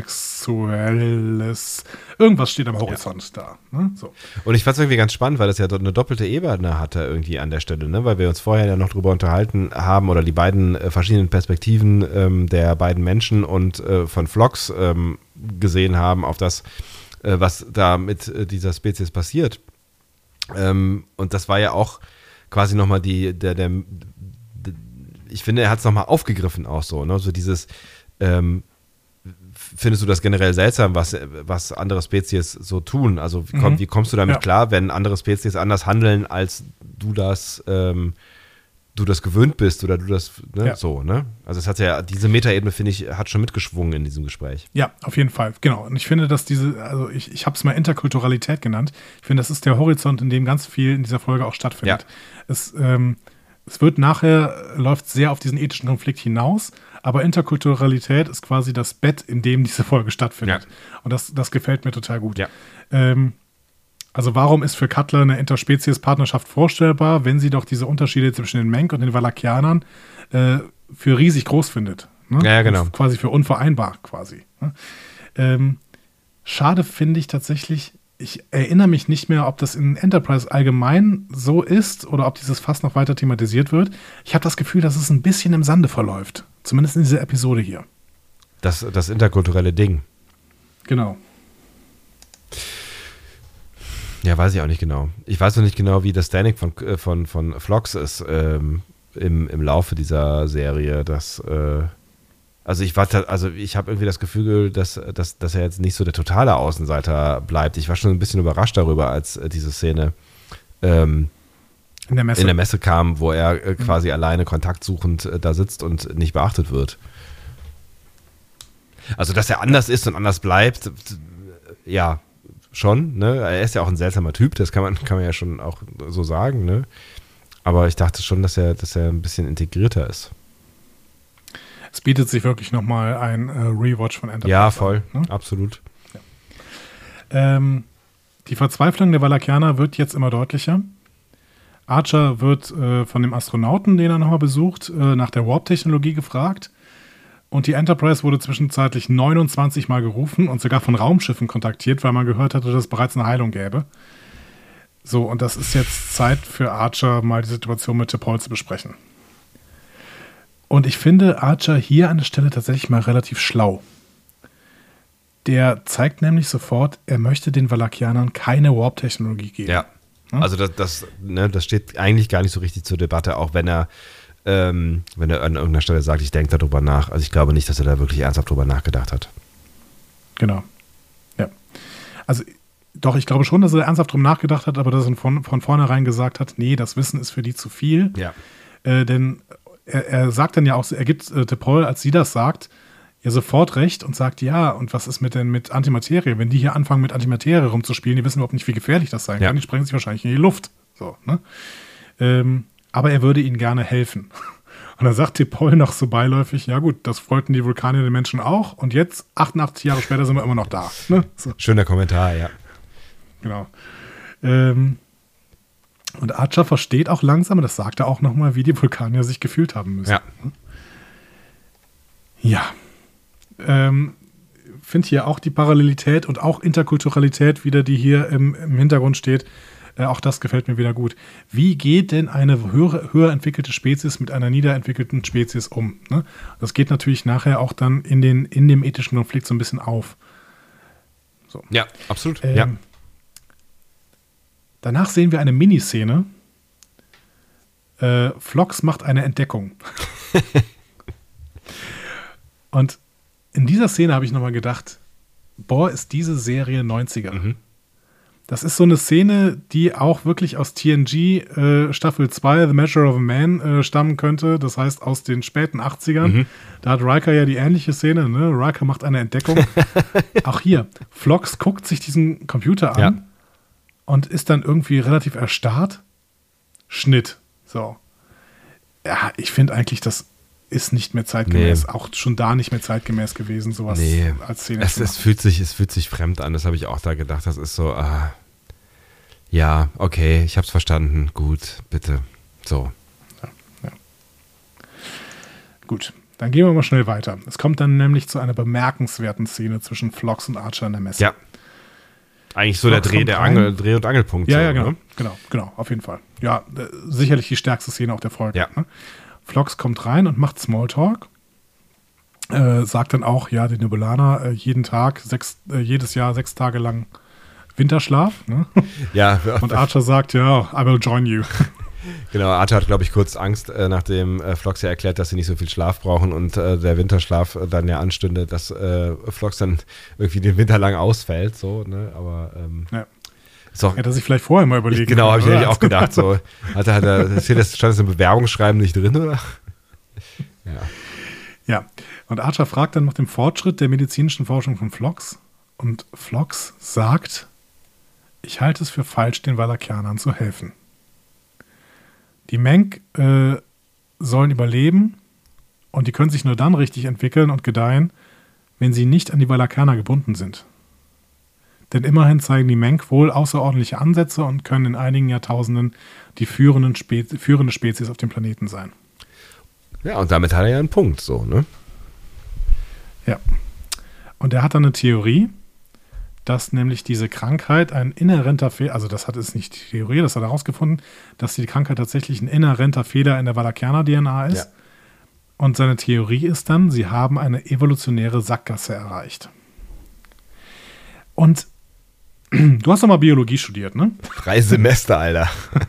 sexuelles, irgendwas steht am Horizont da. Ne? So. Und ich fand es irgendwie ganz spannend, weil das ja dort eine doppelte Ebene hatte irgendwie an der Stelle, ne? Weil wir uns vorher ja noch drüber unterhalten haben oder die beiden äh, verschiedenen Perspektiven ähm, der beiden Menschen und äh, von Phlox ähm, gesehen haben auf das, äh, was da mit äh, dieser Spezies passiert. Ähm, und das war ja auch quasi nochmal die, der, der, der, ich finde, er hat es nochmal aufgegriffen auch so, ne? So dieses, ähm, findest du das generell seltsam, was, was andere Spezies so tun? Also wie, komm, Mhm. wie kommst du damit Ja. klar, wenn andere Spezies anders handeln, als du das, ähm, du das gewöhnt bist oder du das, ne? Ja. So, ne? Also es hat ja, diese Metaebene, finde ich, hat schon mitgeschwungen in diesem Gespräch. Ja, auf jeden Fall, genau. Und ich finde, dass diese, also ich, ich habe es mal Interkulturalität genannt. Ich finde, das ist der Horizont, in dem ganz viel in dieser Folge auch stattfindet. Ja. Es, ähm, es wird nachher, läuft sehr auf diesen ethischen Konflikt hinaus, aber Interkulturalität ist quasi das Bett, in dem diese Folge stattfindet. Ja. Und das, das gefällt mir total gut. Ja. Ähm, also warum ist für Cutler eine Interspezies-Partnerschaft vorstellbar, wenn sie doch diese Unterschiede zwischen den Menk und den Valakianern äh, für riesig groß findet? Ne? Ja, ja, genau. Und quasi für unvereinbar quasi. Ne? Ähm, schade finde ich tatsächlich, ich erinnere mich nicht mehr, ob das in Enterprise allgemein so ist oder ob dieses Fass noch weiter thematisiert wird. Ich habe das Gefühl, dass es ein bisschen im Sande verläuft. Zumindest in dieser Episode hier. Das, das interkulturelle Ding. Genau. Ja, weiß ich auch nicht genau. Ich weiß noch nicht genau, wie das Standing von, äh, von, von Phlox ist ähm, im, im Laufe dieser Serie. Dass, äh, also ich war, ta- also ich habe irgendwie das Gefühl, dass, dass, dass er jetzt nicht so der totale Außenseiter bleibt. Ich war schon ein bisschen überrascht darüber, als äh, diese Szene ähm, In der Messe. in der Messe kam, wo er äh, quasi alleine kontaktsuchend äh, da sitzt und nicht beachtet wird. Also, dass er anders ist und anders bleibt, ja, schon, ne? Er ist ja auch ein seltsamer Typ, das kann man, kann man ja schon auch so sagen, ne? Aber ich dachte schon, dass er, dass er ein bisschen integrierter ist. Es bietet sich wirklich nochmal ein äh, Rewatch von Enterprise Ja, voll, an, ne? absolut. Ähm, die Verzweiflung der Valakianer wird jetzt immer deutlicher. Archer wird äh, von dem Astronauten, den er nochmal besucht, äh, nach der Warp-Technologie gefragt. Und die Enterprise wurde zwischenzeitlich neunundzwanzig Mal gerufen und sogar von Raumschiffen kontaktiert, weil man gehört hatte, dass es bereits eine Heilung gäbe. So, und das ist jetzt Zeit für Archer, mal die Situation mit T'Pol zu besprechen. Und ich finde Archer hier an der Stelle tatsächlich mal relativ schlau. Der zeigt nämlich sofort, er möchte den Valakianern keine Warp-Technologie geben. Ja, also das, das, ne, das steht eigentlich gar nicht so richtig zur Debatte, auch wenn er, ähm, wenn er an irgendeiner Stelle sagt, ich denke darüber nach. Also ich glaube nicht, dass er da wirklich ernsthaft drüber nachgedacht hat. Genau. Ja. Also doch, ich glaube schon, dass er ernsthaft drüber nachgedacht hat, aber dass er von, von vornherein gesagt hat, nee, das Wissen ist für die zu viel. Ja. Äh, denn er, er sagt dann ja auch, er gibt äh, T'Pol, als sie das sagt, ja sofort recht und sagt, ja, und was ist mit denn mit Antimaterie? Wenn die hier anfangen, mit Antimaterie rumzuspielen, die wissen überhaupt nicht, wie gefährlich das sein ja. kann. Die sprengen sich wahrscheinlich in die Luft. So, ne? Ähm, aber er würde ihnen gerne helfen. Und dann sagt T'Pol noch so beiläufig, ja gut, das wollten die Vulkanier den Menschen auch und jetzt, achtundachtzig Jahre später, sind wir immer noch da. Ne? So. Schöner Kommentar, ja. Genau. Ähm, und Archer versteht auch langsam, und das sagt er auch nochmal, wie die Vulkanier sich gefühlt haben müssen. Ja. Ja. Ähm, finde hier auch die Parallelität und auch Interkulturalität wieder, die hier im, im Hintergrund steht. Äh, auch das gefällt mir wieder gut. Wie geht denn eine höher, höher entwickelte Spezies mit einer niederentwickelten Spezies um? Ne? Das geht natürlich nachher auch dann in, den, in dem ethischen Konflikt so ein bisschen auf. So. Ja, absolut. Ähm, ja. Danach sehen wir eine Miniszene. Äh, Phlox macht eine Entdeckung. Und in dieser Szene habe ich nochmal gedacht, boah, ist diese Serie neunziger. Mhm. Das ist so eine Szene, die auch wirklich aus T N G äh, Staffel zwei, The Measure of a Man, äh, stammen könnte. Das heißt aus den späten achtzigern. Mhm. Da hat Riker ja die ähnliche Szene. Ne? Riker macht eine Entdeckung. Auch hier, Phlox guckt sich diesen Computer an ja. und ist dann irgendwie relativ erstarrt. Schnitt. So. Ja, ich finde eigentlich, das ist nicht mehr zeitgemäß. Nee. Auch schon da nicht mehr zeitgemäß gewesen, sowas nee. als Szene es, zu machen. Es fühlt sich, es fühlt sich fremd an, das habe ich auch da gedacht. Das ist so, ah, ja, okay, ich habe es verstanden, gut, bitte, so. Ja, ja. Gut, dann gehen wir mal schnell weiter. Es kommt dann nämlich zu einer bemerkenswerten Szene zwischen Phlox und Archer in der Messe. Ja, eigentlich so Phlox der Dreh, der Angel, Dreh- und Angelpunkt. Ja, so, ja, genau, ne? genau, genau, auf jeden Fall. Ja, äh, sicherlich die stärkste Szene auch der Folge. Ja. Ne? Phlox kommt rein und macht Smalltalk. Äh, sagt dann auch, ja, die Nebulaner äh, jeden Tag, sechs, äh, jedes Jahr sechs Tage lang Winterschlaf. Ne? Ja. Und Archer sagt, ja, I will join you. Genau, Archer hat, glaube ich, kurz Angst, äh, nachdem äh, Phlox ja erklärt, dass sie nicht so viel Schlaf brauchen und äh, der Winterschlaf äh, dann ja anstünde, dass äh, Phlox dann irgendwie den Winter lang ausfällt. So, ne? Aber ähm, ja. Doch, hätte er sich vielleicht vorher mal überlegen. Genau, habe ich oder? eigentlich auch gedacht. So. Hat er, hat er, stand das im Bewerbungsschreiben nicht drin, oder? Ja. Ja, und Archer fragt dann nach dem Fortschritt der medizinischen Forschung von Phlox. Und Phlox sagt, ich halte es für falsch, den Valakianern zu helfen. Die Meng äh, sollen überleben und die können sich nur dann richtig entwickeln und gedeihen, wenn sie nicht an die Valakianer gebunden sind. Denn immerhin zeigen die Meng wohl außerordentliche Ansätze und können in einigen Jahrtausenden die führenden Spe- führende Spezies auf dem Planeten sein. Ja, und damit hat er ja einen Punkt, so, ne? Ja. Und er hat dann eine Theorie, dass nämlich diese Krankheit ein inhärenter Fehler, also das hat es nicht die Theorie, das hat er herausgefunden, dass die Krankheit tatsächlich ein inhärenter Fehler in der Valakianer-D N A ist. Ja. Und seine Theorie ist dann, sie haben eine evolutionäre Sackgasse erreicht. Und du hast doch mal Biologie studiert, ne? Drei Semester, Alter.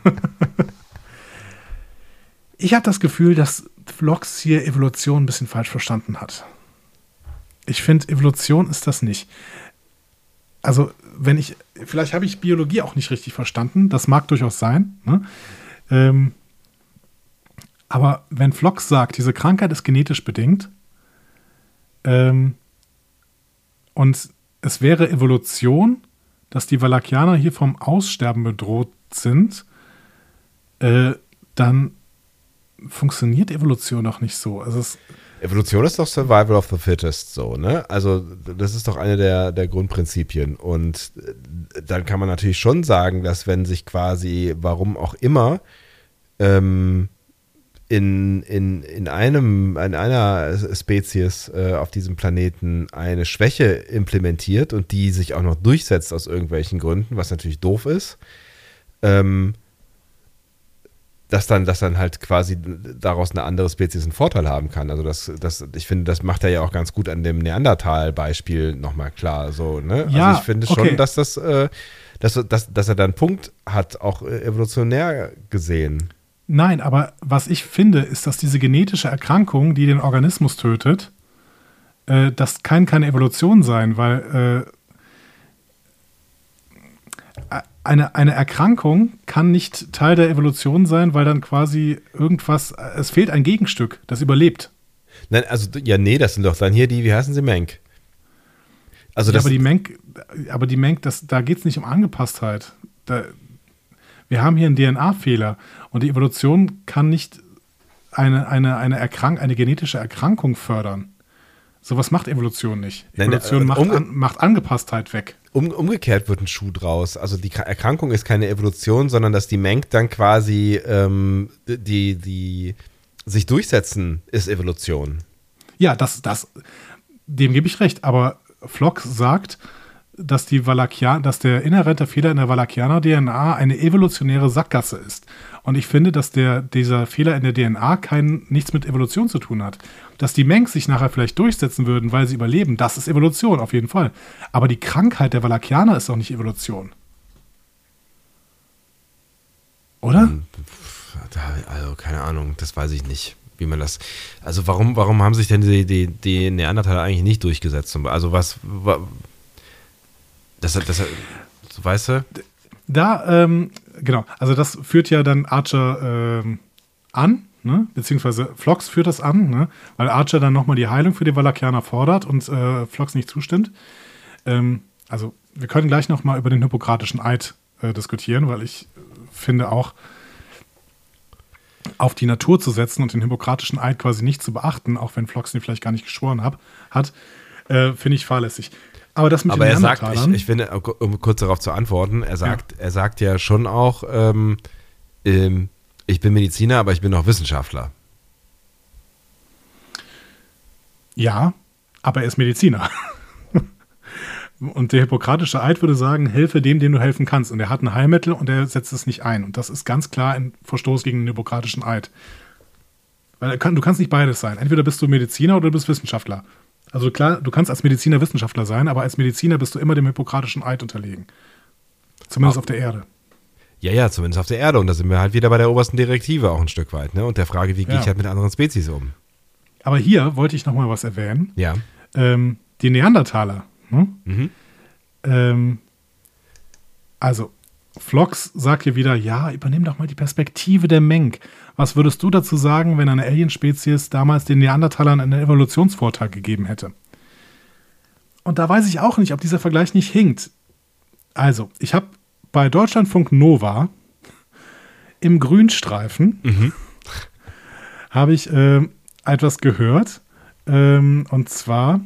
Ich habe das Gefühl, dass Phlox hier Evolution ein bisschen falsch verstanden hat. Ich finde, Evolution ist das nicht. Also, wenn ich, vielleicht habe ich Biologie auch nicht richtig verstanden, das mag durchaus sein, ne? Ähm, aber wenn Phlox sagt, diese Krankheit ist genetisch bedingt, ähm, und es wäre Evolution, dass die Valakianer hier vom Aussterben bedroht sind, äh, dann funktioniert Evolution doch nicht so. Also es Evolution ist doch Survival of the Fittest, so, ne? Also das ist doch eine der, der Grundprinzipien. Und dann kann man natürlich schon sagen, dass wenn sich quasi, warum auch immer, ähm, in, in, in einem, in einer Spezies äh, auf diesem Planeten eine Schwäche implementiert und die sich auch noch durchsetzt aus irgendwelchen Gründen, was natürlich doof ist, ähm, dass dann, dass dann halt quasi daraus eine andere Spezies einen Vorteil haben kann. Also das, das, ich finde, das macht er ja auch ganz gut an dem Neandertal-Beispiel nochmal klar. So, ne? Ja, also ich finde schon, okay. dass das, äh, dass, dass, dass er da einen Punkt hat, auch äh, evolutionär gesehen. Nein, aber was ich finde, ist, dass diese genetische Erkrankung, die den Organismus tötet, äh, das kann keine Evolution sein, weil äh, eine, eine Erkrankung kann nicht Teil der Evolution sein, weil dann quasi irgendwas, es fehlt ein Gegenstück, das überlebt. Nein, also, ja, nee, das sind doch dann hier die, wie heißen sie, Menk? Also Ja, das, aber die Menk, aber die Menk, das, da geht es nicht um Angepasstheit. Da, wir haben hier einen D N A-Fehler und die Evolution kann nicht eine, eine, eine, Erkrank eine genetische Erkrankung fördern. Sowas macht Evolution nicht. Nein, Evolution äh, macht, umge- an, macht Angepasstheit weg. um, umgekehrt wird ein Schuh draus. Also die Erkrankung ist keine Evolution, sondern dass die Menk dann quasi ähm, die, die sich durchsetzen, ist Evolution. Ja, das, das, dem gebe ich recht. Aber Flock sagt, dass, die Valachian, dass der inhärente Fehler in der Valachianer-D N A eine evolutionäre Sackgasse ist. Und ich finde, dass der, dieser Fehler in der D N A kein, nichts mit Evolution zu tun hat. Dass die Mengs sich nachher vielleicht durchsetzen würden, weil sie überleben, das ist Evolution, auf jeden Fall. Aber die Krankheit der Valachianer ist doch nicht Evolution. Oder? Also keine Ahnung, das weiß ich nicht, wie man das. Also warum, warum haben sich denn die, die, die Neandertaler eigentlich nicht durchgesetzt? Also was, das, das, das weißt du? Da, ähm, genau, also das führt ja dann Archer ähm, an, ne? Beziehungsweise Phlox führt das an, ne? Weil Archer dann nochmal die Heilung für die Valachianer fordert und äh, Phlox nicht zustimmt. Ähm, also wir können gleich nochmal über den hippokratischen Eid äh, diskutieren, weil ich äh, finde auch, auf die Natur zu setzen und den hippokratischen Eid quasi nicht zu beachten, auch wenn Phlox den vielleicht gar nicht geschworen hab, hat, äh, finde ich fahrlässig. Aber das mit Aber den er sagt, Neandertalern, ich, ich finde, um kurz darauf zu antworten, er sagt, ja. er sagt ja schon auch, ähm, ähm, ich bin Mediziner, aber ich bin auch Wissenschaftler. Ja, aber er ist Mediziner. Und der hippokratische Eid würde sagen, helfe dem, dem du helfen kannst. Und er hat ein Heilmittel und er setzt es nicht ein. Und das ist ganz klar ein Verstoß gegen den hippokratischen Eid. Weil er kann, du kannst nicht beides sein. Entweder bist du Mediziner oder du bist Wissenschaftler. Also klar, du kannst als Mediziner Wissenschaftler sein, aber als Mediziner bist du immer dem hippokratischen Eid unterlegen. Zumindest Ah. auf der Erde. Ja, ja, zumindest auf der Erde. Und da sind wir halt wieder bei der obersten Direktive auch ein Stück weit. Ne? Und der Frage, wie gehe Ja. ich halt mit anderen Spezies um? Aber hier wollte ich noch mal was erwähnen. Ja. Ähm, die Neandertaler. Ne? Mhm. Ähm, also, Phlox sagt hier wieder, ja, übernimm doch mal die Perspektive der Menk. Was würdest du dazu sagen, wenn eine Alienspezies damals den Neandertalern einen Evolutionsvorteil gegeben hätte? Und da weiß ich auch nicht, ob dieser Vergleich nicht hinkt. Also, ich habe bei Deutschlandfunk Nova im Grünstreifen Mhm. habe ich äh, etwas gehört. Ähm, und zwar,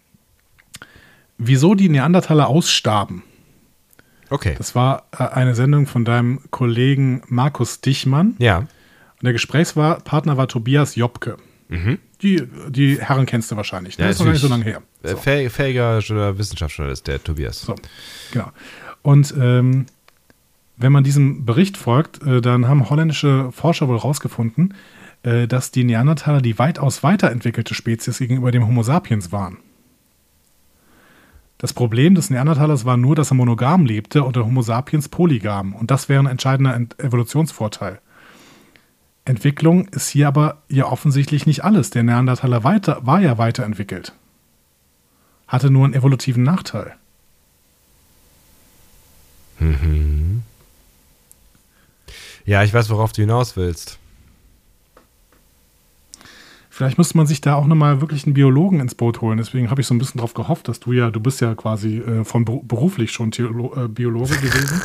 wieso die Neandertaler ausstarben. Okay. Das war äh, eine Sendung von deinem Kollegen Markus Dichmann. Ja. Und der Gesprächspartner war Tobias Jobke. Mhm. Die, die Herren kennst du wahrscheinlich. Ne? Ja, Das ist noch gar nicht so natürlich. lange her. Äh, fäh- Fähiger Journal- Wissenschaftsjournalist, der Tobias. So, genau. Und ähm, wenn man diesem Bericht folgt, äh, dann haben holländische Forscher wohl rausgefunden, äh, dass die Neandertaler die weitaus weiterentwickelte Spezies gegenüber dem Homo sapiens waren. Das Problem des Neandertalers war nur, dass er monogam lebte und der Homo sapiens polygam. Und das wäre ein entscheidender Ent- Evolutionsvorteil. Entwicklung ist hier aber ja offensichtlich nicht alles. Der Neandertaler weiter, war ja weiterentwickelt. Hatte nur einen evolutiven Nachteil. Mhm. Ja, ich weiß, worauf du hinaus willst. Vielleicht müsste man sich da auch nochmal wirklich einen Biologen ins Boot holen. Deswegen habe ich so ein bisschen darauf gehofft, dass du ja, du bist ja quasi äh, von beru- beruflich schon Theolo- äh, Biologe gewesen.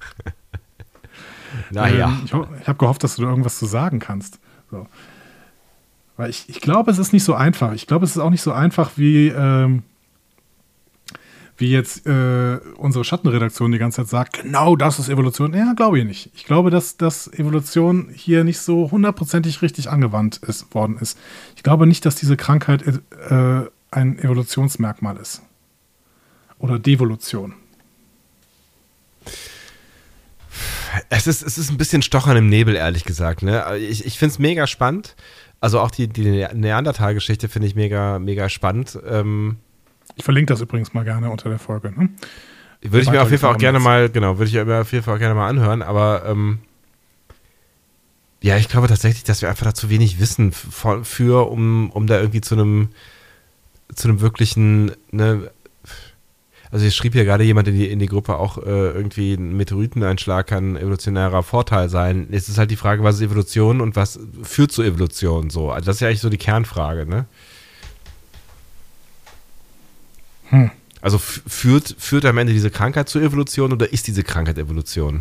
Naja. Ähm, ich ho- ich habe gehofft, dass du da irgendwas zu sagen kannst. So. Weil ich, ich glaube, es ist nicht so einfach. Ich glaube, es ist auch nicht so einfach, wie, ähm, wie jetzt äh, unsere Schattenredaktion die ganze Zeit sagt, genau das ist Evolution. Ja, glaube ich nicht. Ich glaube, dass, dass Evolution hier nicht so hundertprozentig richtig angewandt ist, worden ist. Ich glaube nicht, dass diese Krankheit äh, ein Evolutionsmerkmal ist. Oder Devolution. Es ist, es ist ein bisschen Stochern im Nebel, ehrlich gesagt. Ne? Ich, ich finde es mega spannend. Also auch die, die Neandertal-Geschichte finde ich mega, mega spannend. Ähm, ich verlinke das übrigens mal gerne unter der Folge. Ne? Würde ich mir auf jeden Fall auch gerne mal, genau, würde ich mir auf jeden Fall auch gerne mal anhören. Aber ähm, ja, ich glaube tatsächlich, dass wir einfach da zu wenig wissen für, für um, um da irgendwie zu einem zu einem wirklichen, ne, also es schrieb ja gerade jemand in die, in die Gruppe auch, äh, irgendwie ein Meteoriteneinschlag kann evolutionärer Vorteil sein. Es ist halt die Frage, was ist Evolution und was führt zur Evolution so. Also das ist ja eigentlich so die Kernfrage, ne? Hm. Also f- führt, führt am Ende diese Krankheit zur Evolution oder ist diese Krankheit Evolution?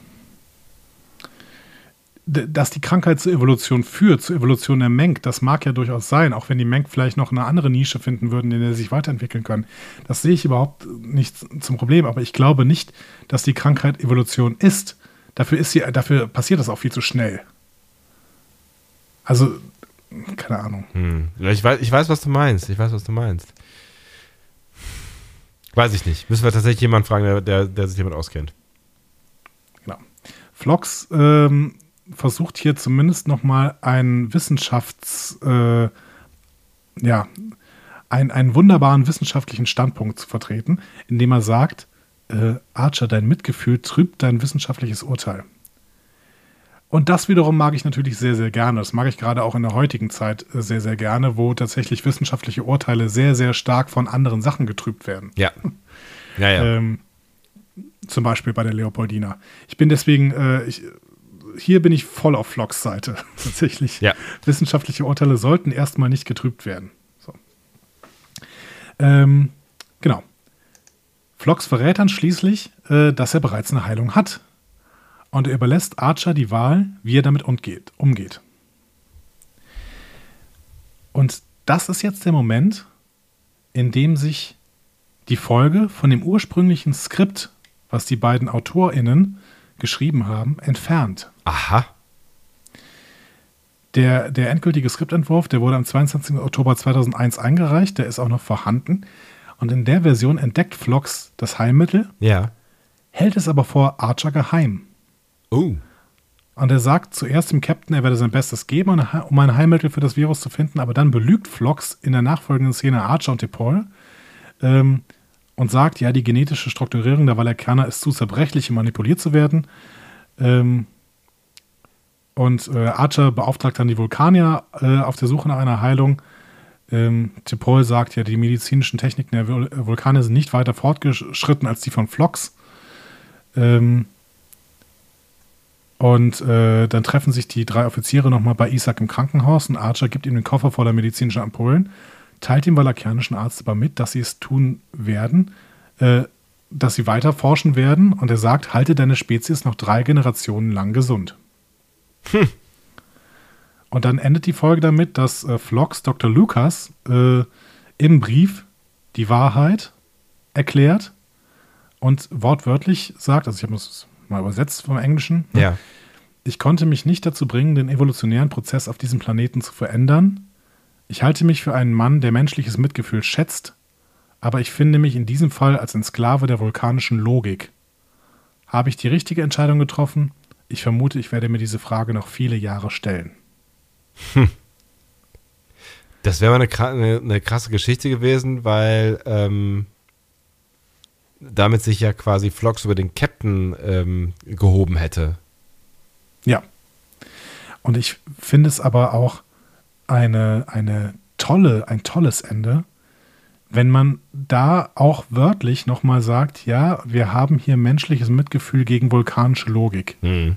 Dass die Krankheit zur Evolution führt, zur Evolution der Menk, das mag ja durchaus sein, auch wenn die Menk vielleicht noch eine andere Nische finden würden, in der sie sich weiterentwickeln können. Das sehe ich überhaupt nicht zum Problem, aber ich glaube nicht, dass die Krankheit Evolution ist. Dafür ist sie, dafür passiert das auch viel zu schnell. Also, keine Ahnung. Hm. Ich weiß, ich weiß, was du meinst. Ich weiß, was du meinst. Weiß ich nicht. Müssen wir tatsächlich jemanden fragen, der, der, der sich damit auskennt. Genau. Flox, ähm, versucht hier zumindest nochmal einen Wissenschafts, äh, ja, ein, einen wunderbaren wissenschaftlichen Standpunkt zu vertreten, indem er sagt, äh, Archer, dein Mitgefühl trübt dein wissenschaftliches Urteil. Und das wiederum mag ich natürlich sehr, sehr gerne. Das mag ich gerade auch in der heutigen Zeit äh, sehr, sehr gerne, wo tatsächlich wissenschaftliche Urteile sehr, sehr stark von anderen Sachen getrübt werden. Ja. Ja, ja. Ähm, zum Beispiel bei der Leopoldina. Ich bin deswegen, äh, ich, hier bin ich voll auf Flox Seite, tatsächlich. Ja. Wissenschaftliche Urteile sollten erstmal nicht getrübt werden. So. Ähm, genau. Flox verrät dann schließlich, äh, dass er bereits eine Heilung hat. Und er überlässt Archer die Wahl, wie er damit umgeht. umgeht. Und das ist jetzt der Moment, in dem sich die Folge von dem ursprünglichen Skript, was die beiden AutorInnen geschrieben haben, entfernt. Aha. Der, der endgültige Skriptentwurf, der wurde am zweiundzwanzigsten Oktober zweitausendeins eingereicht, der ist auch noch vorhanden. Und in der Version entdeckt Flox das Heilmittel, Ja. hält es aber vor Archer geheim. Oh. Und er sagt zuerst dem Captain, er werde sein Bestes geben, um ein Heilmittel für das Virus zu finden, aber dann belügt Flox in der nachfolgenden Szene Archer und T'Pol ähm, und sagt, ja, die genetische Strukturierung der Valerkaner ist zu zerbrechlich, um manipuliert zu werden. Ähm, und äh, Archer beauftragt dann die Vulkanier äh, auf der Suche nach einer Heilung. Ähm, T'Pol sagt, ja, die medizinischen Techniken der Vul- Vulkanier sind nicht weiter fortgeschritten als die von Flox. Ähm, Und äh, dann treffen sich die drei Offiziere nochmal bei Isaac im Krankenhaus und Archer gibt ihm den Koffer voller medizinischer Ampullen, teilt dem valakianischen Arzt aber mit, dass sie es tun werden, äh, dass sie weiter forschen werden und er sagt, halte deine Spezies noch drei Generationen lang gesund. Hm. Und dann endet die Folge damit, dass äh, Flox Doktor Lucas äh, im Brief die Wahrheit erklärt und wortwörtlich sagt, also ich habe es mal übersetzt vom Englischen. Ja. Ich konnte mich nicht dazu bringen, den evolutionären Prozess auf diesem Planeten zu verändern. Ich halte mich für einen Mann, der menschliches Mitgefühl schätzt, aber ich finde mich in diesem Fall als ein Sklave der vulkanischen Logik. Habe ich die richtige Entscheidung getroffen? Ich vermute, ich werde mir diese Frage noch viele Jahre stellen. Hm. Das wäre mal eine, eine, eine krasse Geschichte gewesen, weil ähm, damit sich ja quasi Flox über den Captain ähm, gehoben hätte. Ja. Und ich finde es aber auch eine, eine tolle, ein tolles Ende, wenn man da auch wörtlich nochmal sagt, ja, wir haben hier menschliches Mitgefühl gegen vulkanische Logik. Mhm.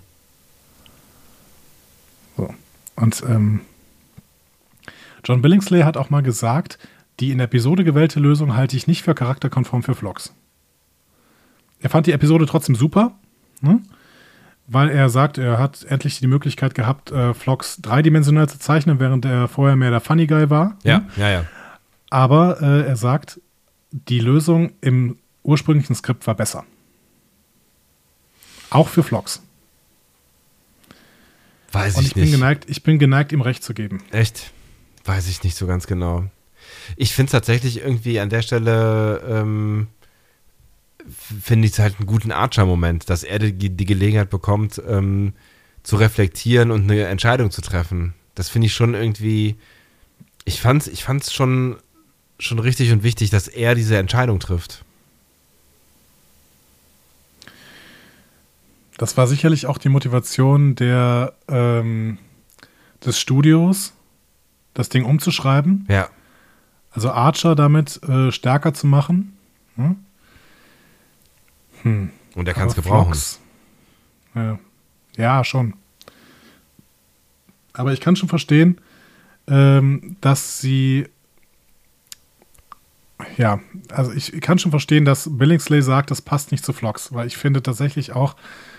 So. Und ähm, John Billingsley hat auch mal gesagt, die in der Episode gewählte Lösung halte ich nicht für charakterkonform für Flox. Er fand die Episode trotzdem super, ne? Weil er sagt, er hat endlich die Möglichkeit gehabt, äh, Flox dreidimensional zu zeichnen, während er vorher mehr der Funny Guy war. Ja, ne? ja, ja. Aber äh, er sagt, die Lösung im ursprünglichen Skript war besser. Auch für Flox. Weiß Und ich ich bin nicht. geneigt, ich bin geneigt, ihm recht zu geben. Echt? Weiß ich nicht so ganz genau. Ich finde es tatsächlich irgendwie an der Stelle ähm, finde ich es halt einen guten Archer-Moment, dass er die, die Gelegenheit bekommt, ähm, zu reflektieren und eine Entscheidung zu treffen. Das finde ich schon irgendwie, ich fand's, ich fand's schon, schon richtig und wichtig, dass er diese Entscheidung trifft. Das war sicherlich auch die Motivation der, ähm, des Studios, das Ding umzuschreiben. Ja. Also Archer damit äh, stärker zu machen. Hm? Hm. Und er kann es Aber gebrauchen. Phlox, ja. ja, schon. Aber ich kann schon verstehen, ähm, dass sie ja, also ich kann schon verstehen, dass Billingsley sagt, das passt nicht zu Phlox, weil ich finde tatsächlich auch,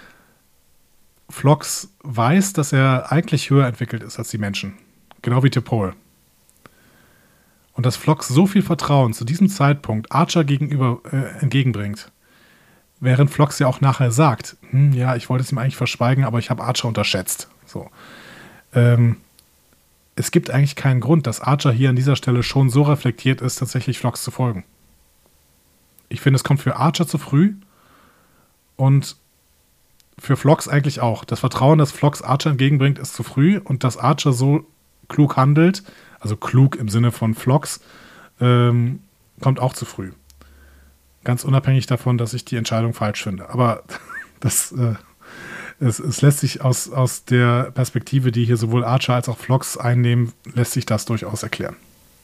Phlox weiß, dass er eigentlich höher entwickelt ist als die Menschen. Genau wie T'Pol. Und dass Phlox so viel Vertrauen zu diesem Zeitpunkt Archer gegenüber äh, entgegenbringt, während Phlox ja auch nachher sagt, hm, ja, ich wollte es ihm eigentlich verschweigen, aber ich habe Archer unterschätzt. So. Ähm, es gibt eigentlich keinen Grund, dass Archer hier an dieser Stelle schon so reflektiert ist, tatsächlich Phlox zu folgen. Ich finde, es kommt für Archer zu früh und für Phlox eigentlich auch. Das Vertrauen, das Phlox Archer entgegenbringt, ist zu früh und dass Archer so klug handelt, also klug im Sinne von Phlox, ähm, kommt auch zu früh. Ganz unabhängig davon, dass ich die Entscheidung falsch finde. Aber das, äh, es, es lässt sich aus, aus der Perspektive, die hier sowohl Archer als auch Phlox einnehmen, lässt sich das durchaus erklären.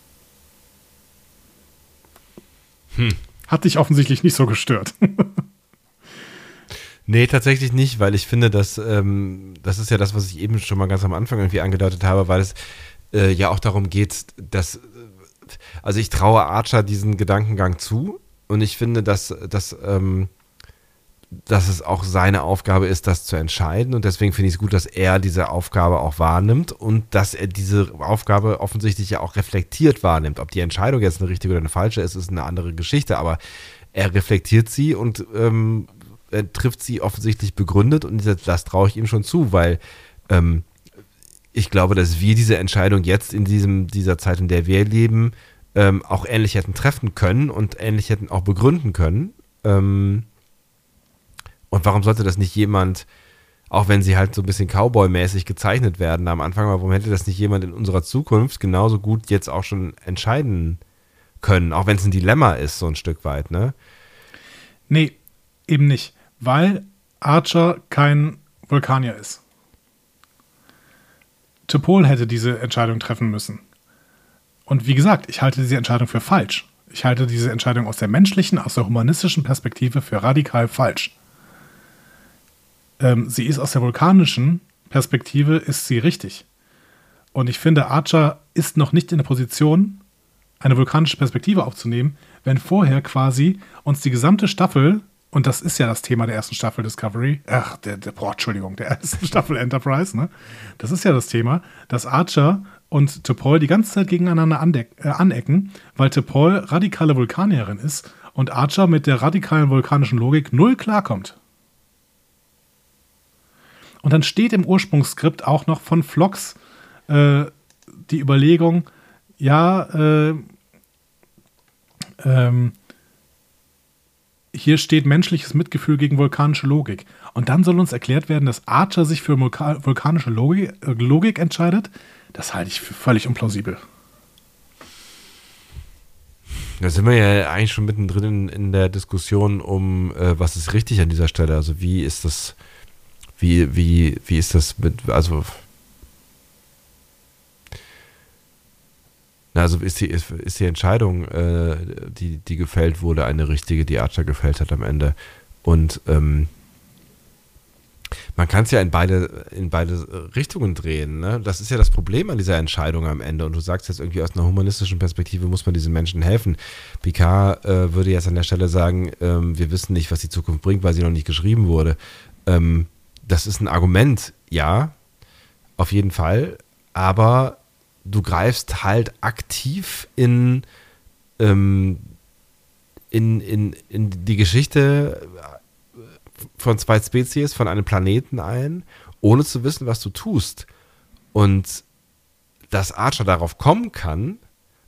Hm. Hat dich offensichtlich nicht so gestört. Nee, tatsächlich nicht, weil ich finde, dass ähm, das ist ja das, was ich eben schon mal ganz am Anfang irgendwie angedeutet habe, weil es äh, ja auch darum geht, dass, also ich traue Archer diesen Gedankengang zu und ich finde, dass, dass, ähm, dass es auch seine Aufgabe ist, das zu entscheiden und deswegen finde ich es gut, dass er diese Aufgabe auch wahrnimmt und dass er diese Aufgabe offensichtlich ja auch reflektiert wahrnimmt. Ob die Entscheidung jetzt eine richtige oder eine falsche ist, ist eine andere Geschichte, aber er reflektiert sie und ähm, er trifft sie offensichtlich begründet und das, das traue ich ihm schon zu, weil ähm, ich glaube, dass wir diese Entscheidung jetzt in diesem, dieser Zeit, in der wir leben, ähm, auch ähnlich hätten treffen können und ähnlich hätten auch begründen können. Ähm, und warum sollte das nicht jemand, auch wenn sie halt so ein bisschen Cowboy-mäßig gezeichnet werden am Anfang, aber warum hätte das nicht jemand in unserer Zukunft genauso gut jetzt auch schon entscheiden können, auch wenn es ein Dilemma ist, so ein Stück weit, ne? Nee, eben nicht. Weil Archer kein Vulkanier ist. T'Pol hätte diese Entscheidung treffen müssen. Und wie gesagt, ich halte diese Entscheidung für falsch. Ich halte diese Entscheidung aus der menschlichen, aus der humanistischen Perspektive für radikal falsch. Ähm, sie ist aus der vulkanischen Perspektive, ist sie richtig. Und ich finde, Archer ist noch nicht in der Position, eine vulkanische Perspektive aufzunehmen, wenn vorher quasi uns die gesamte Staffel, und das ist ja das Thema der ersten Staffel Discovery, ach, der, der boah, Entschuldigung, der ersten Staffel Enterprise, ne? Das ist ja das Thema, dass Archer und T'Pol die ganze Zeit gegeneinander andeck, äh, anecken, weil T'Pol radikale Vulkanierin ist und Archer mit der radikalen vulkanischen Logik null klarkommt. Und dann steht im Ursprungsskript auch noch von Phlox äh, die Überlegung, ja, äh, ähm, hier steht menschliches Mitgefühl gegen vulkanische Logik. Und dann soll uns erklärt werden, dass Archer sich für vulka- vulkanische Logik, äh, Logik entscheidet. Das halte ich für völlig unplausibel. Da sind wir ja eigentlich schon mittendrin in, in der Diskussion um, äh, was ist richtig an dieser Stelle. Also wie ist das, wie, wie, wie ist das mit, also Also ist die, ist, ist die Entscheidung, äh, die, die gefällt wurde, eine richtige, die Archer gefällt hat am Ende. Und ähm, man kann es ja in beide, in beide Richtungen drehen. Ne? Das ist ja das Problem an dieser Entscheidung am Ende. Und du sagst jetzt irgendwie aus einer humanistischen Perspektive muss man diesen Menschen helfen. Picard äh, würde jetzt an der Stelle sagen, ähm, wir wissen nicht, was die Zukunft bringt, weil sie noch nicht geschrieben wurde. Ähm, das ist ein Argument, ja, auf jeden Fall. Aber du greifst halt aktiv in, ähm, in, in, in die Geschichte von zwei Spezies, von einem Planeten ein, ohne zu wissen, was du tust. Und dass Archer darauf kommen kann,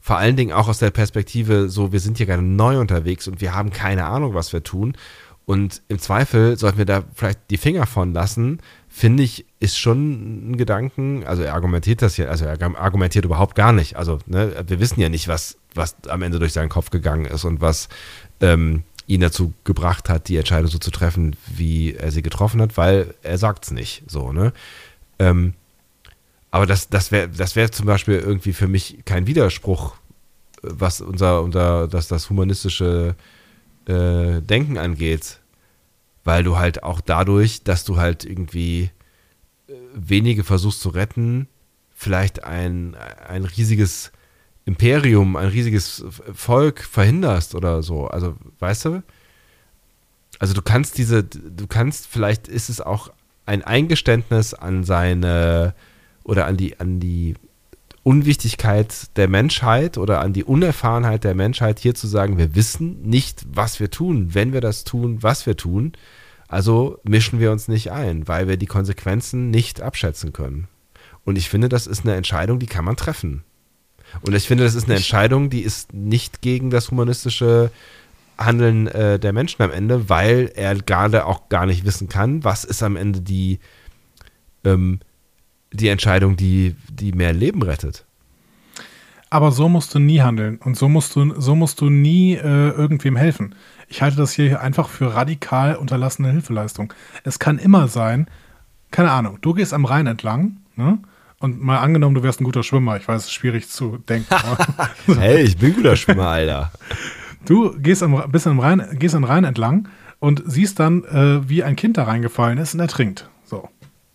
vor allen Dingen auch aus der Perspektive, so wir sind hier gerade neu unterwegs und wir haben keine Ahnung, was wir tun. Und im Zweifel sollten wir da vielleicht die Finger von lassen, finde ich, ist schon ein Gedanken, also er argumentiert das ja, also er argumentiert überhaupt gar nicht. Also ne, wir wissen ja nicht, was, was am Ende durch seinen Kopf gegangen ist und was ähm, ihn dazu gebracht hat, die Entscheidung so zu treffen, wie er sie getroffen hat, weil er sagt es nicht so, ne? Ähm, aber das, das wäre das wär zum Beispiel irgendwie für mich kein Widerspruch, was unser, unser das, das humanistische äh, Denken angeht, weil du halt auch dadurch, dass du halt irgendwie äh, wenige versuchst zu retten, vielleicht ein, ein riesiges Imperium, ein riesiges Volk verhinderst oder so. Also, weißt du? Also du kannst diese, du kannst, vielleicht ist es auch ein Eingeständnis an seine oder an die, an die Unwichtigkeit der Menschheit oder an die Unerfahrenheit der Menschheit, hier zu sagen, wir wissen nicht, was wir tun, wenn wir das tun, was wir tun. Also mischen wir uns nicht ein, weil wir die Konsequenzen nicht abschätzen können. Und ich finde, das ist eine Entscheidung, die kann man treffen. Und ich finde, das ist eine Entscheidung, die ist nicht gegen das humanistische Handeln äh, der Menschen am Ende, weil er gerade auch gar nicht wissen kann, was ist am Ende die ähm, die Entscheidung, die, die mehr Leben rettet. Aber so musst du nie handeln und so musst du, so musst du nie äh, irgendwem helfen. Ich halte das hier einfach für radikal unterlassene Hilfeleistung. Es kann immer sein, keine Ahnung, du gehst am Rhein entlang, ne? Und mal angenommen, du wärst ein guter Schwimmer. Ich weiß, es ist schwierig zu denken. Hey, ich bin guter Schwimmer, Alter. Du gehst am, bist am Rhein, gehst am Rhein entlang und siehst dann, äh, wie ein Kind da reingefallen ist und ertrinkt. So.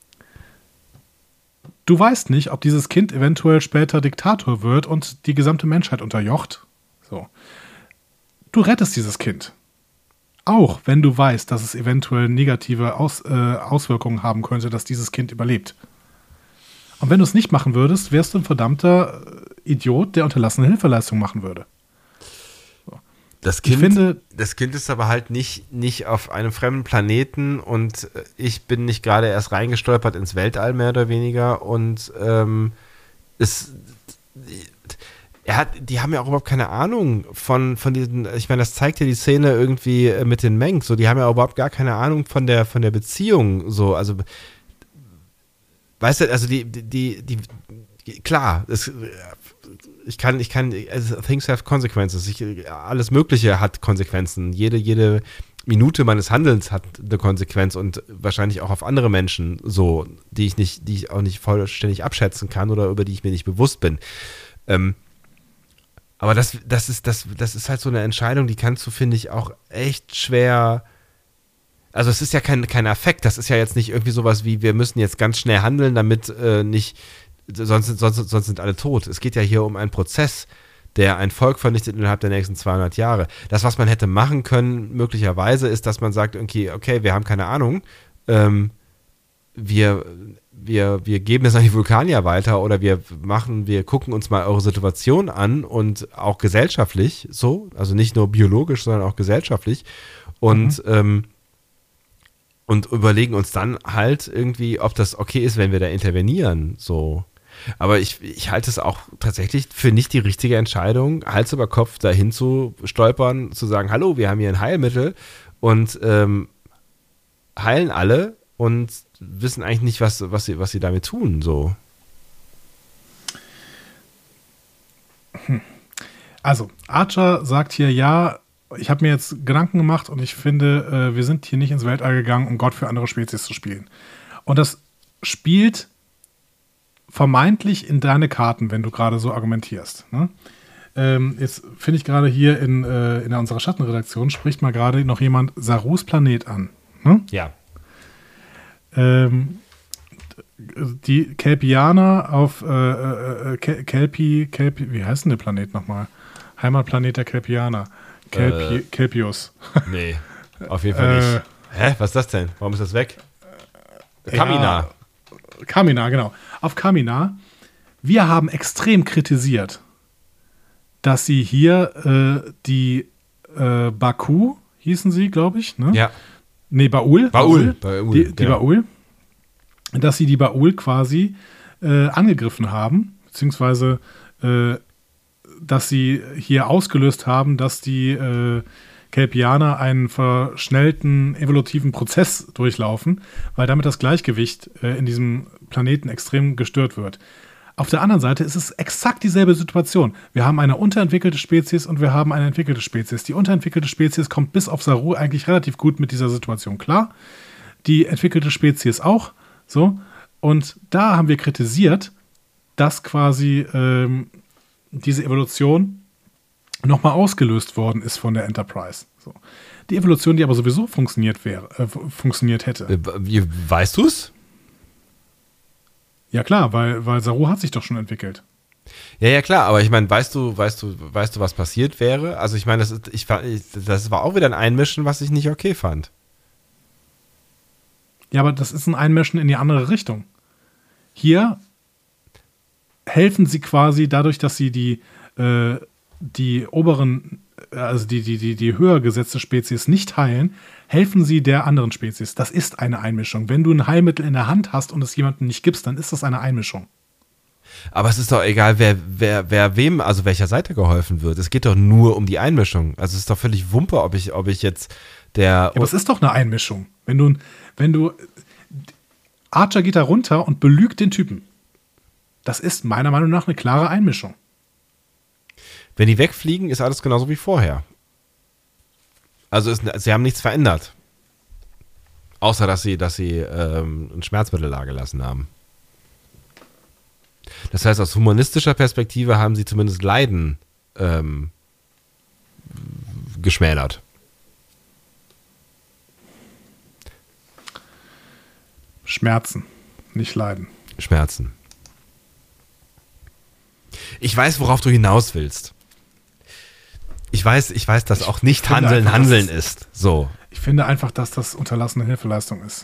Du weißt nicht, ob dieses Kind eventuell später Diktator wird und die gesamte Menschheit unterjocht. So. Du rettest dieses Kind. Auch wenn du weißt, dass es eventuell negative Aus, äh, Auswirkungen haben könnte, dass dieses Kind überlebt. Und wenn du es nicht machen würdest, wärst du ein verdammter Idiot, der unterlassene Hilfeleistung machen würde. So. Das Kind, ich finde, das Kind ist aber halt nicht, nicht auf einem fremden Planeten und ich bin nicht gerade erst reingestolpert ins Weltall, mehr oder weniger. Und ähm, es, er hat, die haben ja auch überhaupt keine Ahnung von, von diesen, ich meine, das zeigt ja die Szene irgendwie mit den Mengs, so, die haben ja überhaupt gar keine Ahnung von der, von der Beziehung, so, also, weißt du, also die, die, die, die klar, es, ich kann, ich kann, also things have consequences. Ich, alles Mögliche hat Konsequenzen. Jede, jede Minute meines Handelns hat eine Konsequenz und wahrscheinlich auch auf andere Menschen so, die ich nicht, die ich auch nicht vollständig abschätzen kann oder über die ich mir nicht bewusst bin. Ähm, aber das, das ist, das, das ist halt so eine Entscheidung, die kannst du, finde ich, auch echt schwer. Also es ist ja kein, kein Affekt, das ist ja jetzt nicht irgendwie sowas wie, wir müssen jetzt ganz schnell handeln, damit äh, nicht, sonst, sonst, sonst sind alle tot. Es geht ja hier um einen Prozess, der ein Volk vernichtet innerhalb der nächsten zweihundert Jahre. Das, was man hätte machen können, möglicherweise, ist, dass man sagt, okay, okay, wir haben keine Ahnung, ähm, wir, wir, wir geben es an die Vulkanier weiter oder wir machen, wir gucken uns mal eure Situation an und auch gesellschaftlich so, also nicht nur biologisch, sondern auch gesellschaftlich und mhm. ähm, und überlegen uns dann halt irgendwie, ob das okay ist, wenn wir da intervenieren, so. Aber ich, ich halte es auch tatsächlich für nicht die richtige Entscheidung, Hals über Kopf dahin zu stolpern, zu sagen, hallo, wir haben hier ein Heilmittel und ähm, heilen alle und wissen eigentlich nicht, was, was, sie, was sie damit tun, so. Also, Archer sagt hier, ja, ich habe mir jetzt Gedanken gemacht und ich finde, äh, wir sind hier nicht ins Weltall gegangen, um Gott für andere Spezies zu spielen. Und das spielt vermeintlich in deine Karten, wenn du gerade so argumentierst. Ne? Ähm, jetzt finde ich gerade hier in, äh, in unserer Schattenredaktion spricht mal gerade noch jemand Sarus Planet an. Ne? Ja. Ähm, die Kelpianer auf äh, äh, Kelpi, Kelpi, wie heißt denn der Planet nochmal? Heimatplanet der Kelpianer. Kelpi, äh, Kelpius. Nee, auf jeden Fall nicht. Hä, was ist das denn? Warum ist das weg? Kamina. Ja, Kamina, genau. Auf Kamina. Wir haben extrem kritisiert, dass sie hier äh, die äh, Baku, hießen sie, glaube ich, ne? Ja. Nee, Baul. Baul. Baul. Die, die genau. Baul. Dass sie die Baul quasi äh, angegriffen haben, beziehungsweise äh, dass sie hier ausgelöst haben, dass die äh, Kelpianer einen verschnellten evolutiven Prozess durchlaufen, weil damit das Gleichgewicht äh, in diesem Planeten extrem gestört wird. Auf der anderen Seite ist es exakt dieselbe Situation. Wir haben eine unterentwickelte Spezies und wir haben eine entwickelte Spezies. Die unterentwickelte Spezies kommt bis auf Saru eigentlich relativ gut mit dieser Situation klar. Die entwickelte Spezies auch. So. Und da haben wir kritisiert, dass quasi ähm, diese Evolution nochmal ausgelöst worden ist von der Enterprise. So. Die Evolution, die aber sowieso funktioniert wäre, äh, funktioniert hätte. Äh, wie, weißt du es? Ja klar, weil, weil Saru hat sich doch schon entwickelt. Ja, ja, klar, aber ich meine, weißt du, weißt du, weißt du, was passiert wäre? Also ich meine, das, ist, ich, das war auch wieder ein Einmischen, was ich nicht okay fand. Ja, aber das ist ein Einmischen in die andere Richtung. Hier helfen sie quasi dadurch, dass sie die äh, die oberen, also die, die, die, die höher gesetzte Spezies nicht heilen, helfen sie der anderen Spezies. Das ist eine Einmischung. Wenn du ein Heilmittel in der Hand hast und es jemandem nicht gibst, dann ist das eine Einmischung. Aber es ist doch egal, wer, wer, wer wem, also welcher Seite geholfen wird. Es geht doch nur um die Einmischung. Also es ist doch völlig Wumpe, ob ich, ob ich jetzt der... Ja, aber es ist doch eine Einmischung. Wenn du, wenn du, Archer geht da runter und belügt den Typen. Das ist meiner Meinung nach eine klare Einmischung. Wenn die wegfliegen, ist alles genauso wie vorher. Also ist, sie haben nichts verändert. Außer, dass sie, dass sie ähm, ein Schmerzmittel da gelassen haben. Das heißt, aus humanistischer Perspektive haben sie zumindest Leiden ähm, geschmälert. Schmerzen, nicht Leiden. Schmerzen. Ich weiß, worauf du hinaus willst. Ich weiß, ich weiß, dass auch nicht Handeln einfach, Handeln das, ist. So. Ich finde einfach, dass das unterlassene Hilfeleistung ist.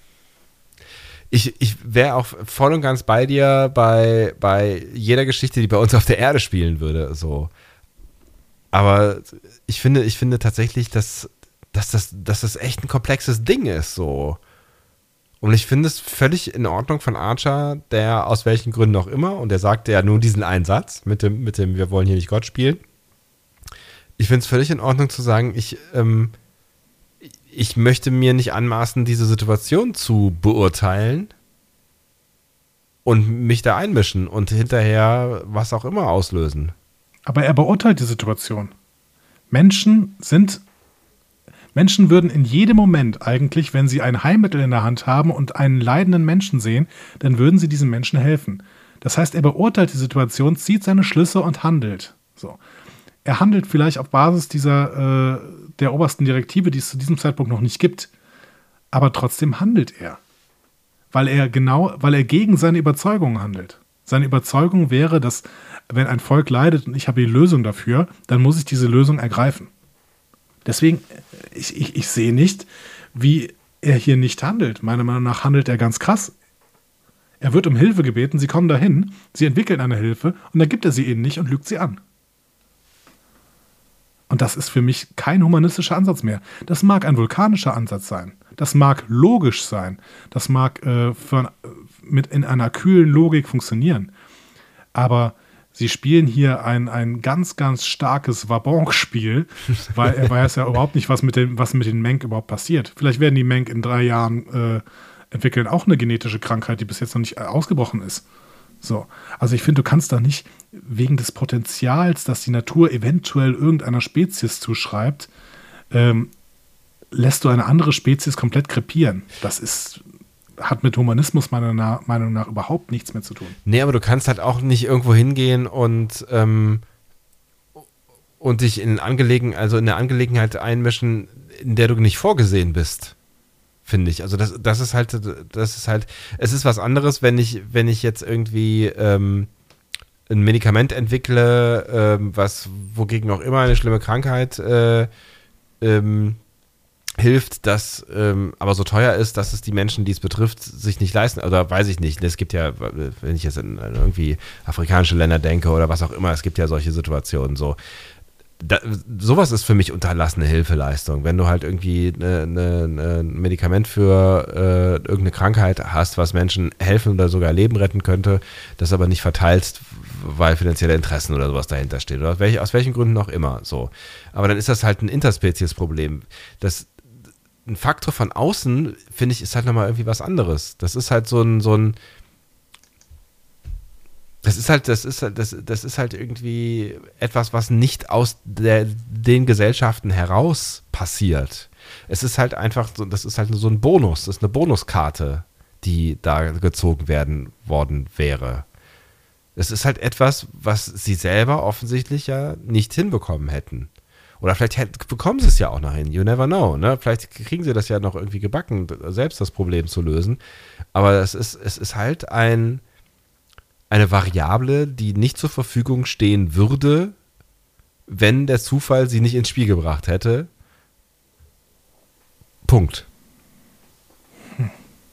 Ich, ich wäre auch voll und ganz bei dir bei, bei jeder Geschichte, die bei uns auf der Erde spielen würde. So. Aber ich finde, ich finde tatsächlich, dass, dass, das, dass das echt ein komplexes Ding ist. So. Und ich finde es völlig in Ordnung von Archer, der aus welchen Gründen auch immer, und der sagte ja nur diesen einen Satz mit dem, mit dem wir wollen hier nicht Gott spielen. Ich finde es völlig in Ordnung zu sagen, ich, ähm, ich möchte mir nicht anmaßen, diese Situation zu beurteilen und mich da einmischen und hinterher was auch immer auslösen. Aber er beurteilt die Situation. Menschen sind, Menschen würden in jedem Moment eigentlich, wenn sie ein Heilmittel in der Hand haben und einen leidenden Menschen sehen, dann würden sie diesem Menschen helfen. Das heißt, er beurteilt die Situation, zieht seine Schlüsse und handelt. So. Er handelt vielleicht auf Basis dieser, äh, der obersten Direktive, die es zu diesem Zeitpunkt noch nicht gibt. Aber trotzdem handelt er. Weil er genau, weil er gegen seine Überzeugung handelt. Seine Überzeugung wäre, dass, wenn ein Volk leidet und ich habe die Lösung dafür, dann muss ich diese Lösung ergreifen. Deswegen, ich, ich, ich sehe nicht, wie er hier nicht handelt. Meiner Meinung nach handelt er ganz krass. Er wird um Hilfe gebeten, sie kommen dahin, sie entwickeln eine Hilfe und dann gibt er sie ihnen nicht und lügt sie an. Und das ist für mich kein humanistischer Ansatz mehr. Das mag ein vulkanischer Ansatz sein. Das mag logisch sein. Das mag äh, für, mit in einer kühlen Logik funktionieren. Aber sie spielen hier ein, ein ganz, ganz starkes Wabonk-Spiel, weil er weiß ja überhaupt nicht, was mit, dem, was mit den Menk überhaupt passiert. Vielleicht werden die Menk in drei Jahren äh, entwickeln auch eine genetische Krankheit, die bis jetzt noch nicht ausgebrochen ist. So, also ich finde, du kannst da nicht wegen des Potenzials, das die Natur eventuell irgendeiner Spezies zuschreibt, ähm, lässt du eine andere Spezies komplett krepieren. Das ist, hat mit Humanismus meiner Na- Meinung nach überhaupt nichts mehr zu tun. Nee, aber du kannst halt auch nicht irgendwo hingehen und, ähm, und dich in Angelegen, also in eine Angelegenheit einmischen, in der du nicht vorgesehen bist. Finde ich. Also das, das ist halt, das ist halt, es ist was anderes, wenn ich, wenn ich jetzt irgendwie ähm, ein Medikament entwickle, ähm, was wogegen auch immer eine schlimme Krankheit äh, ähm, hilft, das ähm, aber so teuer ist, dass es die Menschen, die es betrifft, sich nicht leisten, oder weiß ich nicht. Es gibt ja, wenn ich jetzt an irgendwie afrikanische Länder denke oder was auch immer, es gibt ja solche Situationen so. Da, sowas ist für mich unterlassene Hilfeleistung. Wenn du halt irgendwie ne, ne, ne, ein Medikament für äh, irgendeine Krankheit hast, was Menschen helfen oder sogar Leben retten könnte, das aber nicht verteilst, weil finanzielle Interessen oder sowas dahinter stehen oder aus, welch, aus welchen Gründen auch immer. So. Aber dann ist das halt ein Interspezies-Problem. Das, ein Faktor von außen, finde ich, ist halt nochmal irgendwie was anderes. Das ist halt so ein, so ein Das ist halt, das ist halt, das, das ist halt irgendwie etwas, was nicht aus der, den Gesellschaften heraus passiert. Es ist halt einfach so, das ist halt so ein Bonus, das ist eine Bonuskarte, die da gezogen werden worden wäre. Es ist halt etwas, was sie selber offensichtlich ja nicht hinbekommen hätten. Oder vielleicht hätten, bekommen sie es ja auch noch hin, you never know, ne? Vielleicht kriegen sie das ja noch irgendwie gebacken, selbst das Problem zu lösen. Aber es ist, es ist halt ein eine Variable, die nicht zur Verfügung stehen würde, wenn der Zufall sie nicht ins Spiel gebracht hätte. Punkt. Hm.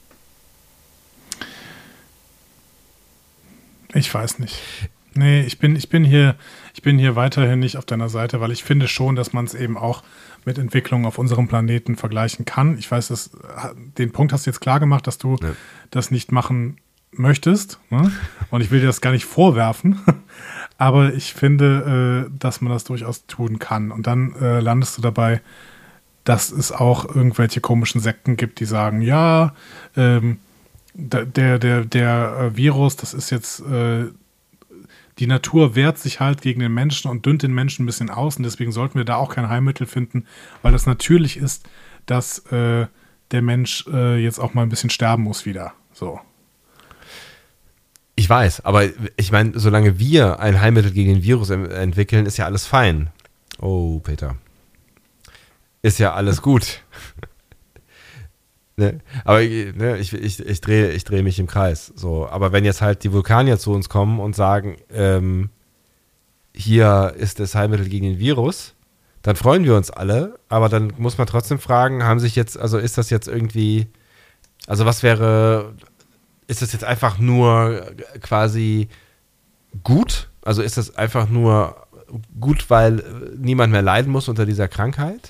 Ich weiß nicht. Nee, ich bin, ich bin hier, ich bin hier weiterhin nicht auf deiner Seite, weil ich finde schon, dass man es eben auch mit Entwicklungen auf unserem Planeten vergleichen kann. Ich weiß, dass, den Punkt hast du jetzt klar gemacht, dass du ja. das nicht machen möchtest, ne? Und ich will dir das gar nicht vorwerfen, aber ich finde, äh, dass man das durchaus tun kann. Und dann äh, landest du dabei, dass es auch irgendwelche komischen Sekten gibt, die sagen, ja, ähm, der, der, der, der äh, Virus, das ist jetzt, äh, die Natur wehrt sich halt gegen den Menschen und dünnt den Menschen ein bisschen aus und deswegen sollten wir da auch kein Heilmittel finden, weil das natürlich ist, dass äh, der Mensch äh, jetzt auch mal ein bisschen sterben muss wieder. So. Ich weiß, aber ich meine, solange wir ein Heilmittel gegen den Virus em- entwickeln, ist ja alles fein. Oh, Peter. Ist ja alles gut. ne? Aber ne, ich, ich, ich drehe ich dreh mich im Kreis. So. Aber wenn jetzt halt die Vulkanier zu uns kommen und sagen, ähm, hier ist das Heilmittel gegen den Virus, dann freuen wir uns alle, aber dann muss man trotzdem fragen, haben sich jetzt, also ist das jetzt irgendwie, also was wäre... Ist das jetzt einfach nur quasi gut? Also ist das einfach nur gut, weil niemand mehr leiden muss unter dieser Krankheit?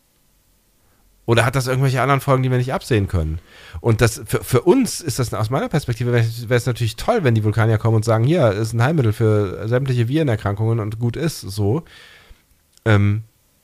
Oder hat das irgendwelche anderen Folgen, die wir nicht absehen können? Und das für, für uns ist das aus meiner Perspektive, wäre es natürlich toll, wenn die Vulkanier kommen und sagen, hier ist ein Heilmittel für sämtliche Virenerkrankungen und gut ist so. Ähm,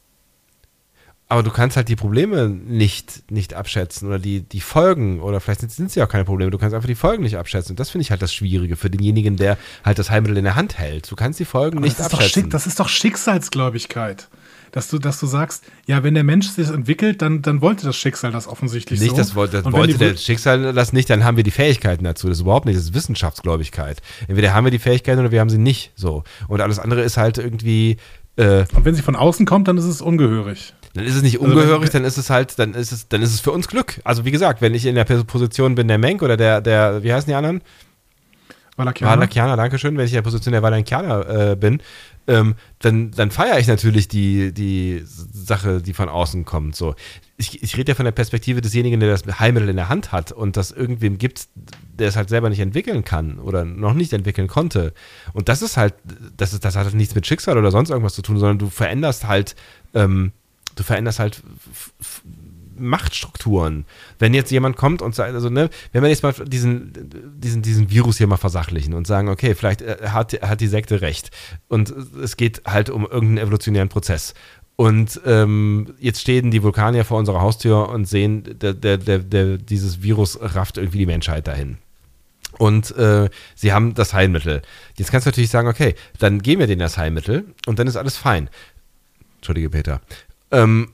Aber du kannst halt die Probleme nicht, nicht abschätzen oder die, die Folgen, oder vielleicht sind, sind es ja auch keine Probleme, du kannst einfach die Folgen nicht abschätzen. Und das finde ich halt das Schwierige für denjenigen, der halt das Heilmittel in der Hand hält. Du kannst die Folgen Aber nicht das ist abschätzen. Doch Schick, das ist doch Schicksalsgläubigkeit. Dass du, dass du sagst, ja, wenn der Mensch sich entwickelt, dann, dann wollte das Schicksal das offensichtlich nicht, so. Das, das wollte der Schicksal das nicht, dann haben wir die Fähigkeiten dazu. Das ist überhaupt nicht, das ist Wissenschaftsgläubigkeit. Entweder haben wir die Fähigkeiten oder wir haben sie nicht. So. Und alles andere ist halt irgendwie... Äh, Und wenn sie von außen kommt, dann ist es ungehörig. Dann ist es nicht ungehörig, also dann ist es halt, dann ist es, dann ist es für uns Glück. Also wie gesagt, wenn ich in der Position bin, der Menk oder der, der, wie heißen die anderen? Valakianer. Valakianer, dankeschön. Wenn ich in der Position der Valakianer äh, bin, ähm, dann, dann feiere ich natürlich die, die Sache, die von außen kommt. So. Ich, ich rede ja von der Perspektive desjenigen, der das Heilmittel in der Hand hat und das irgendwem gibt, der es halt selber nicht entwickeln kann oder noch nicht entwickeln konnte. Und das ist halt, das, ist, das hat halt nichts mit Schicksal oder sonst irgendwas zu tun, sondern du veränderst halt, ähm, du veränderst halt f- f- Machtstrukturen. Wenn jetzt jemand kommt und sagt, also ne, wenn wir jetzt mal diesen, diesen, diesen Virus hier mal versachlichen und sagen, okay, vielleicht hat, hat die Sekte recht und es geht halt um irgendeinen evolutionären Prozess. Und ähm, jetzt stehen die Vulkanier vor unserer Haustür und sehen, der, der, der, der, dieses Virus rafft irgendwie die Menschheit dahin. Und äh, sie haben das Heilmittel. Jetzt kannst du natürlich sagen, okay, dann geben wir denen das Heilmittel und dann ist alles fein. Entschuldige, Peter. Ähm,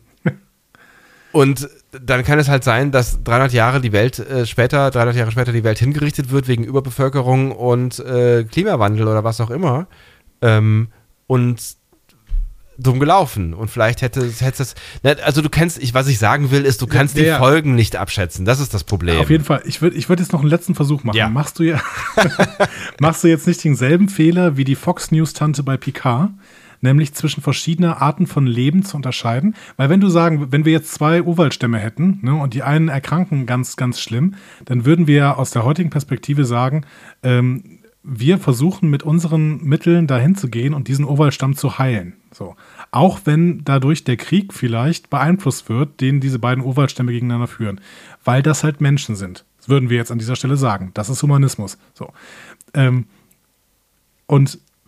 und dann kann es halt sein, dass dreihundert Jahre die Welt äh, später, dreihundert Jahre später die Welt hingerichtet wird wegen Überbevölkerung und äh, Klimawandel oder was auch immer. Ähm, und dumm gelaufen. Und vielleicht hätte es, also du kennst, ich, was ich sagen will, ist, du kannst ja, die ja. Folgen nicht abschätzen. Das ist das Problem. Auf jeden Fall. Ich würde ich würd jetzt noch einen letzten Versuch machen. Ja. Machst du ja, machst du jetzt nicht denselben Fehler wie die Fox News-Tante bei Picard? Nämlich zwischen verschiedener Arten von Leben zu unterscheiden. Weil wenn du sagen, wenn wir jetzt zwei Urwaldstämme hätten, ne, und die einen erkranken ganz, ganz schlimm, dann würden wir aus der heutigen Perspektive sagen, ähm, wir versuchen mit unseren Mitteln dahin zu gehen und diesen Urwaldstamm zu heilen. So. Auch wenn dadurch der Krieg vielleicht beeinflusst wird, den diese beiden Urwaldstämme gegeneinander führen. Weil das halt Menschen sind. Das würden wir jetzt an dieser Stelle sagen. Das ist Humanismus. So. Ähm, und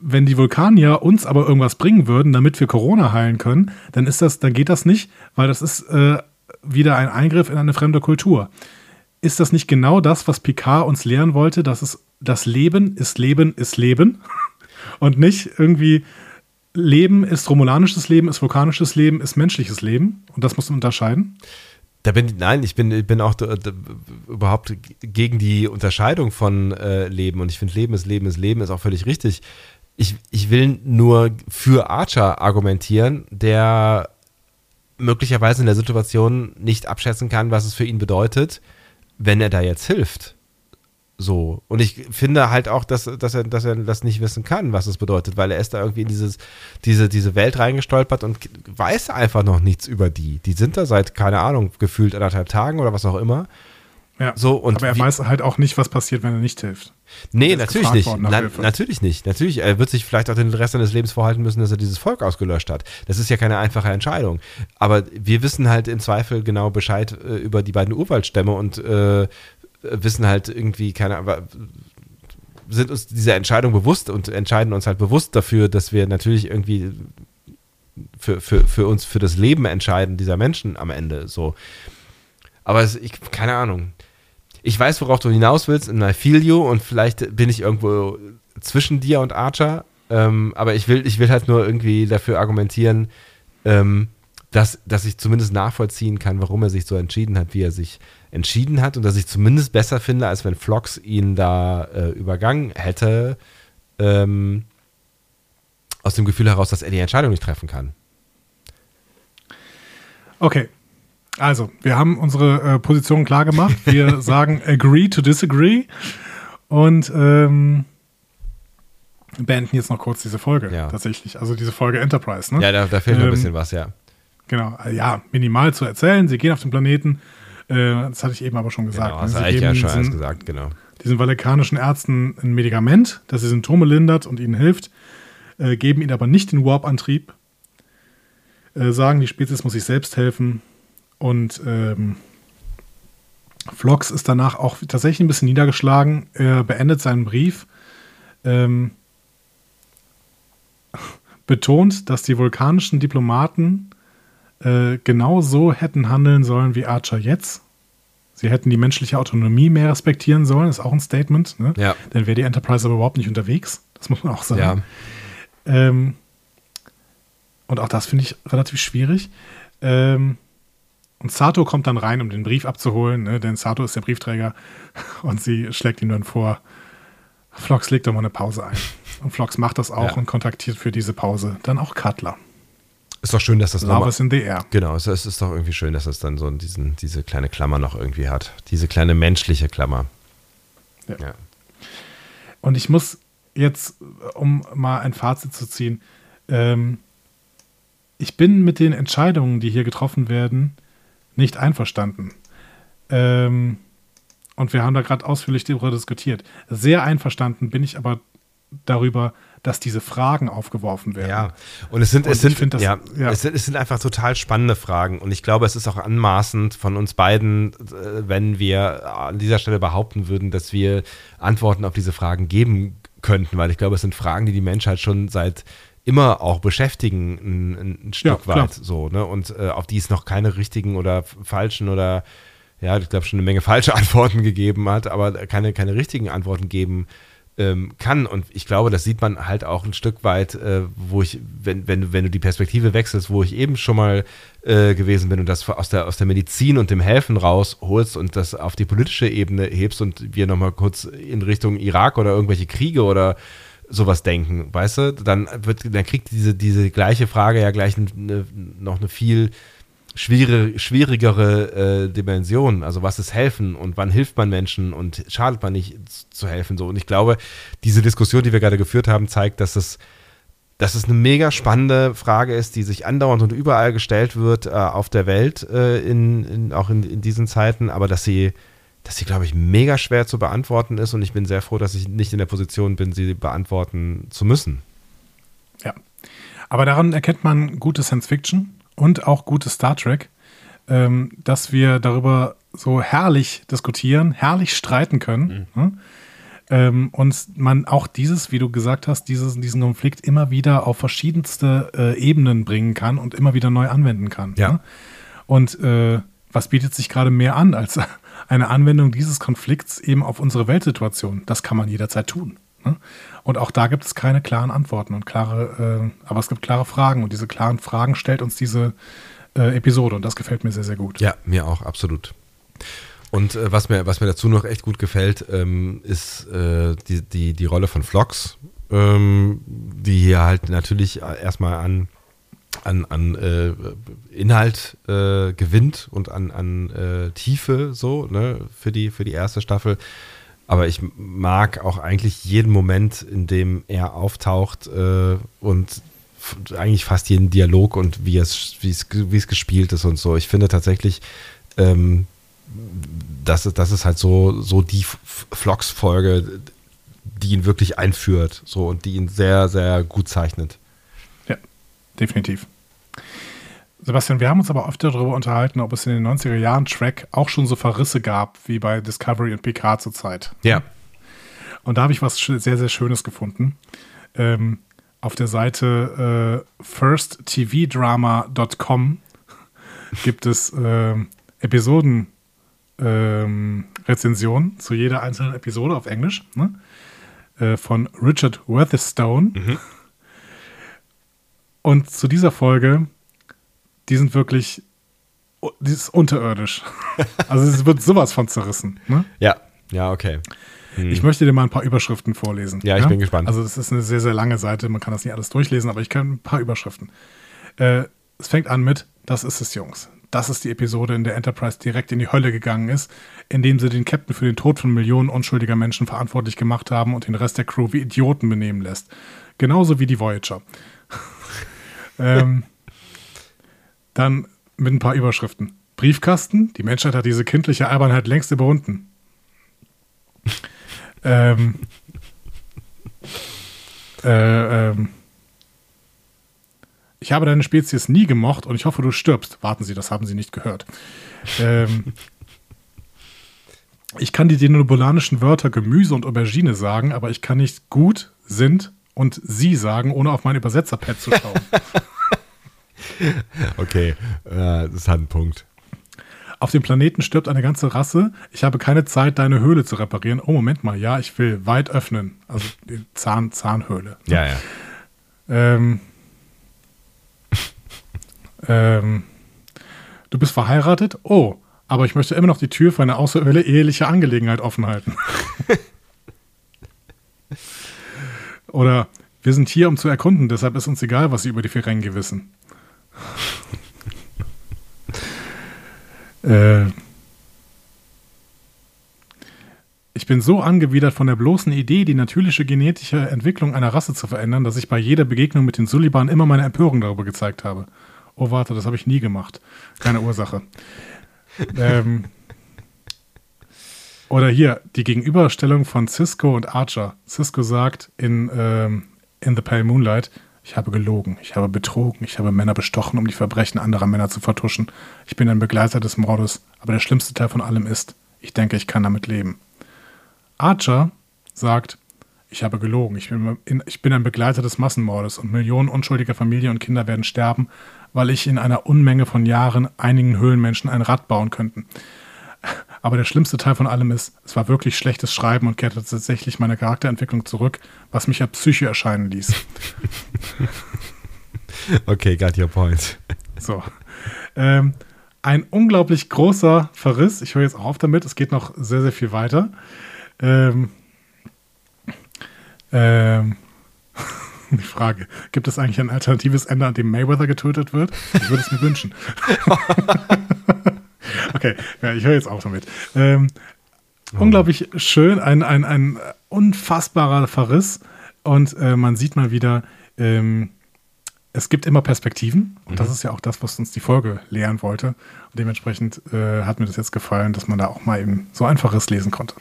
wenn die Vulkanier uns aber irgendwas bringen würden, damit wir Corona heilen können, dann ist das, dann geht das nicht, weil das ist äh, wieder ein Eingriff in eine fremde Kultur. Ist das nicht genau das, was Picard uns lehren wollte, dass es das Leben ist Leben ist Leben und nicht irgendwie Leben ist romulanisches Leben, ist vulkanisches Leben, ist menschliches Leben und das muss man unterscheiden? Da bin ich, nein, ich bin, ich bin auch d- d- überhaupt gegen die Unterscheidung von äh, Leben und ich finde, Leben ist Leben ist Leben ist auch völlig richtig. Ich, ich will nur für Archer argumentieren, der möglicherweise in der Situation nicht abschätzen kann, was es für ihn bedeutet, wenn er da jetzt hilft. So. Und ich finde halt auch, dass, dass, er, dass er das nicht wissen kann, was es bedeutet, weil er ist da irgendwie in dieses, diese, diese Welt reingestolpert und weiß einfach noch nichts über die. Die sind da seit, keine Ahnung, gefühlt anderthalb Tagen oder was auch immer. Ja, so, und aber er wie, weiß halt auch nicht, was passiert, wenn er nicht hilft. Nee, Er ist natürlich gefragt nicht. worden nach Na, Hilfe. natürlich nicht. Natürlich, er wird sich vielleicht auch den Rest seines Lebens vorhalten müssen, dass er dieses Volk ausgelöscht hat. Das ist ja keine einfache Entscheidung. Aber wir wissen halt im Zweifel genau Bescheid äh, über die beiden Urwaldstämme und äh, wissen halt irgendwie, keine Ahnung, sind uns dieser Entscheidung bewusst und entscheiden uns halt bewusst dafür, dass wir natürlich irgendwie für, für, für uns, für das Leben entscheiden dieser Menschen am Ende so. Aber es, ich, keine Ahnung. Ich weiß, worauf du hinaus willst, und I feel you, und vielleicht bin ich irgendwo zwischen dir und Archer, ähm, aber ich will, ich will halt nur irgendwie dafür argumentieren, ähm, dass, dass ich zumindest nachvollziehen kann, warum er sich so entschieden hat, wie er sich entschieden hat, und dass ich zumindest besser finde, als wenn Phlox ihn da äh, übergangen hätte, ähm, aus dem Gefühl heraus, dass er die Entscheidung nicht treffen kann. Okay. Also, wir haben unsere äh, Position klar gemacht. Wir sagen agree to disagree und ähm, beenden jetzt noch kurz diese Folge Ja. tatsächlich. Also diese Folge Enterprise. Ne? Ja, da, da fehlt noch Ähm, ein bisschen was, ja. Genau, ja, minimal zu erzählen. Sie gehen auf den Planeten. Äh, das hatte ich eben aber schon gesagt. Genau, ne? hast Sie du eigentlich geben ja schon alles diesen, gesagt, genau. diesen valekanischen Ärzten ein Medikament, das die Symptome lindert und ihnen hilft, äh, geben ihnen aber nicht den Warp-Antrieb, äh, sagen, die Spezies muss sich selbst helfen. Und ähm, Phlox ist danach auch tatsächlich ein bisschen niedergeschlagen. Er beendet seinen Brief, ähm, betont, dass die vulkanischen Diplomaten äh, genau so hätten handeln sollen wie Archer jetzt. Sie hätten die menschliche Autonomie mehr respektieren sollen, ist auch ein Statement. Ne? Ja. Dann wäre die Enterprise aber überhaupt nicht unterwegs. Das muss man auch sagen. Ja. Ähm, und auch das finde ich relativ schwierig. Ähm, und Sato kommt dann rein, um den Brief abzuholen, ne? Denn Sato ist der Briefträger und sie schlägt ihm dann vor, Phlox, leg doch mal eine Pause ein. Und Phlox macht das auch Ja. und kontaktiert für diese Pause dann auch Cutler. Ist doch schön, dass das Love nochmal... is in the air. Genau, es ist, ist doch irgendwie schön, dass es dann so diesen, diese kleine Klammer noch irgendwie hat. Diese kleine menschliche Klammer. Ja. Ja. Und ich muss jetzt, um mal ein Fazit zu ziehen, ähm, ich bin mit den Entscheidungen, die hier getroffen werden, nicht einverstanden. Ähm, und wir haben da gerade ausführlich darüber diskutiert. Sehr einverstanden bin ich aber darüber, dass diese Fragen aufgeworfen werden. Ja, und es sind, Und es ich sind, find das- ja, ja. Es, sind, es sind einfach total spannende Fragen, und ich glaube, es ist auch anmaßend von uns beiden, äh, wenn wir an dieser Stelle behaupten würden, dass wir Antworten auf diese Fragen geben könnten, weil ich glaube, es sind Fragen, die die Menschheit schon seit immer auch beschäftigen, ein, ein Stück Ja, klar. weit, so, ne, und äh, auf die es noch keine richtigen oder falschen oder, ja, ich glaube, schon eine Menge falsche Antworten gegeben hat, aber keine, keine richtigen Antworten geben ähm, kann. Und ich glaube, das sieht man halt auch ein Stück weit, äh, wo ich, wenn, wenn, wenn du die Perspektive wechselst, wo ich eben schon mal äh, gewesen bin und das aus der, aus der Medizin und dem Helfen rausholst und das auf die politische Ebene hebst und wir nochmal kurz in Richtung Irak oder irgendwelche Kriege oder sowas denken, weißt du, dann wird, dann kriegt diese, diese gleiche Frage ja gleich eine, noch eine viel schwierige, schwierigere äh, Dimension. Also was ist helfen und wann hilft man Menschen und schadet man nicht zu helfen, so. Und ich glaube, diese Diskussion, die wir gerade geführt haben, zeigt, dass es, dass es eine mega spannende Frage ist, die sich andauernd und überall gestellt wird äh, auf der Welt, äh, in, in, auch in, in diesen Zeiten, aber dass sie dass sie, glaube ich, mega schwer zu beantworten ist, und ich bin sehr froh, dass ich nicht in der Position bin, sie beantworten zu müssen. Ja. Aber daran erkennt man gute Science Fiction und auch gute Star Trek, ähm, dass wir darüber so herrlich diskutieren, herrlich streiten können. Mhm. Ähm, und man auch dieses, wie du gesagt hast, dieses, diesen Konflikt immer wieder auf verschiedenste äh, Ebenen bringen kann und immer wieder neu anwenden kann. Ja. Ne? Und äh, was bietet sich gerade mehr an als eine Anwendung dieses Konflikts eben auf unsere Weltsituation? Das kann man jederzeit tun. Ne? Und auch da gibt es keine klaren Antworten und klare, äh, aber es gibt klare Fragen und diese klaren Fragen stellt uns diese äh, Episode und das gefällt mir sehr, sehr gut. Ja, mir auch, absolut. Und äh, was mir was mir dazu noch echt gut gefällt, ähm, ist äh, die, die, die Rolle von Phlox, ähm, die hier halt natürlich erstmal an, an, an äh, Inhalt äh, gewinnt und an, an äh, Tiefe so, ne, für die, für die erste Staffel. Aber ich mag auch eigentlich jeden Moment, in dem er auftaucht äh, und f- eigentlich fast jeden Dialog und wie es, wie es, wie es gespielt ist und so. Ich finde tatsächlich, ähm, das ist, das ist halt so, so die Phlox-Folge, die ihn wirklich einführt, so, und die ihn sehr, sehr gut zeichnet. Ja, definitiv. Sebastian, wir haben uns aber oft darüber unterhalten, ob es in den neunziger Jahren Track auch schon so Verrisse gab, wie bei Discovery und Picard zur Zeit. Ja. Und da habe ich was sehr, sehr Schönes gefunden. Ähm, auf der Seite äh, first t v drama dot com gibt es äh, Episoden Ähm, Rezension zu jeder einzelnen Episode auf Englisch, ne? äh, von Richard Weatherstone. Mhm. Und zu dieser Folge, die sind wirklich, die ist unterirdisch. Also es wird sowas von zerrissen. Ne? Ja, ja, okay. Hm. Ich möchte dir mal ein paar Überschriften vorlesen. Ja, ich bin gespannt. Also das ist eine sehr, sehr lange Seite, man kann das nicht alles durchlesen, aber ich kann ein paar Überschriften. Äh, es fängt an mit, das ist es, Jungs. Das ist die Episode, in der Enterprise direkt in die Hölle gegangen ist, indem sie den Captain für den Tod von Millionen unschuldiger Menschen verantwortlich gemacht haben und den Rest der Crew wie Idioten benehmen lässt. Genauso wie die Voyager. ähm, dann mit ein paar Überschriften. Briefkasten, die Menschheit hat diese kindliche Albernheit längst überwunden. ähm, äh, ähm, Ich habe deine Spezies nie gemocht und ich hoffe, du stirbst. Warten Sie, das haben Sie nicht gehört. Ähm, ich kann die denobulanischen Wörter Gemüse und Aubergine sagen, aber ich kann nicht gut, sind und sie sagen, ohne auf mein Übersetzerpad zu schauen. Okay, äh, das hat einen Punkt. Auf dem Planeten stirbt eine ganze Rasse. Ich habe keine Zeit, deine Höhle zu reparieren. Oh, Moment mal, ja, ich will weit öffnen. Also die Zahn, Zahnhöhle. Ja, ja. Ähm, ähm, du bist verheiratet? Oh, aber ich möchte immer noch die Tür für eine außereheliche Angelegenheit offen halten. Oder, wir sind hier, um zu erkunden, deshalb ist uns egal, was sie über die Ferengi wissen. äh, ich bin so angewidert von der bloßen Idee, die natürliche genetische Entwicklung einer Rasse zu verändern, dass ich bei jeder Begegnung mit den Suliban immer meine Empörung darüber gezeigt habe. Oh, warte, das habe ich nie gemacht. Keine Ursache. ähm, oder hier, die Gegenüberstellung von Sisko und Archer. Sisko sagt in, ähm, in The Pale Moonlight, ich habe gelogen, ich habe betrogen, ich habe Männer bestochen, um die Verbrechen anderer Männer zu vertuschen. Ich bin ein Begleiter des Mordes, aber der schlimmste Teil von allem ist, ich denke, ich kann damit leben. Archer sagt, ich habe gelogen, ich bin, in, ich bin ein Begleiter des Massenmordes und Millionen unschuldiger Familien und Kinder werden sterben, weil ich in einer Unmenge von Jahren einigen Höhlenmenschen ein Rad bauen könnten. Aber der schlimmste Teil von allem ist, es war wirklich schlechtes Schreiben und kehrte tatsächlich meine Charakterentwicklung zurück, was mich als Psycho erscheinen ließ. Okay, got your point. So. Ähm, ein unglaublich großer Verriss. Ich höre jetzt auch auf damit. Es geht noch sehr, sehr viel weiter. Ähm, ähm, die Frage, gibt es eigentlich ein alternatives Ende, an dem Mayweather getötet wird? Ich würde es mir wünschen. Okay, ja, ich höre jetzt auf damit. Ähm, oh. Unglaublich schön, ein, ein, ein unfassbarer Verriss. Und äh, man sieht mal wieder, ähm, es gibt immer Perspektiven. Und mhm. das ist ja auch das, was uns die Folge lehren wollte. Und dementsprechend äh, hat mir das jetzt gefallen, dass man da auch mal eben so ein Verriss lesen konnte.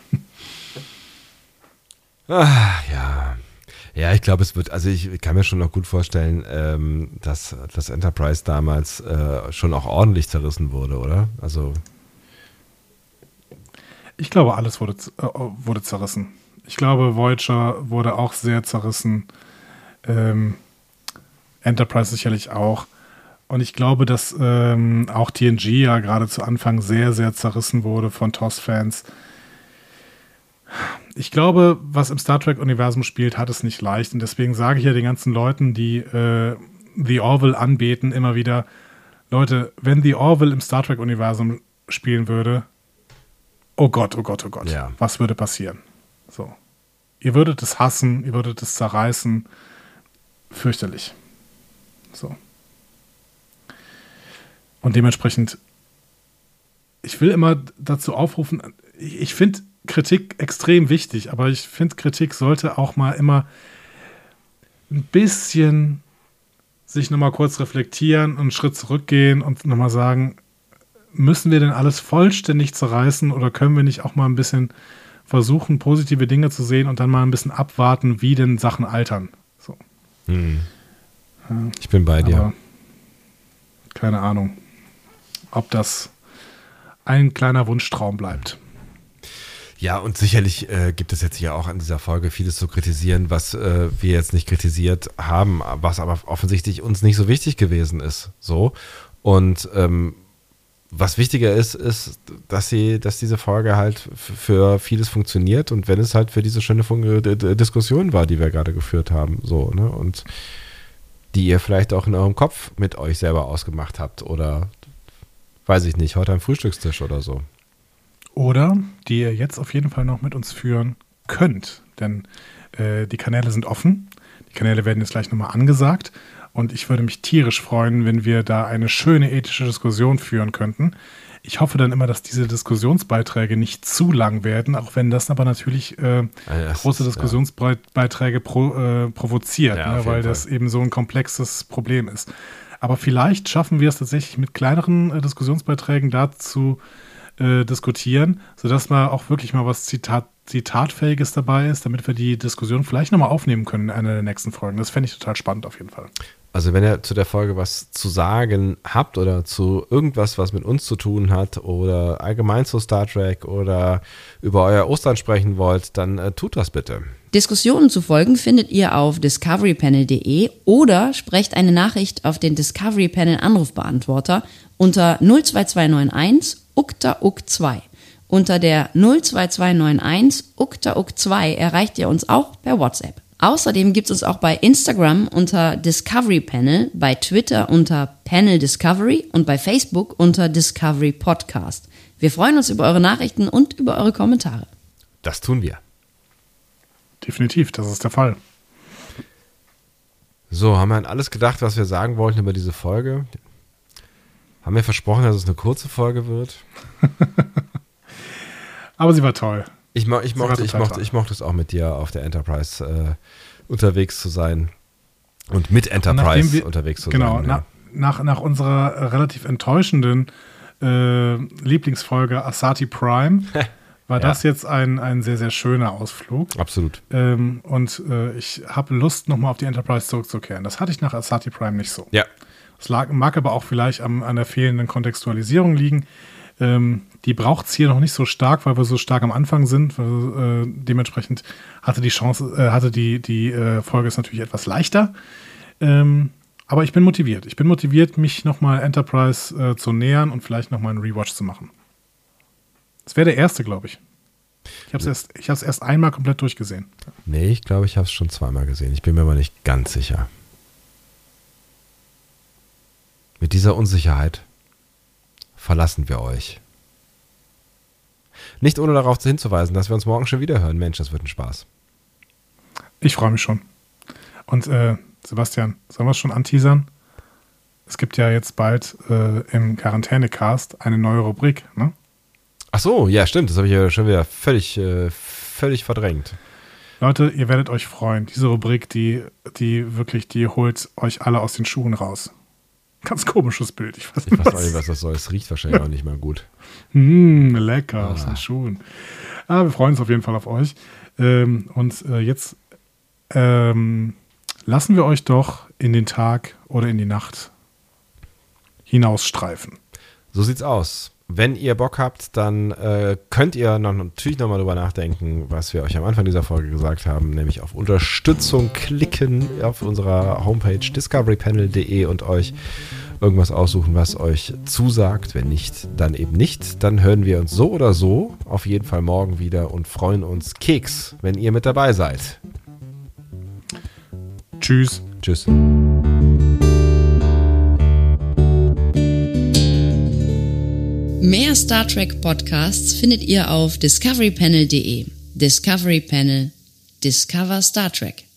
Ah, ja. Ja, ich glaube, es wird, also ich kann mir schon noch gut vorstellen, ähm, dass das Enterprise damals äh, schon auch ordentlich zerrissen wurde, oder? Also ich glaube, alles wurde, äh, wurde zerrissen. Ich glaube, Voyager wurde auch sehr zerrissen. Ähm, Enterprise sicherlich auch. Und ich glaube, dass ähm, auch T N G ja gerade zu Anfang sehr, sehr zerrissen wurde von T O S-Fans. Ich glaube, was im Star Trek-Universum spielt, hat es nicht leicht. Und deswegen sage ich ja den ganzen Leuten, die äh, The Orville anbeten, immer wieder, Leute, wenn The Orville im Star Trek-Universum spielen würde, oh Gott, oh Gott, oh Gott, Ja. was würde passieren? So. Ihr würdet es hassen, ihr würdet es zerreißen. Fürchterlich. So. Und dementsprechend, ich will immer dazu aufrufen, ich, ich finde Kritik extrem wichtig, aber ich finde, Kritik sollte auch mal immer ein bisschen sich nochmal kurz reflektieren und einen Schritt zurückgehen und nochmal sagen, müssen wir denn alles vollständig zerreißen oder können wir nicht auch mal ein bisschen versuchen, positive Dinge zu sehen und dann mal ein bisschen abwarten, wie denn Sachen altern. So. Hm. Ich bin bei dir. Aber keine Ahnung, ob das ein kleiner Wunschtraum bleibt. Ja, und sicherlich äh, gibt es jetzt hier auch an dieser Folge vieles zu kritisieren, was äh, wir jetzt nicht kritisiert haben, was aber offensichtlich uns nicht so wichtig gewesen ist. So. Und ähm, was wichtiger ist, ist, dass sie, dass diese Folge halt f- für vieles funktioniert und wenn es halt für diese schöne Fun- D- D- Diskussion war, die wir gerade geführt haben, so, ne? Und die ihr vielleicht auch in eurem Kopf mit euch selber ausgemacht habt oder weiß ich nicht, heute am Frühstückstisch oder so. Oder die ihr jetzt auf jeden Fall noch mit uns führen könnt. Denn äh, die Kanäle sind offen. Die Kanäle werden jetzt gleich nochmal angesagt. Und ich würde mich tierisch freuen, wenn wir da eine schöne ethische Diskussion führen könnten. Ich hoffe dann immer, dass diese Diskussionsbeiträge nicht zu lang werden, auch wenn das aber natürlich äh, Ja, das große ist, ja. Diskussionsbeiträge pro, äh, provoziert, Ja, auf ne, jeden weil Fall. das eben so ein komplexes Problem ist. Aber vielleicht schaffen wir es tatsächlich mit kleineren äh, Diskussionsbeiträgen dazu äh, diskutieren, sodass mal auch wirklich mal was Zitat, Zitatfähiges dabei ist, damit wir die Diskussion vielleicht nochmal aufnehmen können in einer der nächsten Folgen. Das fände ich total spannend auf jeden Fall. Also wenn ihr zu der Folge was zu sagen habt oder zu irgendwas, was mit uns zu tun hat oder allgemein zu Star Trek oder über euer Ostern sprechen wollt, dann äh, tut das bitte. Diskussionen zu folgen findet ihr auf discovery panel punkt de oder sprecht eine Nachricht auf den Discovery Panel Anrufbeantworter unter null zwei zwei neun eins U K T A U K zwei. Unter der null zwei zwei neun eins U K T A U K zwei erreicht ihr uns auch per WhatsApp. Außerdem gibt es uns auch bei Instagram unter Discovery Panel, bei Twitter unter Panel Discovery und bei Facebook unter Discovery Podcast. Wir freuen uns über eure Nachrichten und über eure Kommentare. Das tun wir. Definitiv, das ist der Fall. So, haben wir an alles gedacht, was wir sagen wollten über diese Folge? Haben wir versprochen, dass es eine kurze Folge wird? Aber sie war toll. Ich, mo- ich, Sie war mochte, ich, total mochte, toll. ich mochte es auch mit dir auf der Enterprise äh, unterwegs zu sein und mit Enterprise Nachdem wir- unterwegs zu genau, sein. na, Ja. nach, nach unserer äh, relativ enttäuschenden äh, Lieblingsfolge Asati Prime war Ja. das jetzt ein, ein sehr, sehr schöner Ausflug. Absolut. Ähm, und äh, ich habe Lust, nochmal auf die Enterprise zurückzukehren. Das hatte ich nach Asati Prime nicht so. Ja. Das lag, mag aber auch vielleicht am, an der fehlenden Kontextualisierung liegen. Ähm, die braucht es hier noch nicht so stark, weil wir so stark am Anfang sind. Weil, äh, dementsprechend hatte die Chance, äh, hatte die, die äh, Folge ist natürlich etwas leichter. Ähm, aber ich bin motiviert. Ich bin motiviert, mich nochmal Enterprise äh, zu nähern und vielleicht nochmal einen Rewatch zu machen. Das wäre der erste, glaube ich. Ich habe es erst, ich hab's erst einmal komplett durchgesehen. Nee, ich glaube, ich habe es schon zweimal gesehen. Ich bin mir aber nicht ganz sicher. Mit dieser Unsicherheit verlassen wir euch. Nicht ohne darauf hinzuweisen, dass wir uns morgen schon wieder hören. Mensch, das wird ein Spaß. Ich freue mich schon. Und äh, Sebastian, sollen wir es schon anteasern? Es gibt ja jetzt bald äh, im Quarantänecast eine neue Rubrik, ne? Ach so, ja, stimmt. Das habe ich ja schon wieder völlig, äh, völlig verdrängt. Leute, ihr werdet euch freuen. Diese Rubrik, die, die wirklich, die holt euch alle aus den Schuhen raus. Ganz komisches Bild. Ich weiß, Ich weiß auch nicht, was das soll. Es riecht wahrscheinlich auch nicht mal gut. Mmh, lecker, Ah. aus den Schuhen. Aber wir freuen uns auf jeden Fall auf euch. Ähm, und äh, jetzt ähm, lassen wir euch doch in den Tag oder in die Nacht hinausstreifen. So sieht's aus. wenn ihr Bock habt, dann äh, könnt ihr noch, natürlich nochmal drüber nachdenken, was wir euch am Anfang dieser Folge gesagt haben, nämlich auf Unterstützung klicken auf unserer Homepage discovery panel punkt de und euch irgendwas aussuchen, was euch zusagt. Wenn nicht, dann eben nicht. Dann hören wir uns so oder so auf jeden Fall morgen wieder und freuen uns Keks, wenn ihr mit dabei seid. Tschüss. Tschüss. Mehr Star Trek Podcasts findet ihr auf discovery panel punkt de. Discovery Panel. Discover Star Trek.